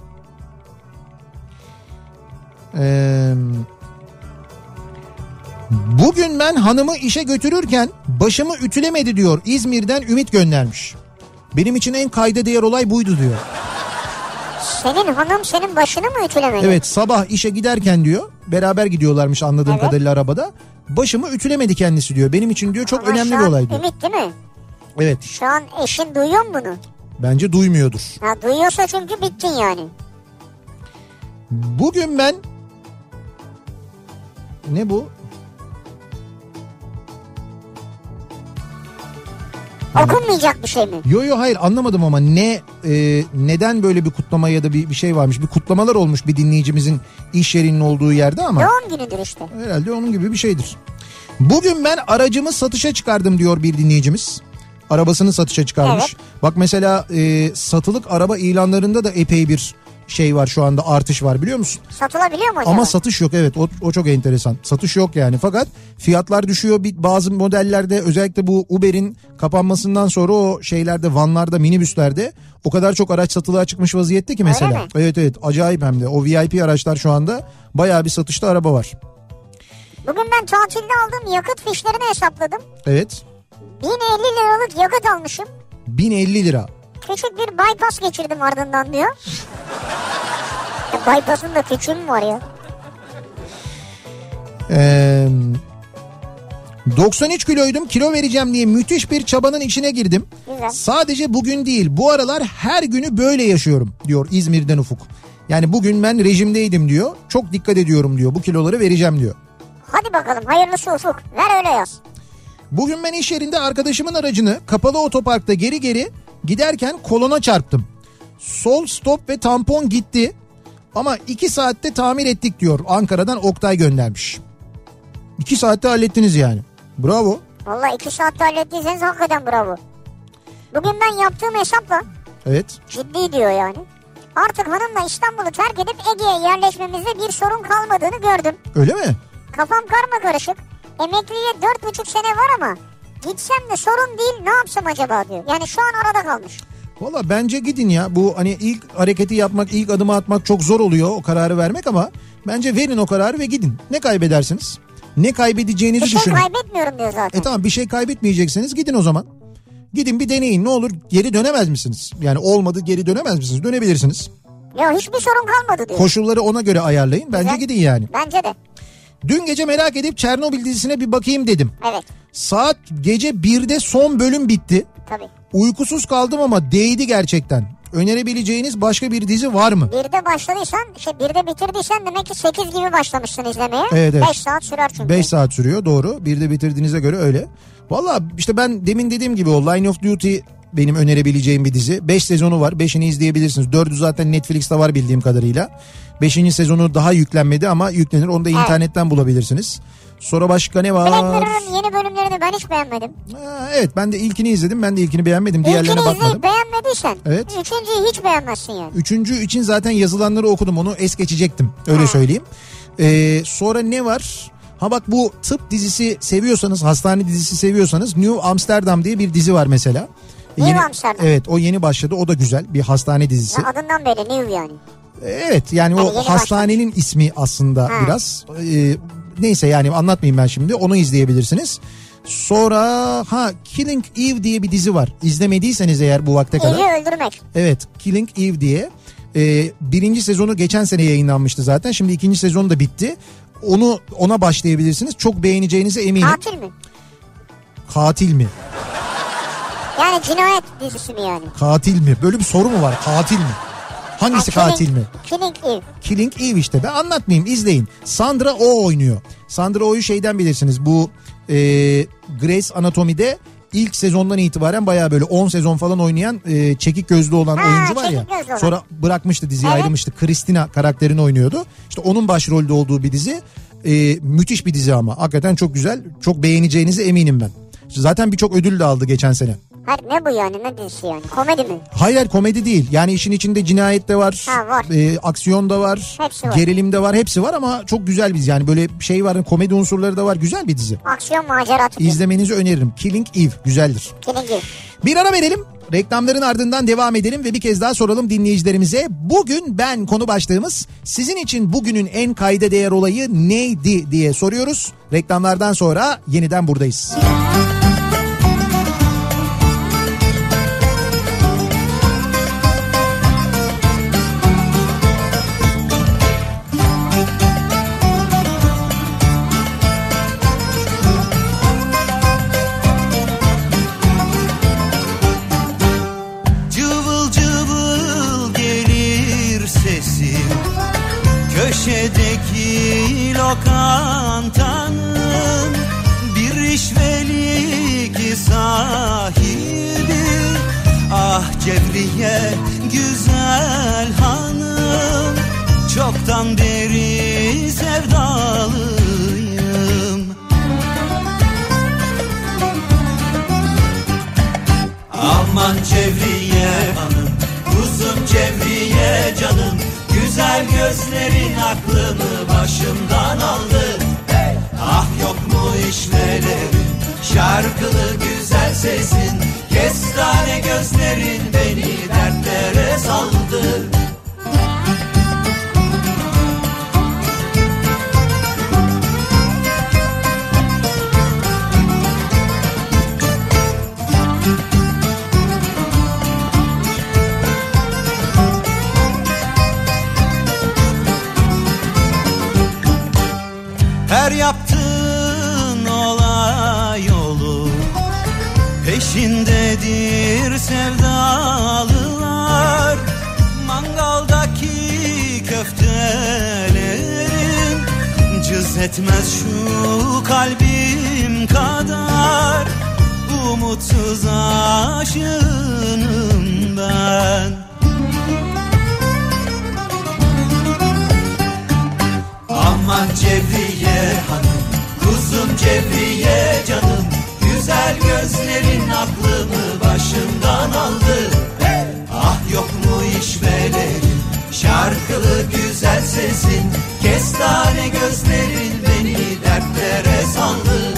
Bugün ben hanımı işe götürürken başımı ütülemedi diyor. İzmir'den Ümit göndermiş. Benim için en kayda değer olay buydu diyor. Senin hanım senin başını mı ütülemedi? Evet, sabah işe giderken diyor, beraber gidiyorlarmış anladığım kadarıyla arabada. Başımı ütülemedi kendisi diyor. Benim için diyor çok ama önemli bir olay diyor. Ümit değil mi? Evet. Şu an eşin duyuyor mu bunu? Bence duymuyordur. Ha, duyuyorsa çünkü bittin yani. Bugün ben... Ne bu? Okunmayacak bir şey mi? Yo hayır, anlamadım ama neden böyle bir kutlama ya da bir şey varmış. Bir kutlamalar olmuş bir dinleyicimizin iş yerinin olduğu yerde ama. Doğum günüdür işte. Herhalde onun gibi bir şeydir. Bugün ben aracımı satışa çıkardım diyor bir dinleyicimiz. Arabasını satışa çıkarmış. Evet. Bak mesela satılık araba ilanlarında da epey bir şey var şu anda, artış var biliyor musun? Satılabiliyor mu acaba? Ama satış yok, evet, o çok enteresan. Satış yok yani, fakat fiyatlar düşüyor. Bazı modellerde, özellikle bu Uber'in kapanmasından sonra o şeylerde, vanlarda, minibüslerde o kadar çok araç satılığa çıkmış vaziyette ki mesela. Öyle mi? Evet acayip, hem de o VIP araçlar şu anda bayağı bir satışta araba var. Bugün ben tatilde aldığım yakıt fişlerini hesapladım. Evet. 1050 liralık yakıt almışım. 1050 lira. Küçük bir bypass geçirdim ardından diyor. Bypass'ın da küçüğü mü var ya? 93 kiloydum, kilo vereceğim diye müthiş bir çabanın içine girdim. Güzel. Sadece bugün değil, bu aralar her günü böyle yaşıyorum diyor İzmir'den Ufuk. Yani bugün ben rejimdeydim diyor, çok dikkat ediyorum diyor, bu kiloları vereceğim diyor. Hadi bakalım, hayırlısı Ufuk, ver öyle yaz. Bugün ben iş yerinde arkadaşımın aracını kapalı otoparkta geri giderken kolona çarptım. Sol stop ve tampon gitti ama 2 saatte tamir ettik diyor. Ankara'dan Oktay göndermiş. 2 saatte hallettiniz yani. Bravo. Vallahi 2 saatte hallettiyseniz hakikaten bravo. Bugün ben yaptığım hesapla, evet, ciddi diyor yani, artık hanımla İstanbul'u terk edip Ege'ye yerleşmemizde bir sorun kalmadığını gördüm. Öyle mi? Kafam karma karışık. Emekliliğe 4,5 sene var ama gitsem de sorun değil, ne yapsam acaba diyor. Yani şu an arada kalmış. Valla bence gidin ya. Bu hani ilk hareketi yapmak, ilk adımı atmak çok zor oluyor, o kararı vermek, ama bence verin o kararı ve gidin. Ne kaybedersiniz? Ne kaybedeceğinizi düşünün. Bir şey kaybetmiyorum diyor zaten. Tamam, bir şey kaybetmeyecekseniz gidin o zaman. Gidin bir deneyin, ne olur, geri dönemez misiniz? Yani olmadı, geri dönemez misiniz? Dönebilirsiniz. Ya hiçbir sorun kalmadı diyor. Koşulları ona göre ayarlayın. Bence güzel, gidin yani. Bence de. Dün gece merak edip Çernobil dizisine bir bakayım dedim. Evet. Saat gece 1'de son bölüm bitti. Tabii. Uykusuz kaldım ama değdi gerçekten. Önerebileceğiniz başka bir dizi var mı? 1'de başladıysan, 1'de bitirdiysen demek ki 8 gibi başlamışsın izlemeye. Evet. 5 saat sürer çünkü. 5 saat sürüyor, doğru. 1'de bitirdiğinize göre öyle. Valla işte ben demin dediğim gibi o Line of Duty benim önerebileceğim bir dizi. 5 sezonu var. 5'ini izleyebilirsiniz. 4'ü zaten Netflix'te var bildiğim kadarıyla. 5. sezonu daha yüklenmedi ama yüklenir. Onu da internetten bulabilirsiniz. Sonra başka ne var? Black Mirror'ın yeni bölümlerini ben hiç beğenmedim. Evet, ben de ilkini izledim. Ben de ilkini beğenmedim. Diğerlerine bakmadım. İlkini izleyip beğenmediysen evet, 3.'yü hiç beğenmezsin yani. 3. için zaten yazılanları okudum. Onu es geçecektim. Öyle söyleyeyim. Sonra ne var? Ha bak, bu tıp dizisi seviyorsanız, hastane dizisi seviyorsanız New Amsterdam diye bir dizi var mesela. New Amsterdam. Evet, o yeni başladı. O da güzel bir hastane dizisi. Ya adından belli, New yani. Evet, yani hani o hastanenin ismi aslında biraz. Neyse yani anlatmayayım ben şimdi. Onu izleyebilirsiniz. Sonra Killing Eve diye bir dizi var. İzlemediyseniz eğer bu vakte kadar. Evi öldürmek. Evet, Killing Eve diye. 1. sezonu geçen sene yayınlanmıştı zaten. Şimdi 2. sezonu da bitti. Ona başlayabilirsiniz. Çok beğeneceğinize eminim. Katil mi? Katil mi? Yani cinayet dizisi mi yani? Katil mi? Böyle bir soru mu var? Katil mi? Hangisi katil mi? Killing Eve. Killing Eve işte. Ben anlatmayayım, izleyin. Sandra Oh oynuyor. Sandra Oh'yu şeyden bilirsiniz. Bu Grey's Anatomy'de ilk sezondan itibaren bayağı böyle 10 sezon falan oynayan çekik gözlü olan oyuncu var ya. Sonra bırakmıştı diziyi, ayrılmıştı. Christina karakterini oynuyordu. İşte onun başrolde olduğu bir dizi. Müthiş bir dizi ama. Hakikaten çok güzel. Çok beğeneceğinize eminim ben. Zaten birçok ödül de aldı geçen sene. Hayır, ne bu yani, ne dizisi yani, komedi mi? Hayır, komedi değil. Yani işin içinde cinayet de var. Var. Aksiyon da var. Hepsi var. Gerilim de var. Hepsi var ama çok güzel bir dizi. Yani böyle şey var, komedi unsurları da var. Güzel bir dizi. Aksiyon, macera tipi. İzlemenizi öneririm. Killing Eve güzeldir. Killing Eve. Bir ara verelim. Reklamların ardından devam edelim ve bir kez daha soralım dinleyicilerimize. Bugün ben konu başlığımız sizin için bugünün en kayda değer olayı neydi diye soruyoruz. Reklamlardan sonra yeniden buradayız. Köşedeki lokantanın bir işvelik sahibi, ah Cevriye güzel hanım, çoktan beri sevdalıyım. Aman Cevriye hanım, kuzum Cevriye canım, gözlerin aklımı başımdan aldı. Ah yok mu işvelerin, şarkılı güzel sesin, kestane gözlerin beni dertlere saldı. Her yaptığın olay olur, peşindedir sevdalılar. Mangaldaki köftelerin cız etmez şu kalbim kadar. Umutsuz aşığım ben. Aman Cevriye hanım, kuzum Cevriye canım, güzel gözlerin aklımı başımdan aldı. Ah yok mu işvelerin, şarkılı güzel sesin, kestane gözlerin beni dertlere saldı.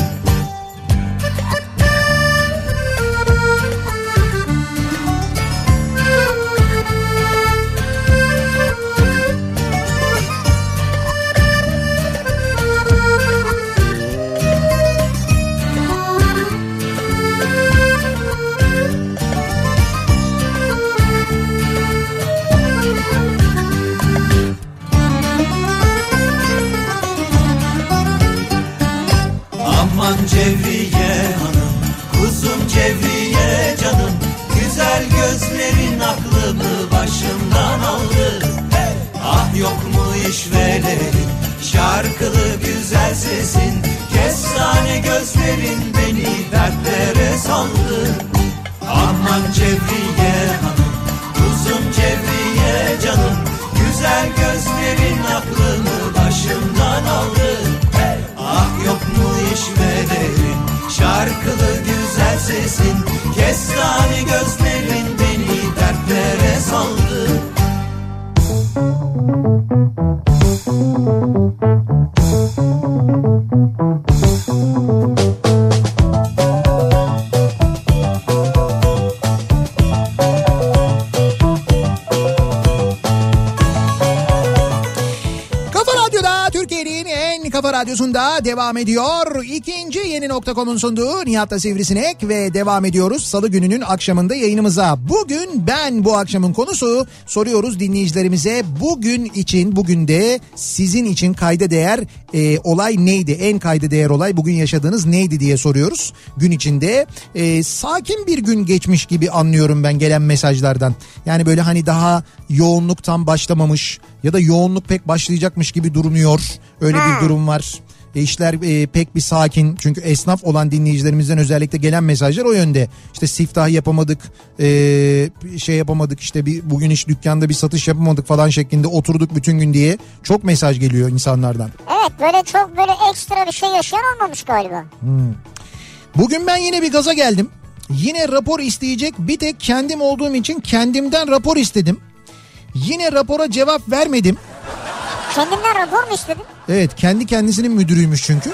Aman Cevriye hanım, kuzum Cevriye canım, güzel gözlerin aklımı başımdan aldı. Ah yok mu işvelerin, şarkılı güzel sesin, kestane gözlerin beni dertlere saldı. Aman Cevriye hanım, kuzum Cevriye canım, güzel gözlerin aklımı başımdan aldı. Ah yok mu işvelerin, şarkılı güzel sesin, kestane gözlerin beni dertlere saldı. Kafa Radyosu'nda devam ediyor. İkinci yeni nokta.com'un sunduğu Nihat'la Sivrisinek ve devam ediyoruz. Salı gününün akşamında yayınımıza. Bugün bu akşamın konusu, soruyoruz dinleyicilerimize. Bugün için, bugün de sizin için kayda değer olay neydi? En kayda değer olay bugün yaşadığınız neydi diye soruyoruz. Gün içinde sakin bir gün geçmiş gibi anlıyorum ben gelen mesajlardan. Yani böyle hani daha yoğunluk tam başlamamış ya da yoğunluk pek başlayacakmış gibi durmuyor. Öyle bir durum var. İşler pek bir sakin. Çünkü esnaf olan dinleyicilerimizden özellikle gelen mesajlar o yönde. İşte siftah yapamadık, şey yapamadık, işte bugün hiç dükkanda bir satış yapamadık falan şeklinde oturduk bütün gün diye çok mesaj geliyor insanlardan. Evet, böyle çok böyle ekstra bir şey yaşayan olmamış galiba. Bugün ben yine bir gaza geldim. Yine rapor isteyecek bir tek kendim olduğum için kendimden rapor istedim. Yine rapora cevap vermedim. Kendinden rapor mu istedin? Evet, kendi kendisinin müdürüymüş çünkü.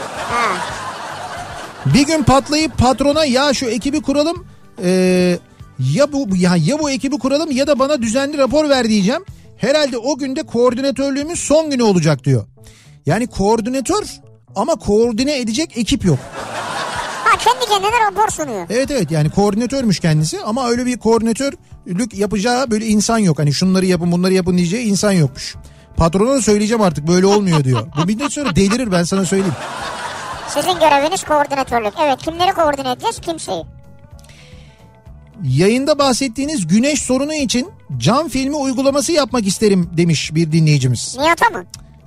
Bir gün patlayıp patrona ya şu ekibi kuralım, ya bu ekibi kuralım ya da bana düzenli rapor ver diyeceğim. Herhalde o günde koordinatörlüğümün son günü olacak diyor. Yani koordinatör ama koordine edecek ekip yok. Kendi kendine rapor sunuyor. Evet yani koordinatörmüş kendisi ama öyle bir koordinatörlük yapacağı böyle insan yok. Hani şunları yapın bunları yapın diyeceği insan yokmuş. Patrona da söyleyeceğim artık böyle olmuyor diyor. Bu millet sonra delirir, ben sana söyleyeyim. Sizin göreviniz koordinatörlük. Evet, kimleri koordine edeceğiz? Kimseyi. Yayında bahsettiğiniz güneş sorunu için cam filmi uygulaması yapmak isterim demiş bir dinleyicimiz. Nihat'a mı?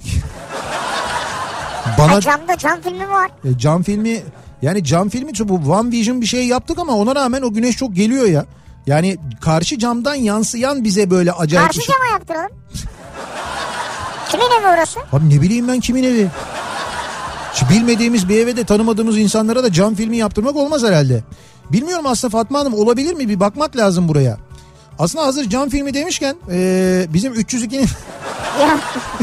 Bana... Camda cam filmi var. Cam filmi... Yani cam filmi, bu One Vision bir şey yaptık ama ona rağmen o güneş çok geliyor ya. Yani karşı camdan yansıyan bize böyle acayip... Karşı cama yaptıralım. Kimin evi orası? Abi ne bileyim ben kimin evi? Hiç bilmediğimiz bir eve de tanımadığımız insanlara da cam filmi yaptırmak olmaz herhalde. Bilmiyorum aslında Fatma Hanım, olabilir mi? Bir bakmak lazım buraya. Aslında hazır cam filmi demişken bizim 302'nin... Ya.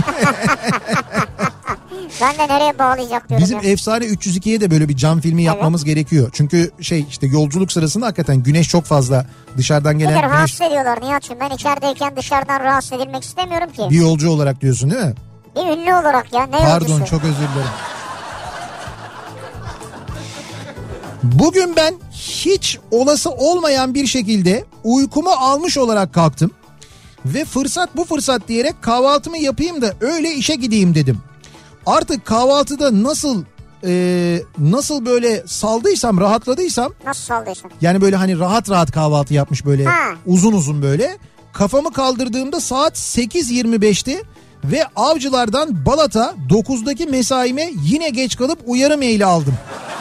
Ben de nereye bağlayacak diyorum. Bizim ya. Efsane 302'ye de böyle bir cam filmi yapmamız gerekiyor. Çünkü işte yolculuk sırasında hakikaten güneş çok fazla, dışarıdan gelen Nedir güneş. rahatsız ediyorlar Nihat'cığım. Ben içerideyken dışarıdan rahatsız edilmek istemiyorum ki. Bir yolcu olarak diyorsun değil mi? Bir ünlü olarak ya. Ne Pardon, yolcusu? çok özür dilerim. Bugün ben hiç olası olmayan bir şekilde uykumu almış olarak kalktım. Ve bu fırsat diyerek kahvaltımı yapayım da öyle işe gideyim dedim. Artık kahvaltıda nasıl böyle saldıysam, rahatladıysam. Nasıl saldıysam? Yani böyle hani rahat rahat kahvaltı yapmış böyle uzun uzun böyle. Kafamı kaldırdığımda saat 8.25'ti. Ve Avcılar'dan Balat'a 9'daki mesaime yine geç kalıp uyarı maili aldım.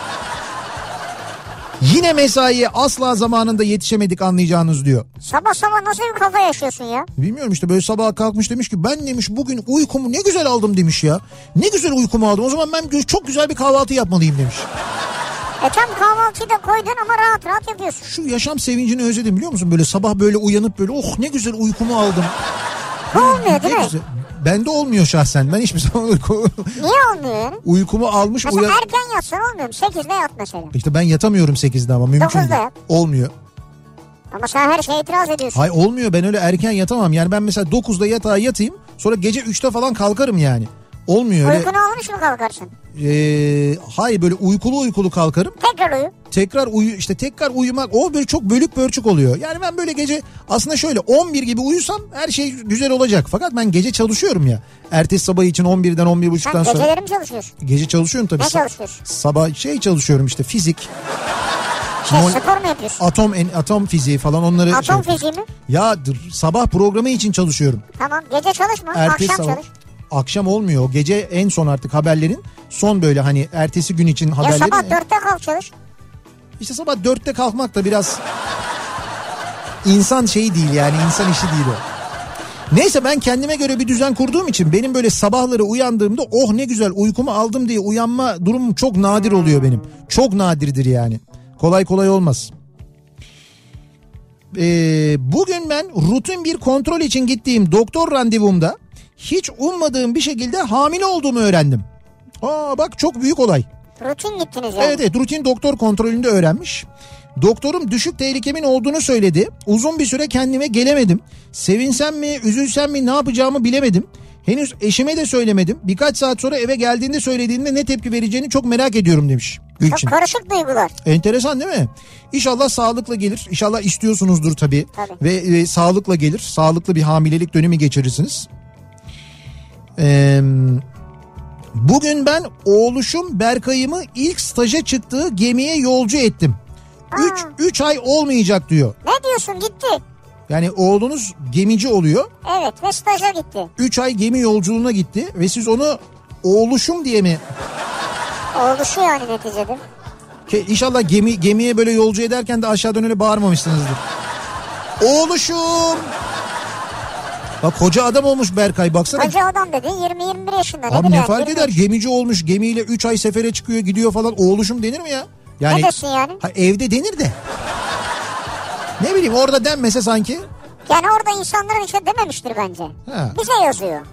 Yine mesaiye asla zamanında yetişemedik anlayacağınız diyor. Sabah sabah nasıl bir kafa yaşıyorsun ya? Bilmiyorum işte böyle sabah kalkmış demiş ki ben demiş bugün uykumu ne güzel aldım demiş ya. Ne güzel uykumu aldım, o zaman ben çok güzel bir kahvaltı yapmalıyım demiş. Tam kahvaltıyı da koydun ama rahat rahat yapıyorsun. Şu yaşam sevincini özledim biliyor musun? Böyle sabah böyle uyanıp böyle oh ne güzel uykumu aldım. Olmuyor değil mi? Güzel. Bende olmuyor şahsen. Ben hiçbir zaman Niye olmuyor yani? uykumu almış Mesela erken yatsan olmuyor mu? 8'de yat mesela. İşte ben yatamıyorum 8'de ama mümkün 9'da değil. yat. Olmuyor. Ama sen her şeye itiraz ediyorsun. Hayır olmuyor, ben öyle erken yatamam. Yani ben mesela 9'da yatağa yatayım, sonra gece 3'te falan kalkarım yani. Olmuyor öyle. Uykunu almış mı kalkarsın? Hayır böyle uykulu kalkarım. Tekrar uyu. Tekrar uyumak o böyle çok bölük pörçük oluyor. Yani ben böyle gece aslında şöyle 11 gibi uyusam her şey güzel olacak. Fakat ben gece çalışıyorum ya. Ertesi sabah için 11'den 11.30'dan sonra. Sen geceleri mi çalışıyorsun? Gece çalışıyorum tabii. Ne çalışıyorsun? Sabah çalışıyorum işte fizik. Spor mu yapıyorsun? Atom fiziği falan onları. Atom fiziği mi? Ya sabah programı için çalışıyorum. Tamam, gece çalışma, Ertesi akşam sabah, çalış. Akşam olmuyor, o gece en son artık haberlerin son böyle hani ertesi gün için haberlerin. Ya sabah 4'te kalk çalış. İşte sabah 4'te kalkmak da biraz insan şeyi değil yani, insan işi değil o. Neyse ben kendime göre bir düzen kurduğum için benim böyle sabahları uyandığımda oh ne güzel uykumu aldım diye uyanma durumum çok nadir oluyor benim. Çok nadirdir yani. Kolay kolay olmaz. Bugün ben rutin bir kontrol için gittiğim doktor randevumda hiç ummadığım bir şekilde hamile olduğumu öğrendim. Bak çok büyük olay. Rutin gittiniz yani. Evet rutin doktor kontrolünde öğrenmiş. Doktorum düşük tehlikemin olduğunu söyledi. Uzun bir süre kendime gelemedim. Sevinsem mi, üzülsem mi, ne yapacağımı bilemedim. Henüz eşime de söylemedim. Birkaç saat sonra eve geldiğinde söylediğinde ne tepki vereceğini çok merak ediyorum demiş Gülçin. Çok karışık duygular. Enteresan değil mi? İnşallah sağlıkla gelir. İnşallah istiyorsunuzdur tabii. Ve sağlıkla gelir. Sağlıklı bir hamilelik dönemi geçirirsiniz. Bugün ben oğluşum Berkay'ımı ilk staja çıktığı gemiye yolcu ettim. 3 ay olmayacak diyor. Ne diyorsun, gitti? Yani oğlunuz gemici oluyor. Evet ve staja gitti. 3 ay gemi yolculuğuna gitti ve siz onu oğluşum diye mi? Oğluşu yani neticede. İnşallah gemiye böyle yolcu ederken de aşağıdan öyle bağırmamışsınızdır. Oğluşum. Bak koca adam olmuş Berkay, baksana. Koca adam dediğin 20-21 yaşında. Abi ne fark eder, gemici olmuş, gemiyle 3 ay sefere çıkıyor gidiyor falan, oğluşum denir mi ya? Yani, ne desin yani? Evde denir de. Ne bileyim orada denmese sanki. Yani orada insanların içine dememiştir bence. Bize yazıyor.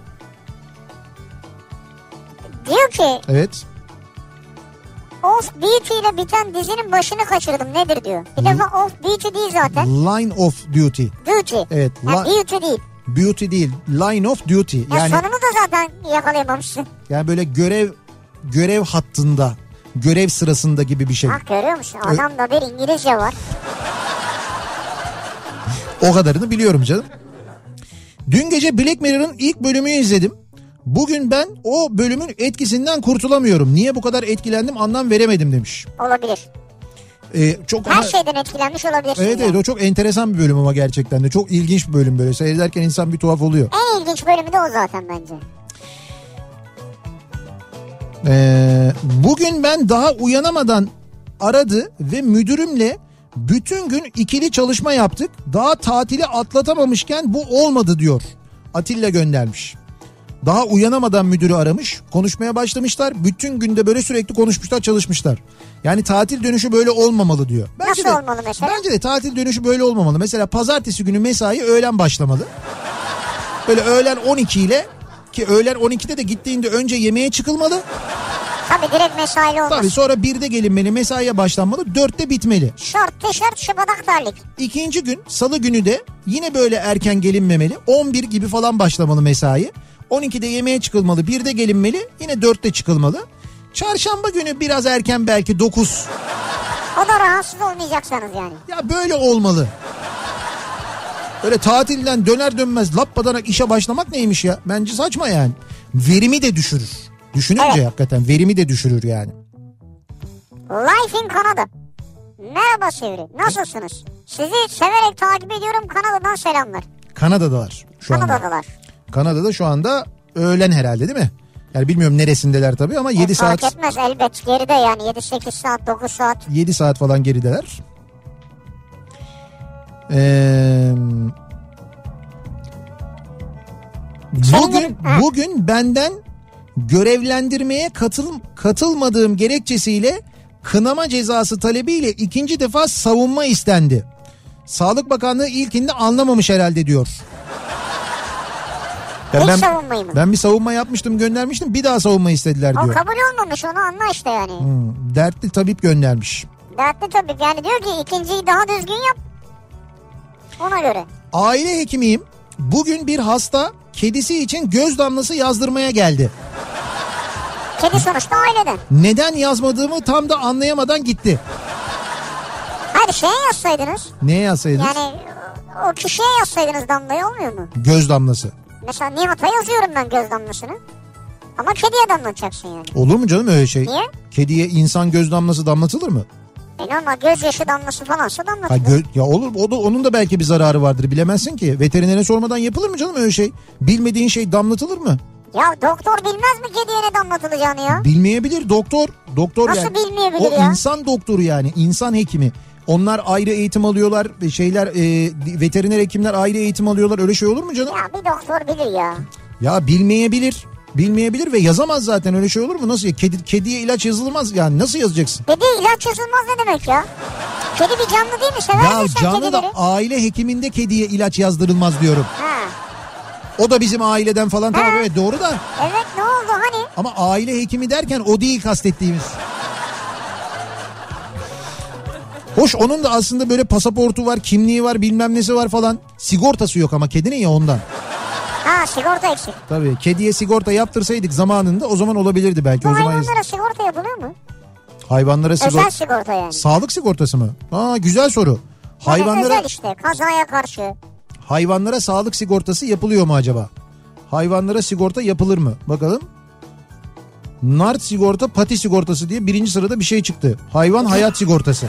Diyor ki. Evet. Off Beauty ile biten dizinin başını kaçırdım, nedir diyor. Bir defa Off Beauty değil zaten. Line of Duty. Duty. Evet. Yani beauty değil. Beauty değil. Line of Duty. Yani sonunu da zaten yakalayamamışsın. Yani böyle görev hattında, görev sırasında gibi bir şey. Bak görüyor musun? Adamda bir İngilizce var. O kadarını biliyorum canım. Dün gece Black Mirror'ın ilk bölümünü izledim. Bugün ben o bölümün etkisinden kurtulamıyorum. Niye bu kadar etkilendim anlam veremedim demiş. Olabilir. Her şeyden etkilenmiş olabilirsin. Evet o çok enteresan bir bölüm ama gerçekten de. Çok ilginç bir bölüm böyle. Seyrederken insan bir tuhaf oluyor. En ilginç bölümü de o zaten bence. Bugün ben daha uyanamadan aradı ve müdürümle bütün gün ikili çalışma yaptık. Daha tatili atlatamamışken bu olmadı diyor. Atilla göndermiş. Daha uyanamadan müdürü aramış. Konuşmaya başlamışlar. Bütün günde böyle sürekli konuşmuşlar, çalışmışlar. Yani tatil dönüşü böyle olmamalı diyor. Nasıl olmalı mesela? Bence de tatil dönüşü böyle olmamalı. Mesela pazartesi günü mesai öğlen başlamalı. Böyle öğlen 12 ile Ki öğlen 12'de de gittiğinde önce yemeğe çıkılmalı. Tabii direkt mesaili olmaz. Tabii sonra 1'de gelinmeli, mesaiye başlanmalı, 4'te bitmeli. Şort, tişört, şıbadak terlik. İkinci gün salı günü de yine böyle erken gelinmemeli. 11 gibi falan başlamalı mesai. 12'de yemeğe çıkılmalı, 1'de gelinmeli, yine 4'te çıkılmalı. Çarşamba günü biraz erken, belki 9. O da rahatsız olmayacaksanız yani. Ya böyle olmalı. Öyle tatilden döner dönmez lappadanak işe başlamak neymiş ya? Bence saçma yani. Verimi de düşürür. Düşününce hakikaten verimi de düşürür yani. Life in Canada. Merhaba Sivri. Nasılsınız? Sizi severek takip ediyorum. Kanada'dan selamlar. Kanada'dalar şu anda. Kanada'dalar. Kanada'da şu anda öğlen herhalde değil mi? Yani bilmiyorum neresindeler tabii ama 7 saat. Fark etmez elbet geride yani 7-8 saat 9 saat. 7 saat falan gerideler. Bugün benden görevlendirmeye katılmadığım gerekçesiyle kınama cezası talebiyle 2. defa savunma istendi. Sağlık Bakanlığı ilkinde anlamamış herhalde diyor. Ya savunmayı mı? Ben bir savunma yapmıştım, göndermiştim, bir daha savunma istediler diyor. O kabul olmamış, onu anla işte yani. Dertli tabip göndermiş. Dertli tabip yani diyor ki ikinciyi daha düzgün yap. Ona göre. Aile hekimiyim. Bugün bir hasta kedisi için göz damlası yazdırmaya geldi. Kedi sonuçta aileden. Neden yazmadığımı tam da anlayamadan gitti. Hayır şeye yazsaydınız. Neye yazsaydınız? Yani o kişiye yazsaydınız damlayı olmuyor mu? Göz damlası. Mesela Nihat'a yazıyorum ben göz damlasını. Ama kediye damlatacaksın yani. Olur mu canım öyle şey? Niye? Kediye insan göz damlası damlatılır mı? Normal gözyaşı damlası falansa damlatılır. Ya olur, onun da belki bir zararı vardır, bilemezsin ki. Veterinere sormadan yapılır mı canım öyle şey? Bilmediğin şey damlatılır mı? Ya doktor bilmez mi kediye ne damlatılacağını ya? Bilmeyebilir doktor. Nasıl yani. bilmeyebilir O ya? insan doktoru yani, insan hekimi. Onlar ayrı eğitim alıyorlar, veteriner hekimler ayrı eğitim alıyorlar, öyle şey olur mu canım? Ya bir doktor bilir ya. Ya bilmeyebilir ve yazamaz zaten, öyle şey olur mu? Nasıl ya? Kediye ilaç yazılmaz yani, nasıl yazacaksın? Kediye ilaç yazılmaz ne demek ya? Kedi bir canlı değil mi? Sever misin canlı kedileri? da aile hekiminde kediye ilaç yazdırılmaz diyorum. Ha. O da bizim aileden falan, tamam evet doğru da. Evet ne oldu hani? Ama aile hekimi derken o değil kastettiğimiz. Hoş, onun da aslında böyle pasaportu var, kimliği var, bilmem nesi var falan. Sigortası yok ama kedinin, ya ondan. Ha sigorta eksik. Tabii kediye sigorta yaptırsaydık zamanında o zaman olabilirdi belki. Bu o zaman hayvanlara sigorta yapılıyor mu? Hayvanlara özel sigorta yani. Sağlık sigortası mı? Güzel soru. Yani özel işte, kazaya karşı. Hayvanlara sağlık sigortası yapılıyor mu acaba? Hayvanlara sigorta yapılır mı? Bakalım. Nart sigorta, pati sigortası diye 1. sırada bir şey çıktı. Hayvan hayat sigortası.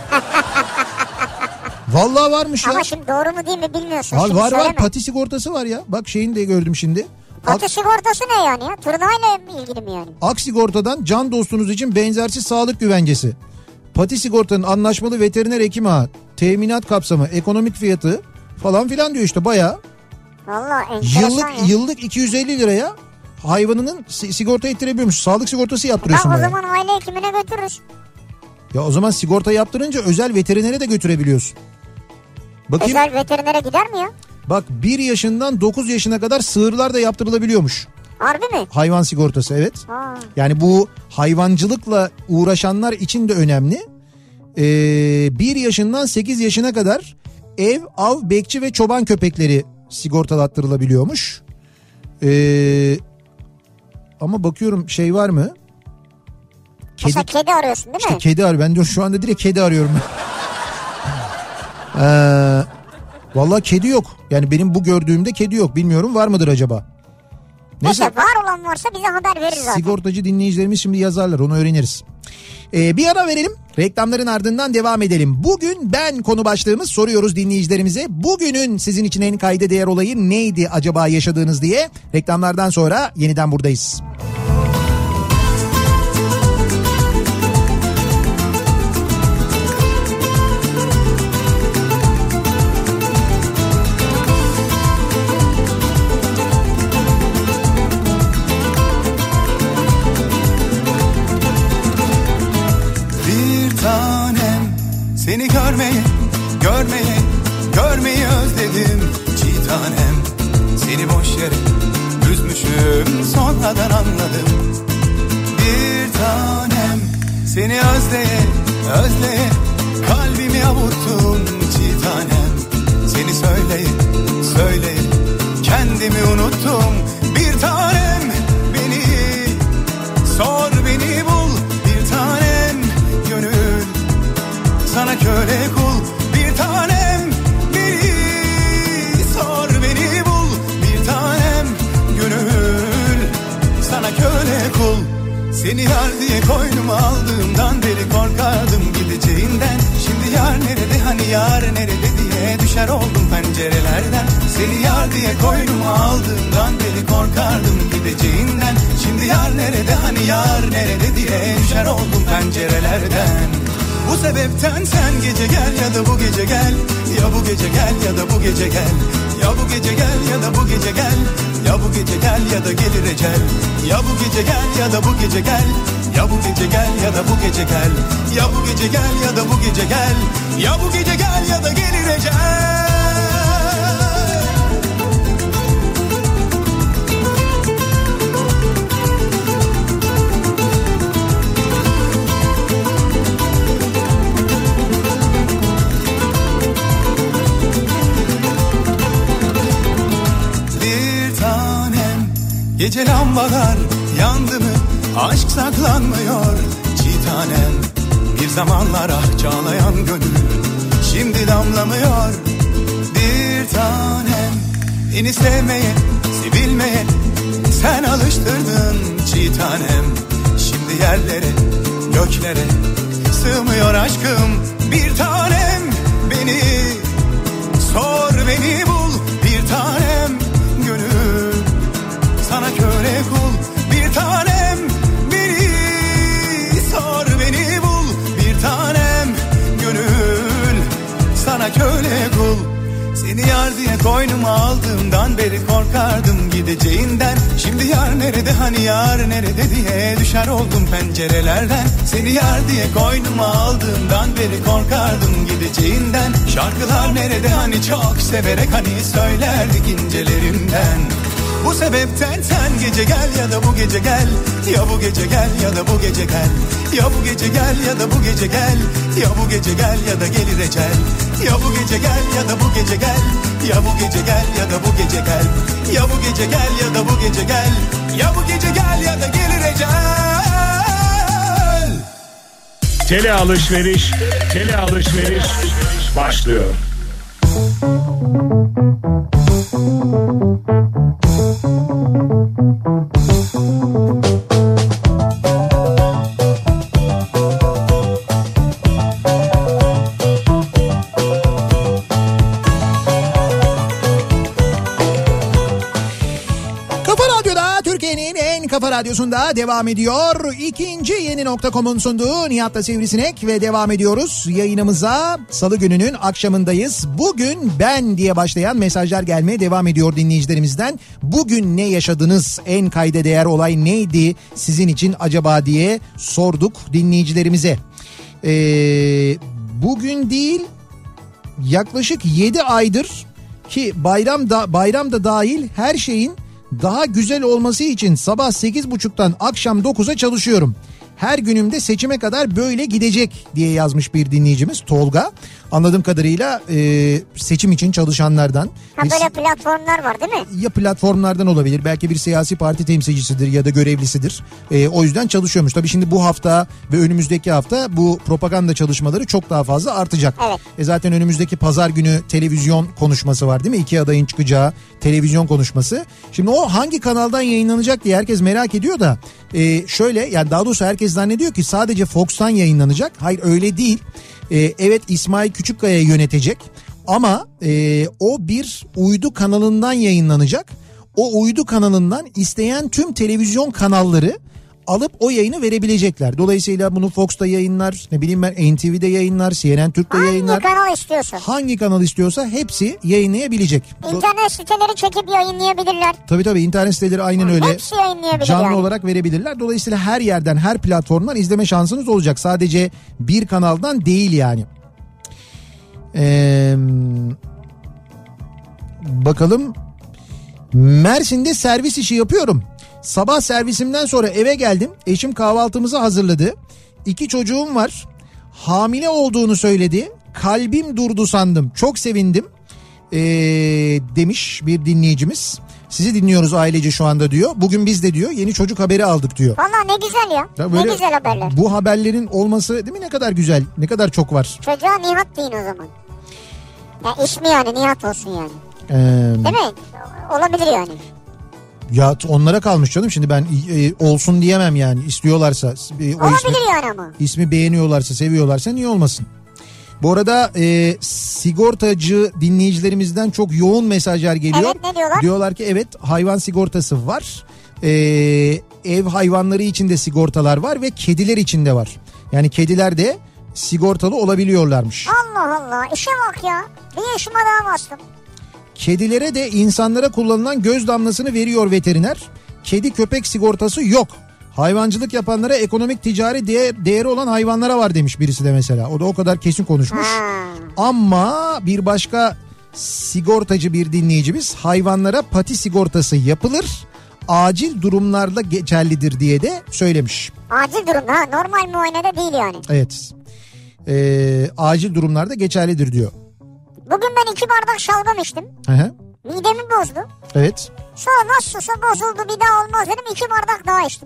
Vallahi varmış ya. Ama şimdi doğru mu değil mi bilmiyorsun. Abi şimdi var pati sigortası var ya. Bak şeyini de gördüm şimdi. Pati sigortası ne yani ya? Tırnağıyla ilgili mi yani? Ak sigortadan can dostunuz için benzersiz sağlık güvencesi. Pati sigortanın anlaşmalı veteriner hekim ağı, teminat kapsamı, ekonomik fiyatı falan filan diyor işte bayağı. Vallahi enteresan Yıllık 250 liraya hayvanının sigorta ettirebiliyormuş. Sağlık sigortası yaptırıyorsun. O zaman aile hekimine götürürüz. Ya o zaman sigorta yaptırınca özel veterinere de götürebiliyorsun. Bakayım. Özel veterinere gider mi ya? Bak 1 yaşından 9 yaşına kadar sığırlar da yaptırılabiliyormuş. Harbi mi? Hayvan sigortası evet. Yani bu hayvancılıkla uğraşanlar için de önemli. 1 yaşından 8 yaşına kadar ev, av, bekçi ve çoban köpekleri sigortalattırılabiliyormuş. Ama bakıyorum şey var mı? Mesela kedi arıyorsun değil mi? İşte kedi arıyorum. Ben diyor şu anda direkt kedi arıyorum. Vallahi kedi yok. Yani benim bu gördüğümde kedi yok. Bilmiyorum var mıdır acaba? Neyse var olan varsa bize haber verir zaten. Sigortacı dinleyicilerimiz şimdi yazarlar, onu öğreniriz. Bir ara verelim. Reklamların ardından devam edelim. Bugün ben konu başlığımız, soruyoruz dinleyicilerimize. Bugünün sizin için en kayda değer olayı neydi acaba yaşadığınız diye. Reklamlardan sonra yeniden buradayız. Seni görmeyi özledim. Çiğ tanem, seni boş yere üzmüşüm. düştüm, sonradan anladım. Bir tanem, seni özleye özleye kalbimi avuttun çiğ tanem. Seni söyleye söyleye kendimi unuttum. Bir tanem, beni sor, beni bul. Bir tanem, gönül sana köle kul. Bir tanem, beni sor, beni bul. Bir tanem, gönül sana köle kul. Seni yar diye koynuma aldığımdan beri korkardım gideceğinden. Şimdi yar nerede, hani yar nerede diye düşer oldum pencerelerden. Seni yar diye koynuma aldığımdan beri korkardım gideceğinden. Şimdi yar nerede, hani yar nerede diye düşer oldum pencerelerden. Bu sebepten sen gece gel ya da bu gece gel. Ya bu gece gel ya da bu gece gel. Ya bu gece gel ya da bu gece gel. Ya bu gece gel ya da gelir ecel. Ya bu gece gel ya da bu gece gel. Ya bu gece gel ya da bu gece gel. Ya bu gece gel ya da bu gece gel. Ya bu gece gel ya da gelir ecel. Gece lambalar yandı mı aşk saklanmıyor çiğ tanem. Bir zamanlar ah çağlayan gönül şimdi damlamıyor. Bir tanem, beni sevmeye sevilmeye sen alıştırdın çiğ tanem. Şimdi yerlere göklere sığmıyor aşkım. Bir tanem, beni sor, beni bul. Bir tanem, gönül sana köle kul. Bir tanem, beni sor, beni bul. Bir tanem, gönül sana köle kul. Seni yar diye koynuma aldığımdan beri korkardım gideceğinden. Şimdi yar nerede, hani yar nerede diye düşer oldum pencerelerden. Seni yar diye koynuma aldığımdan beri korkardım gideceğinden. Şarkılar nerede, hani çok severek hani söylerdik incelerimden. Bu sebepten sen gece gel ya da bu gece gel. Ya bu gece gel ya da bu gece gel. Ya bu gece gel ya da bu gece gel. Ya bu gece gel ya da gelir ecel. Ya bu gece gel ya da bu gece gel. Ya bu gece gel ya da bu gece gel. Ya bu gece gel ya da bu gece gel. Ya bu gece gel ya da gelir ecel. Tele alışveriş başlıyor. Kafa Radyosu'nda devam ediyor. İkinci Yeni.com'un sunduğu Nihat'la Sivrisinek ve devam ediyoruz. Yayınımıza salı gününün akşamındayız. Bugün ben diye başlayan mesajlar gelmeye devam ediyor dinleyicilerimizden. Bugün ne yaşadınız? En kayda değer olay neydi sizin için acaba diye sorduk dinleyicilerimize. Bugün değil, yaklaşık 7 aydır ki bayram da dahil her şeyin daha güzel olması için sabah 8.30'dan akşam 9'a çalışıyorum. Her günümde seçime kadar böyle gidecek diye yazmış bir dinleyicimiz Tolga. Anladığım kadarıyla seçim için çalışanlardan. Ha böyle platformlar var değil mi? Ya platformlardan olabilir. Belki bir siyasi parti temsilcisidir ya da görevlisidir. O yüzden çalışıyormuş. Tabii şimdi bu hafta ve önümüzdeki hafta bu propaganda çalışmaları çok daha fazla artacak. Evet. Zaten önümüzdeki pazar günü televizyon konuşması var değil mi? 2 adayın çıkacağı televizyon konuşması. Şimdi o hangi kanaldan yayınlanacak diye herkes merak ediyor da şöyle, yani daha doğrusu herkes zannediyor ki sadece Fox'tan yayınlanacak. Hayır, öyle değil. Evet, İsmail Küçükkaya yönetecek ama o bir uydu kanalından yayınlanacak. O uydu kanalından isteyen tüm televizyon kanalları alıp o yayını verebilecekler. Dolayısıyla bunu Fox'ta yayınlar, ne bileyim ben NTV'de yayınlar, CNN Türk'te yayınlar. Hangi kanal istiyorsa. Hangi kanal istiyorsa hepsi yayınlayabilecek. İnternet siteleri çekip yayınlayabilirler. Tabii internet siteleri aynen öyle. Hepsi yayınlayabilir canlı yani. olarak verebilirler. Dolayısıyla her yerden, her platformdan izleme şansınız olacak. Sadece bir kanaldan değil yani. Bakalım. Mersin'de servis işi yapıyorum. Sabah servisimden sonra eve geldim. Eşim kahvaltımızı hazırladı. 2 çocuğum var. Hamile olduğunu söyledi. Kalbim durdu sandım. Çok sevindim. Demiş bir dinleyicimiz. Sizi dinliyoruz ailece şu anda diyor. Bugün biz de diyor yeni çocuk haberi aldık diyor. Valla ne güzel ya. Ne güzel haberler. Bu haberlerin olması değil mi ne kadar güzel. Ne kadar çok var. Çocuğa Nihat deyin o zaman. Ya ismi yani Nihat olsun yani. Değil mi? Olabilir yani. Ya onlara kalmış canım şimdi ben olsun diyemem yani istiyorlarsa. Olabilir yani ama. İsmi beğeniyorlarsa seviyorlarsa niye olmasın? Bu arada sigortacı dinleyicilerimizden çok yoğun mesajlar geliyor. Evet ne diyorlar? Diyorlar ki evet hayvan sigortası var. Ev hayvanları için de sigortalar var ve kediler için de var. Yani kediler de sigortalı olabiliyorlarmış. Allah Allah işe bak ya. Bir yaşıma daha bastım. Kedilere de insanlara kullanılan göz damlasını veriyor veteriner. Kedi köpek sigortası yok. Hayvancılık yapanlara ekonomik ticari değeri olan hayvanlara var demiş birisi de mesela. O da o kadar kesin konuşmuş. Ama bir başka sigortacı bir dinleyicimiz hayvanlara pati sigortası yapılır. Acil durumlarda geçerlidir diye de söylemiş. Acil durumda ha normal muayenede değil yani. Evet. Acil durumlarda geçerlidir diyor. Bugün ben 2 bardak şalgam içtim. Hı. Midemi bozdu. Evet. Sonra nasılsa bozuldu bir daha olmaz dedim 2 bardak daha içtim.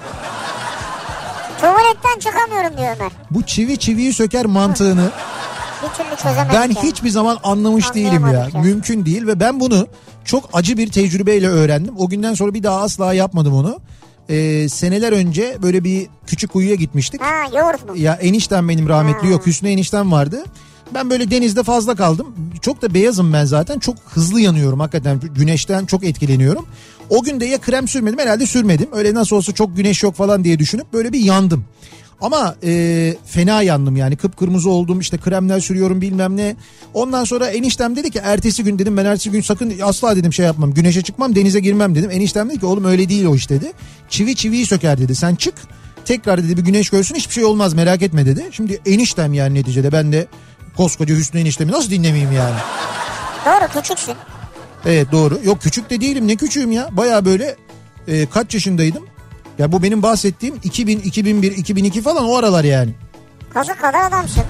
Tuvaletten çıkamıyorum diyor Ömer. Bu çivi çiviyi söker mantığını bir türlü çözemedik ben yani. Hiçbir zaman anlamış değilim ya. Mümkün değil ve ben bunu çok acı bir tecrübeyle öğrendim. O günden sonra bir daha asla yapmadım onu. Seneler önce böyle bir küçük kuyuya gitmiştik. Ha yoğurt mu? Ya eniştem benim rahmetli yok Hüsnü eniştem vardı. Ben böyle denizde fazla kaldım. Çok da beyazım ben zaten. Çok hızlı yanıyorum hakikaten. Güneşten çok etkileniyorum. O gün de ya krem sürmedim herhalde sürmedim. Öyle nasıl olsa çok güneş yok falan diye düşünüp böyle bir yandım. Ama fena yandım yani kıpkırmızı oldum işte kremler sürüyorum bilmem ne. Ondan sonra eniştem dedi ki ertesi gün dedim ben ertesi gün sakın asla dedim şey yapmam. Güneşe çıkmam denize girmem dedim. Eniştem dedi ki oğlum öyle değil o iş dedi. Çivi çiviyi söker dedi sen çık. Tekrar dedi bir güneş görsün hiçbir şey olmaz merak etme dedi. Şimdi eniştem yani neticede ben de koskoca Hüsnü eniştemi nasıl dinlemeyeyim yani? Doğru küçüksün. Evet doğru. Yok küçük de değilim ne küçüğüm ya. Baya böyle kaç yaşındaydım? Ya bu benim bahsettiğim 2000, 2001, 2002 falan o aralar yani. Kazık kadar adamsın.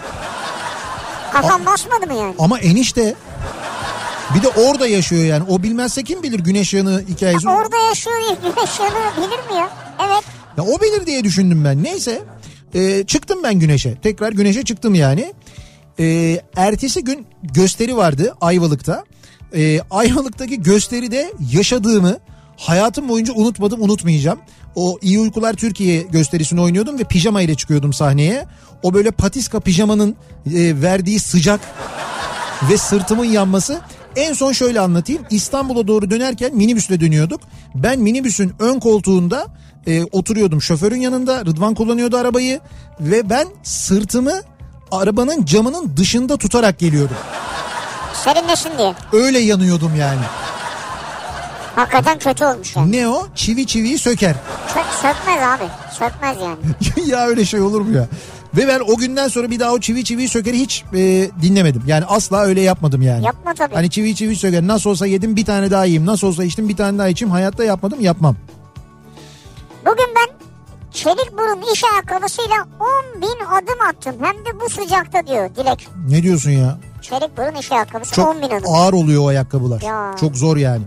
Kafan basmadı mı yani? Ama enişte bir de orada yaşıyor yani. O bilmezse kim bilir güneş yanığı hikayesi. Ya orada yaşıyor güneş yanığı bilir mi ya? Evet. Ya o bilir diye düşündüm ben. Neyse çıktım ben güneşe. Tekrar güneşe çıktım yani. Ertesi gün gösteri vardı Ayvalık'ta. Ayvalık'taki gösteride yaşadığımı hayatım boyunca unutmayacağım. O İyi Uykular Türkiye gösterisini oynuyordum ve pijama ile çıkıyordum sahneye. O böyle patiska pijamanın verdiği sıcak ve sırtımın yanması. En son şöyle anlatayım. İstanbul'a doğru dönerken minibüsle dönüyorduk. Ben minibüsün ön koltuğunda oturuyordum. Şoförün yanında Rıdvan kullanıyordu arabayı. Ve ben sırtımı arabanın camının dışında tutarak geliyordum. Serinlesin diye. Öyle yanıyordum yani. Hakikaten kötü olmuş yani. Ne o? Çivi çiviyi söker. Sökmez abi. Sökmez yani. Ya öyle şey olur mu ya? Ve ben o günden sonra bir daha o çivi çiviyi sökeri hiç dinlemedim. Yani asla öyle yapmadım yani. Yapma tabii. Hani çivi çivi söker nasıl olsa yedim bir tane daha yiyeyim. Nasıl olsa içtim bir tane daha içeyim. Hayatta yapmam. Bugün ben çelik burun iş ayakkabısıyla 10.000 adım attım. Hem de bu sıcakta diyor Dilek. Ne diyorsun ya? Çelik burun iş ayakkabısı çok 10.000 adım. Ağır oluyor o ayakkabılar. Ya. Çok zor yani.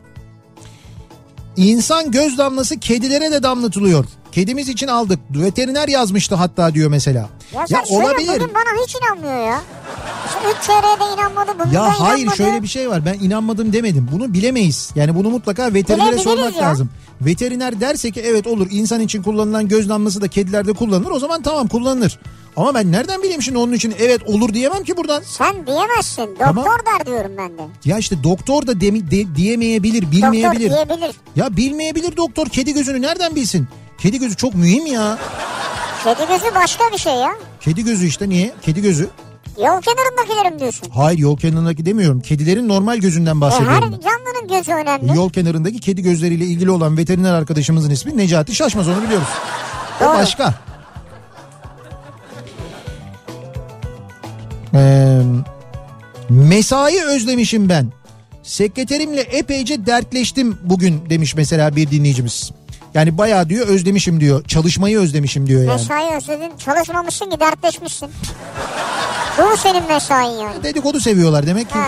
İnsan göz damlası kedilere de damlatılıyor. Kedimiz için aldık. Veteriner yazmıştı hatta diyor mesela. Ya olabilir. Bugün bana hiç inanmıyor ya. 3 çeyreğe de inanmadı. Bugün ya de hayır inanmadı. Şöyle bir şey var. Ben inanmadım demedim. Bunu bilemeyiz. Yani bunu mutlaka veterinere sormak lazım. Veteriner derse ki evet olur insan için kullanılan göz damlası da kedilerde kullanılır. O zaman tamam kullanılır. Ama ben nereden bileyim şimdi onun için evet olur diyemem ki buradan. Sen diyemezsin. Doktor tamam. Der diyorum ben de. Ya işte doktor da diyemeyebilir, bilmeyebilir. Doktor diyebilir. Ya bilmeyebilir doktor. Kedi gözünü nereden bilsin? Kedi gözü çok mühim ya. Kedi gözü başka bir şey ya. Kedi gözü işte niye? Kedi gözü. Yol kenarındakilerim diyorsun. Hayır yol kenarındaki demiyorum. Kedilerin normal gözünden bahsediyorum. Her canlının gözü önemli. Yol kenarındaki kedi gözleriyle ilgili olan veteriner arkadaşımızın ismi Necati Şaşmaz, onu biliyoruz. Doğru. O başka. Mesai özlemişim ben. Sekreterimle epeyce dertleştim bugün demiş mesela bir dinleyicimiz. Yani bayağı diyor özlemişim diyor. Çalışmayı özlemişim diyor yani. Mesai özledin, çalışmamışsın ki dertleşmişsin. Bu senin mesain yani. Dedikodu seviyorlar demek ki. Ha.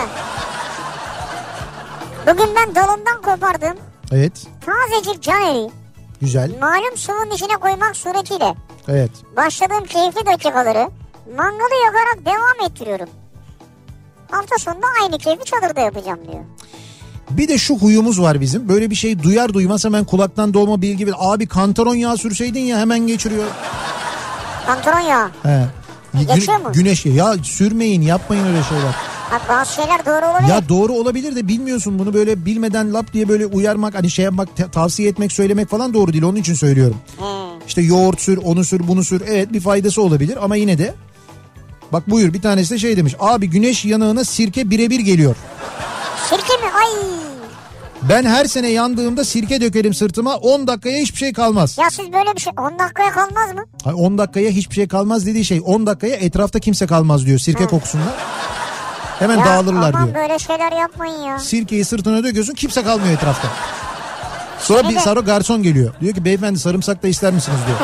Bugün ben dalından kopardım. Evet. Tazecik caneri. Güzel. Malum sıvının içine koymak suretiyle. Evet. Başladığım keyifli dakikaları mangalı yakarak devam ettiriyorum. Hafta sonunda aynı keyfi çadırda yapacağım diyor. Bir de şu huyumuz var bizim. Böyle bir şey duyar duymaz hemen kulaktan dolma bilgi ver. Abi kantaron yağı sürseydin ya hemen geçiriyor. Kantaron yağı. He. Geçiyor mu? Güneş ya sürmeyin, yapmayın öyle şeyler. Bak bazı şeyler doğru olabilir. Ya doğru olabilir de bilmiyorsun bunu, böyle bilmeden lap diye böyle uyarmak, hani şey yapmak, tavsiye etmek, söylemek falan doğru değil, onun için söylüyorum. İşte yoğurt sür, onu sür, bunu sür, evet bir faydası olabilir ama yine de. Bak buyur, bir tanesi de şey demiş, abi güneş yanığına sirke birebir geliyor. Sirke mi? Ay. Ben her sene yandığımda sirke dökerim sırtıma, 10 dakikaya hiçbir şey kalmaz. Ya siz böyle bir şey 10 dakikaya kalmaz mı? 10 dakikaya hiçbir şey kalmaz dediği şey 10 dakikaya etrafta kimse kalmaz diyor sirke kokusundan. Hemen ya dağılırlar diyor. Aman böyle şeyler yapmayın ya. Sirkeyi sırtına döküyorsun, kimse kalmıyor etrafta. Sonra bir sarı garson geliyor. Diyor ki beyefendi sarımsak da ister misiniz diyor.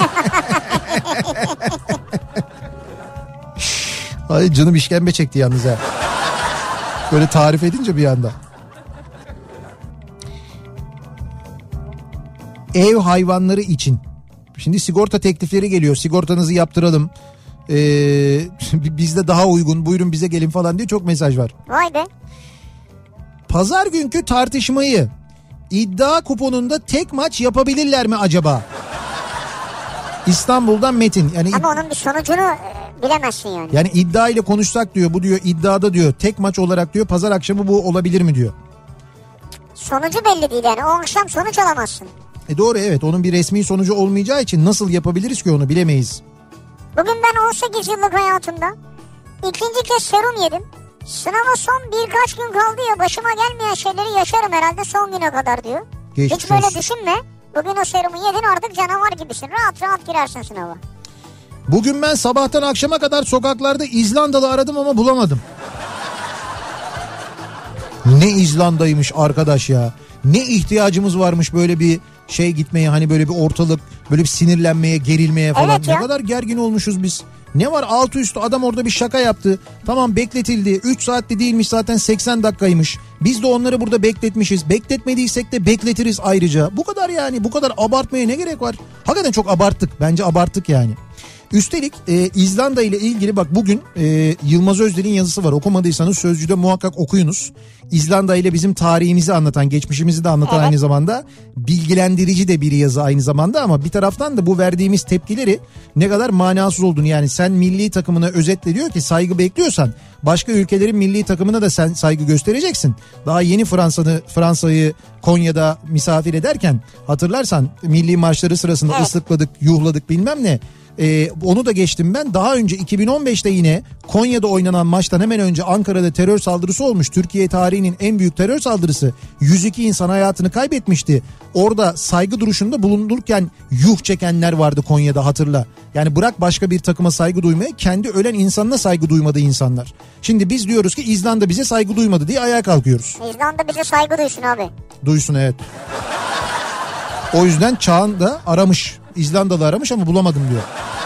Ay canım işkembe çekti yalnız ha. Böyle tarif edince bir anda. Ev hayvanları için. Şimdi sigorta teklifleri geliyor. Sigortanızı yaptıralım. Bizde daha uygun. Buyurun bize gelin falan diye çok mesaj var. Vay be. Pazar günkü tartışmayı iddia kuponunda tek maç yapabilirler mi acaba? İstanbul'dan Metin. Yani ama onun bir sonucunu bilemezsin yani. Yani iddia ile konuşsak diyor, bu diyor iddiada diyor tek maç olarak diyor pazar akşamı bu olabilir mi diyor. Sonucu belli değil yani, o akşam sonuç alamazsın. Doğru, evet, onun bir resmi sonucu olmayacağı için nasıl yapabiliriz ki onu bilemeyiz. Bugün ben 18 yıllık hayatımda ikinci kez serum yedim. Sınava son birkaç gün kaldı ya, başıma gelmeyen şeyleri yaşarım herhalde son güne kadar diyor. Geçmiş hiç böyle olsun. düşünme. Bugün o serumu yedin, artık canavar gibisin. Rahat rahat girersin sınava. Bugün ben sabahtan akşama kadar sokaklarda İzlandalı aradım ama bulamadım. Ne İzlanda'ymış arkadaş ya. Ne ihtiyacımız varmış böyle bir şey gitmeye, hani böyle bir ortalık, böyle bir sinirlenmeye, gerilmeye falan. Evet ya. Ne kadar gergin olmuşuz biz. Ne var altı üstü, adam orada bir şaka yaptı. Tamam bekletildi. 3 saatte değilmiş zaten, 80 dakikaymış. Biz de onları burada bekletmişiz. Bekletmediysek de bekletiriz ayrıca. Bu kadar yani, bu kadar abartmaya ne gerek var? Hakikaten çok abarttık. Bence abarttık yani. Üstelik İzlanda ile ilgili bak bugün Yılmaz Özder'in yazısı var. Okumadıysanız Sözcü'de muhakkak okuyunuz. İzlanda ile bizim tarihimizi anlatan, geçmişimizi de anlatan, evet, aynı zamanda bilgilendirici de bir yazı aynı zamanda, ama bir taraftan da bu verdiğimiz tepkileri ne kadar manasız olduğunu, yani sen milli takımına özetle diyor ki saygı bekliyorsan başka ülkelerin milli takımına da sen saygı göstereceksin. Daha yeni Fransa'yı Konya'da misafir ederken hatırlarsan milli marşları sırasında evet, ıslıkladık, yuhladık bilmem ne. Onu da geçtim ben. Daha önce 2015'te yine Konya'da oynanan maçtan hemen önce Ankara'da terör saldırısı olmuş. Türkiye tarihinin en büyük terör saldırısı. 102 insan hayatını kaybetmişti. Orada saygı duruşunda bulunurken yuh çekenler vardı Konya'da, hatırla. Yani bırak başka bir takıma saygı duymaya, kendi ölen insanına saygı duymadı insanlar. Şimdi biz diyoruz ki İzlanda bize saygı duymadı diye ayağa kalkıyoruz. İzlanda bize saygı duysun abi. Duysun, evet. O yüzden Çağan da aramış. İzlandalı aramış ama bulamadım diyor.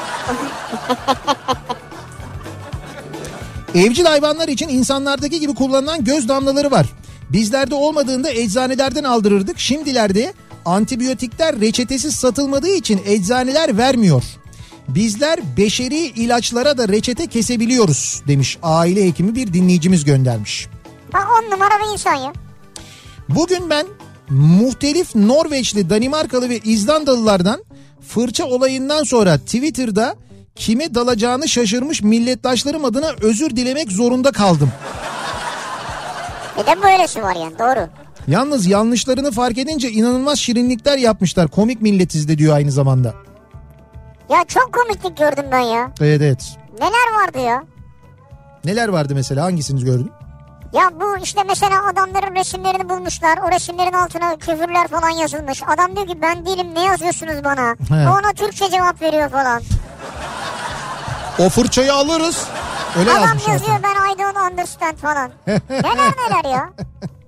Evcil hayvanlar için insanlardaki gibi kullanılan göz damlaları var. Bizlerde olmadığında eczanelerden aldırırdık. Şimdilerde antibiyotikler reçetesiz satılmadığı için eczaneler vermiyor. Bizler beşeri ilaçlara da reçete kesebiliyoruz demiş aile hekimi bir dinleyicimiz göndermiş. Bak 10 numara bir insan ya. Bugün ben muhtelif Norveçli, Danimarkalı ve İzlandalılardan fırça olayından sonra Twitter'da kime dalacağını şaşırmış millettaşlarım adına özür dilemek zorunda kaldım. Bir de böylesi var yani, doğru. Yalnız yanlışlarını fark edince inanılmaz şirinlikler yapmışlar. Komik milletiz de diyor aynı zamanda. Ya çok komiklik gördüm ben ya. Evet evet. Neler vardı ya? Neler vardı mesela, hangisini gördün? Ya bu işte mesela adamların resimlerini bulmuşlar. O resimlerin altına küfürler falan yazılmış. Adam diyor ki ben değilim, ne yazıyorsunuz bana? He. Ona Türkçe cevap veriyor falan. O fırçayı alırız. Öyle adam yazmış yazıyor zaten. ben I don't understand falan. Neler ya.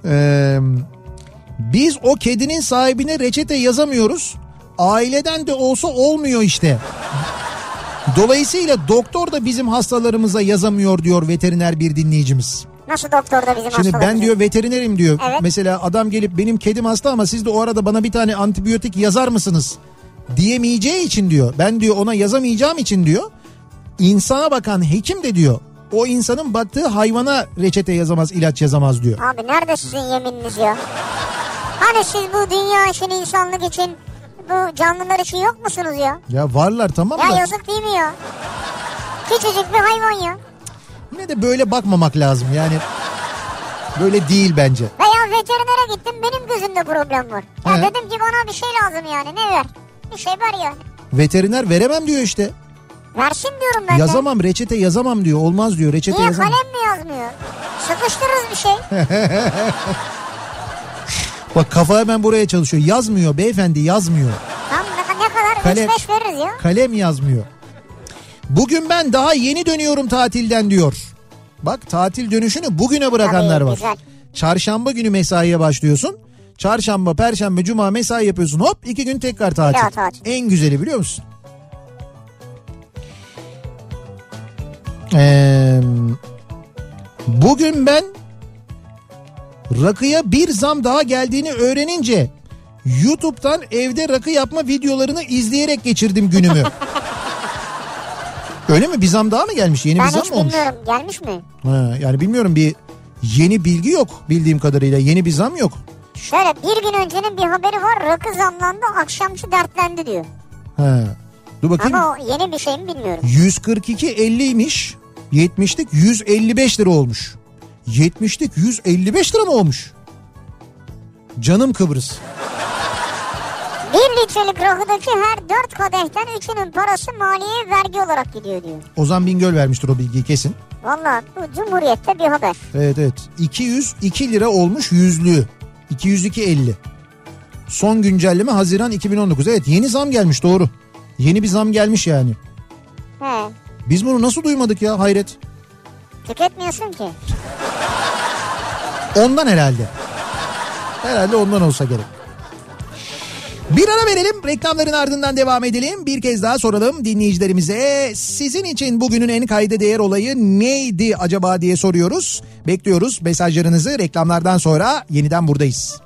Biz o kedinin sahibine reçete yazamıyoruz. Aileden de olsa olmuyor işte. Dolayısıyla doktor da bizim hastalarımıza yazamıyor diyor veteriner bir dinleyicimiz. Nasıl doktor da bizim Şimdi hastalarımıza? ben diyor veterinerim diyor. Evet. Mesela adam gelip benim kedim hasta ama siz de o arada bana bir tane antibiyotik yazar mısınız diyemeyeceği için diyor. Ben diyor ona yazamayacağım için diyor. İnsana bakan hekim de diyor. O insanın baktığı hayvana reçete yazamaz, ilaç yazamaz diyor. Abi nerede sizin yemininiz ya? Hani siz bu dünya için, insanlık için, bu canlılar için yok musunuz ya? Ya varlar tamam ya da. Ya yazık değil mi ya? Küçücük bir hayvan ya. Yine de böyle bakmamak lazım yani. Böyle değil bence. Veya veterinere gittim, benim gözümde problem var. Ya dedim ki bana bir şey lazım yani, ne ver? Bir şey ver yani. Veteriner veremem diyor işte. Versin diyorum ben yazamam, reçete yazamam diyor. Olmaz diyor, reçete niye yazamam. kalem mi yazmıyor? Sıkıştırırız bir şey. Bak kafa hemen buraya çalışıyor. Yazmıyor beyefendi, yazmıyor. Tamam ne kadar? Kalem, 3-5 veririz ya. Kalem yazmıyor. Bugün ben daha yeni dönüyorum tatilden diyor. Bak tatil dönüşünü bugüne bırakanlar var. Güzel. Çarşamba günü mesaiye başlıyorsun. Çarşamba, perşembe, cuma mesai yapıyorsun. Hop 2 gün tekrar tatil. En güzeli biliyor musun? Bugün ben rakıya bir zam daha geldiğini öğrenince YouTube'dan evde rakı yapma videolarını izleyerek geçirdim günümü. Öyle mi? Bir zam daha mı gelmiş? Yeni bir zam mı olmuş? Ben hiç bilmiyorum. Gelmiş mi? Yani bilmiyorum, bir yeni bilgi yok bildiğim kadarıyla. Yeni bir zam yok. Şöyle bir gün öncenin bir haberi var. Rakı zamlandı, akşamçı dertlendi diyor. Dur bakayım. Ama o yeni bir şey mi bilmiyorum. 142.50'ymiş. 70'lik 155 lira olmuş. 70'lik 155 lira mı olmuş? Canım Kıbrıs. 1 litrelik rakıdaki her 4 kadehten 3'ünün parası maliyeye vergi olarak gidiyor diyor. Ozan Bingöl vermiştir o bilgiyi kesin. Valla bu Cumhuriyet'te bir haber. Evet. 202 lira olmuş yüzlüğü. 202.50. Son güncelleme Haziran 2019. Evet, yeni zam gelmiş, doğru. Yeni bir zam gelmiş yani. He. Biz bunu nasıl duymadık ya, hayret. Tüketmiyorsun ki. Ondan herhalde. Herhalde ondan olsa gerek. Bir ara verelim, reklamların ardından devam edelim. Bir kez daha soralım dinleyicilerimize. Sizin için bugünün en kayda değer olayı neydi acaba diye soruyoruz. Bekliyoruz mesajlarınızı. Reklamlardan sonra yeniden buradayız.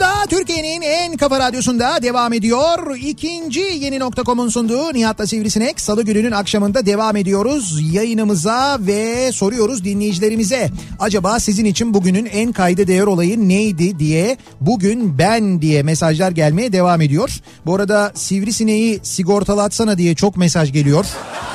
Radyo'da, Türkiye'nin en kafa radyosunda devam ediyor. İkinci yeni nokta.com'un sunduğu Nihat'la Sivrisinek. Salı gününün akşamında devam ediyoruz yayınımıza ve soruyoruz dinleyicilerimize. Acaba sizin için bugünün en kayda değer olayı neydi diye, bugün ben diye mesajlar gelmeye devam ediyor. Bu arada Sivrisineği sigortalatsana diye çok mesaj geliyor.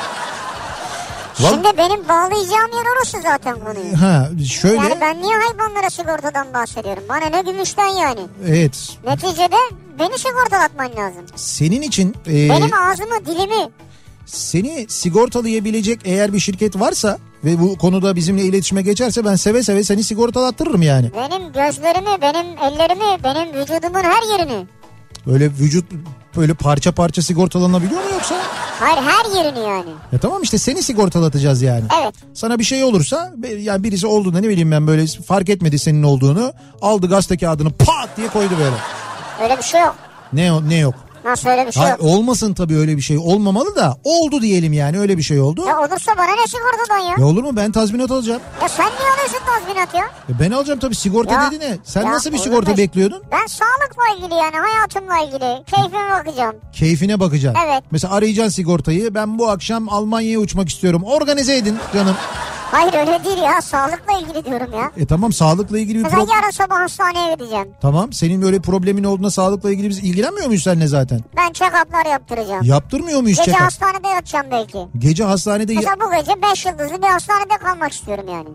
Şimdi benim bağlayacağım yer orası zaten konuyu. Ha, şöyle. Yani ben niye hayvanlara sigortadan bahsediyorum? Bana ne gümüşten yani. Evet. Neticede beni sigortalatman lazım. Senin için... Benim ağzımı, dilimi. Seni sigortalayabilecek eğer bir şirket varsa ve bu konuda bizimle iletişime geçerse ben seve seve seni sigortalattırırım yani. Benim gözlerimi, benim ellerimi, benim vücudumun her yerini. Öyle vücut böyle parça parça sigortalanabiliyor mu yoksa? Hayır, her yerini yani. Ya tamam işte seni sigortalatacağız yani. Evet. Sana bir şey olursa yani birisi olduğunda ne bileyim ben böyle fark etmedi senin olduğunu, aldı gazete kağıdını pat diye koydu böyle. Öyle bir şey yok. Ne yok? Nasıl öyle bir şey yok? Olmasın tabii, öyle bir şey olmamalı da oldu diyelim yani, öyle bir şey oldu. Ya olursa bana ne sigortadan ya? Ya olur mu, ben tazminat alacağım. Ya sen niye alıyorsun tazminat ya? Ben alacağım tabii, sigorta ya, dedi ne? Sen ya, nasıl bir sigorta bekliyordun? Ben sağlıkla ilgili yani, hayatımla ilgili keyfime bakacağım. Keyfine bakacaksın. Evet. Mesela arayacaksın sigortayı, ben bu akşam Almanya'ya uçmak istiyorum, organize edin canım. Hayır öyle değil ya, sağlıkla ilgili diyorum ya. Tamam, sağlıkla ilgili bir mesela problem. yarın sabah hastaneye gideceğim. Tamam, senin böyle problemin olduğunda sağlıkla ilgili biz ilgilenmiyor muyuz seninle zaten? Ben check-up'lar yaptıracağım. Yaptırmıyor muyuz Gece check-up? hastanede yatacağım belki. Gece hastanede... Mesela bu gece 5 yıldızlı bir hastanede kalmak istiyorum yani.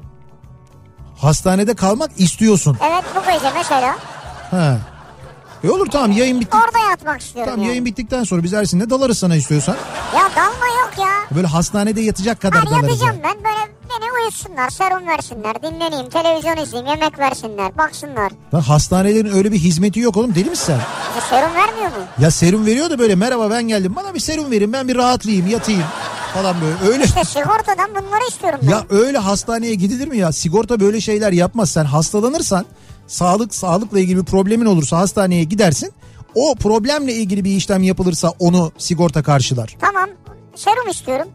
Hastanede kalmak istiyorsun. Evet, bu gece mesela. Ha. Olur tamam, yayın bitti. Orada yatmak istiyorum Tamam yani. Yayın bittikten sonra biz Ersin'le dalarız sana istiyorsan. Ya dalma yok ya. Böyle hastanede yatacak kadar dalarız. Yatacağım yani. ben böyle, beni uyutsunlar, serum versinler, dinleneyim, televizyon izleyeyim, yemek versinler, baksınlar. Lan hastanelerin öyle bir hizmeti yok oğlum, deli misin sen? Ya serum vermiyor mu? Ya serum veriyor da böyle merhaba ben geldim, bana bir serum verin, ben bir rahatlayayım, yatayım falan böyle. Öyle. İşte sigortadan bunları istiyorum ben. Ya öyle hastaneye gidilir mi ya? Sigorta böyle şeyler yapmaz. Sen hastalanırsan, sağlıkla ilgili bir problemin olursa hastaneye gidersin. O problemle ilgili bir işlem yapılırsa onu sigorta karşılar. Tamam, serum istiyorum.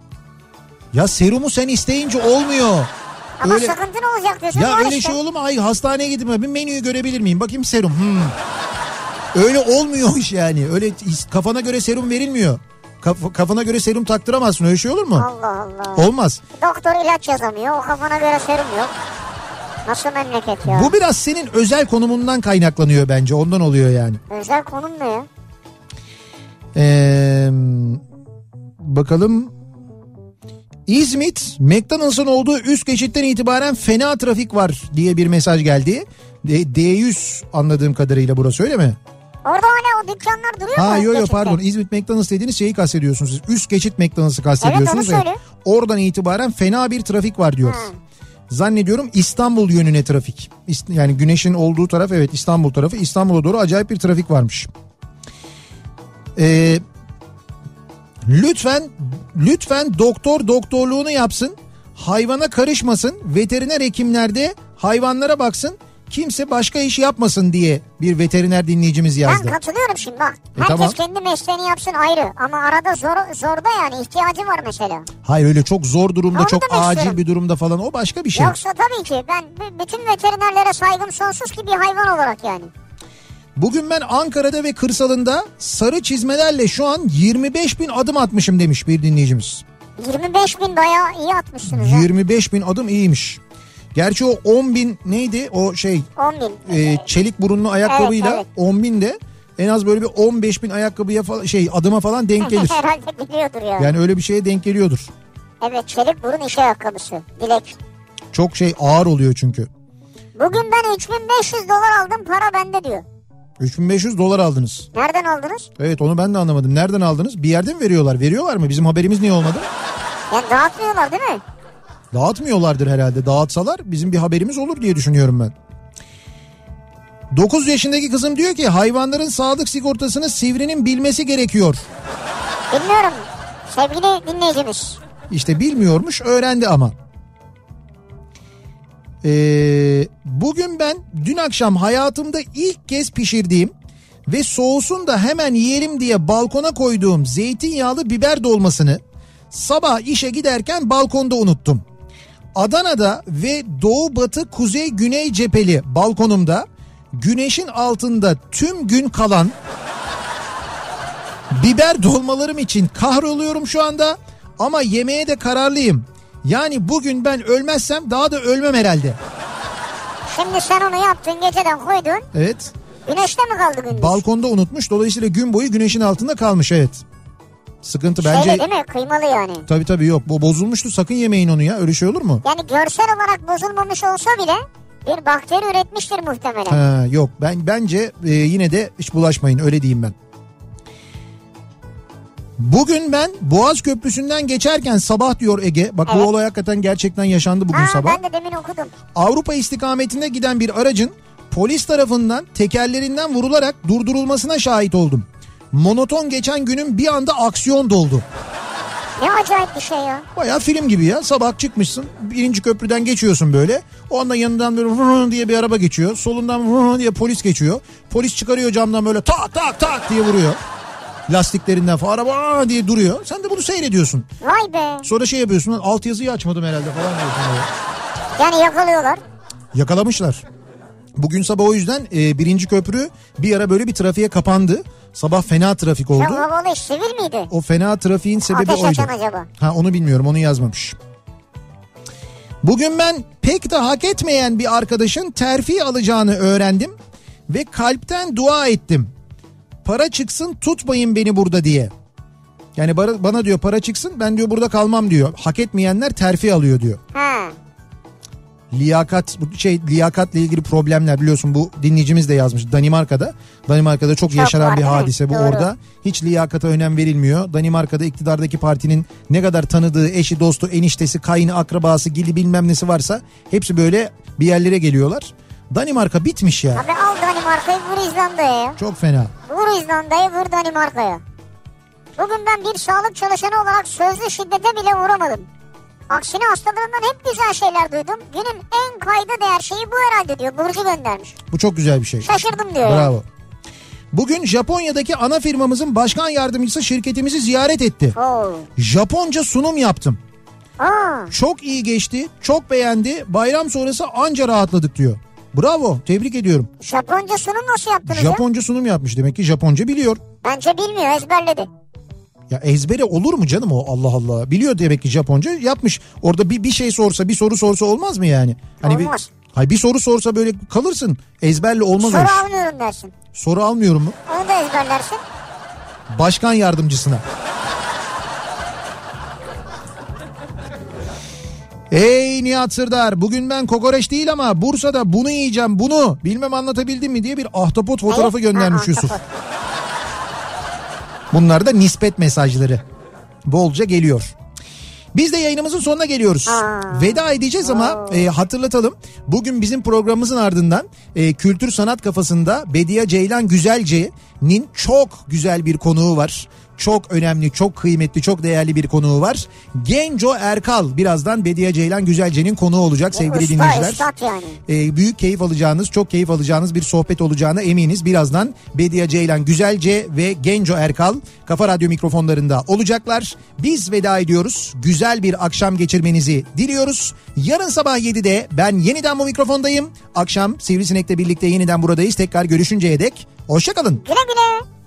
Ya serumu sen isteyince olmuyor. Ama öyle... sıkıntı ne olacak diyorsun? Ya öyle işte. şey olur mu? Ay hastaneye gidip bir menüyü görebilir miyim? Bakayım serum. Öyle olmuyor iş yani. Öyle kafana göre serum verilmiyor. Kafana göre serum taktıramazsın. Öyle şey olur mu? Allah Allah. Olmaz. Doktor ilaç yazamıyor. O kafana göre serum yok. Nasıl memleket ya? Bu biraz senin özel konumundan kaynaklanıyor bence. Ondan oluyor yani. Özel konum ne ya? Bakalım. İzmit, McDonald's'ın olduğu üst geçitten itibaren fena trafik var diye bir mesaj geldi. D100 anladığım kadarıyla burası, öyle mi? Orada hala o dükkanlar duruyor mu? Ha yo geçitte? pardon, İzmit McDonald's dediğiniz şeyi kastediyorsunuz siz. Üst geçit McDonald's'ı kastediyorsunuz. Evet, onu söyle. Oradan itibaren fena bir trafik var diyor. Zannediyorum İstanbul yönüne trafik. Yani güneşin olduğu taraf, evet İstanbul tarafı. İstanbul'a doğru acayip bir trafik varmış. Lütfen doktor doktorluğunu yapsın. Hayvana karışmasın. Veteriner hekimlerde hayvanlara baksın. Kimse başka iş yapmasın diye bir veteriner dinleyicimiz yazdı. Ben katılıyorum şimdi bak. Herkes tamam. kendi mesleğini yapsın ayrı. Ama arada zorda yani ihtiyacı var mesela. Hayır öyle çok zor durumda, Onu çok demek acil istiyorum. bir durumda falan, o başka bir şey. Yoksa tabii ki ben bütün veterinerlere saygım sonsuz ki bir hayvan olarak yani. Bugün ben Ankara'da ve kırsalında sarı çizmelerle şu an 25.000 adım atmışım demiş bir dinleyicimiz. 25.000 bayağı iyi atmışsınız. 25.000 adım iyiymiş. Gerçi o 10.000 neydi o şey? 10.000. Çelik burunlu ayakkabıyla evet. 10.000 de en az böyle bir 15.000 ayakkabıya falan adıma falan denk gelir. Herhalde gidiyordur ya. Yani öyle bir şeye denk geliyordur. Evet, çelik burun iş ayakkabısı. Dilek. Çok ağır oluyor çünkü. Bugün ben 3.500 dolar aldım, para bende diyor. 3.500 dolar aldınız. Nereden aldınız? Evet, onu ben de anlamadım. Nereden aldınız? Bir yerde mi veriyorlar? Veriyorlar mı? Bizim haberimiz niye olmadı? Yani dağıtmıyorlar değil mi? Dağıtmıyorlardır herhalde. Dağıtsalar bizim bir haberimiz olur diye düşünüyorum ben. 9 yaşındaki kızım diyor ki hayvanların sağlık sigortasını Sivri'nin bilmesi gerekiyor. Bilmiyorum sevgili dinleyicimiz. İşte bilmiyormuş, öğrendi ama. Bugün ben dün akşam hayatımda ilk kez pişirdiğim ve soğusun da hemen yiyelim diye balkona koyduğum zeytinyağlı biber dolmasını sabah işe giderken balkonda unuttum. Adana'da ve doğu batı kuzey güney cepheli balkonumda güneşin altında tüm gün kalan biber dolmalarım için kahroluyorum şu anda ama yemeye de kararlıyım. Yani bugün ben ölmezsem daha da ölmem herhalde. Şimdi sen onu yaptın, geceden koydun. Evet. Güneşte mi kaldı gündüz? Balkonda unutmuş, dolayısıyla gün boyu güneşin altında kalmış, evet. Sıkıntı bence. Şeyle değil mi? Kıymalı yani. Tabii yok, bu bozulmuştu, sakın yemeyin onu ya, öyle şey olur mu? Yani görsel olarak bozulmamış olsa bile bir bakteri üretmiştir muhtemelen. Ha, yok bence yine de hiç bulaşmayın, öyle diyeyim ben. Bugün ben Boğaz Köprüsü'nden geçerken sabah diyor Ege. Bak evet. Bu olay hakikaten gerçekten yaşandı bugün sabah. Ben de demin okudum. Avrupa istikametinde giden bir aracın polis tarafından tekerlerinden vurularak durdurulmasına şahit oldum. Monoton geçen günün bir anda aksiyon doldu. Ne acayip bir şey ya. Bayağı film gibi ya. Sabah çıkmışsın, 1. köprüden geçiyorsun böyle. O anda yanından böyle vurun diye bir araba geçiyor. Solundan vurun diye polis geçiyor. Polis çıkarıyor camdan böyle tak tak tak diye vuruyor. Lastiklerinden falan araba diye duruyor. Sen de bunu seyrediyorsun. Vay be. Sonra şey yapıyorsun, altyazıyı açmadım herhalde falan diyorsun. Yani yakalıyorlar. Yakalamışlar. Bugün sabah o yüzden 1. köprü bir ara böyle bir trafiğe kapandı. Sabah fena trafik oldu. Ya havalı sivil miydi? O fena trafiğin sebebi ateş oydu. Ateş acaba? Ha, onu bilmiyorum, onu yazmamış. Bugün ben pek de hak etmeyen bir arkadaşın terfi alacağını öğrendim. Ve kalpten dua ettim. Para çıksın, tutmayın beni burada diye. Yani bana diyor para çıksın, ben diyor burada kalmam diyor. Hak etmeyenler terfi alıyor diyor. Ha. Liyakatla ilgili problemler, biliyorsun bu dinleyicimiz de yazmış. Danimarka'da çok yaşanan bir hadise bu. Doğru. Orada hiç liyakata önem verilmiyor. Danimarka'da iktidardaki partinin ne kadar tanıdığı eşi, dostu, eniştesi, kayını, akrabası, gili bilmem nesi varsa hepsi böyle bir yerlere geliyorlar. Danimarka bitmiş ya. Abi al Danimarka'yı, vur İzlanda'ya ya. Çok fena. Vur İzlanda'yı, vur Danimarka'ya. Bugün ben bir sağlık çalışanı olarak sözlü şiddete bile uğramadım. Aksine hastalarından hep güzel şeyler duydum. Günün en kayda değer şeyi bu herhalde diyor. Burcu göndermiş. Bu çok güzel bir şey. Şaşırdım diyor. Bravo. Yani. Bugün Japonya'daki ana firmamızın başkan yardımcısı şirketimizi ziyaret etti. Japonca sunum yaptım. Çok iyi geçti. Çok beğendi. Bayram sonrası anca rahatladık diyor. Bravo. Tebrik ediyorum. Japonca sunum nasıl yaptınız Japonca sunum yapmış. Demek ki Japonca biliyor. Bence bilmiyor. Ezberledi. Ya ezbere olur mu canım o, Allah Allah. Biliyor demek ki, Japonca yapmış. Orada bir şey sorsa, bir soru sorsa olmaz mı yani? Hani olmaz. Bir soru sorsa böyle kalırsın. Ezberle olmaz. Soru almıyorum dersin. Soru almıyorum mu? Onu da ezberlersin. Başkan yardımcısına. Ey Nihat Sırdar, bugün ben kokoreç değil ama Bursa'da bunu yiyeceğim, bunu. Bilmem anlatabildim mi diye bir ahtapot fotoğrafı göndermiş Yusuf. Bunlar da nispet mesajları. Bolca geliyor. Biz de yayınımızın sonuna geliyoruz. Veda edeceğiz ama hatırlatalım. Bugün bizim programımızın ardından Kültür Sanat Kafası'nda Bediye Ceylan Güzelce'nin çok güzel bir konuğu var. Çok önemli, çok kıymetli, çok değerli bir konuğu var. Genco Erkal birazdan Bediye Ceylan Güzelce'nin konuğu olacak sevgili dinleyiciler. Yani. Büyük keyif alacağınız, çok keyif alacağınız bir sohbet olacağına eminiz. Birazdan Bediye Ceylan Güzelce ve Genco Erkal Kafa Radyo mikrofonlarında olacaklar. Biz veda ediyoruz. Güzel bir akşam geçirmenizi diliyoruz. Yarın sabah 7'de ben yeniden bu mikrofondayım. Akşam Sivrisinek'le birlikte yeniden buradayız. Tekrar görüşünceye dek hoşça kalın. Güle güle.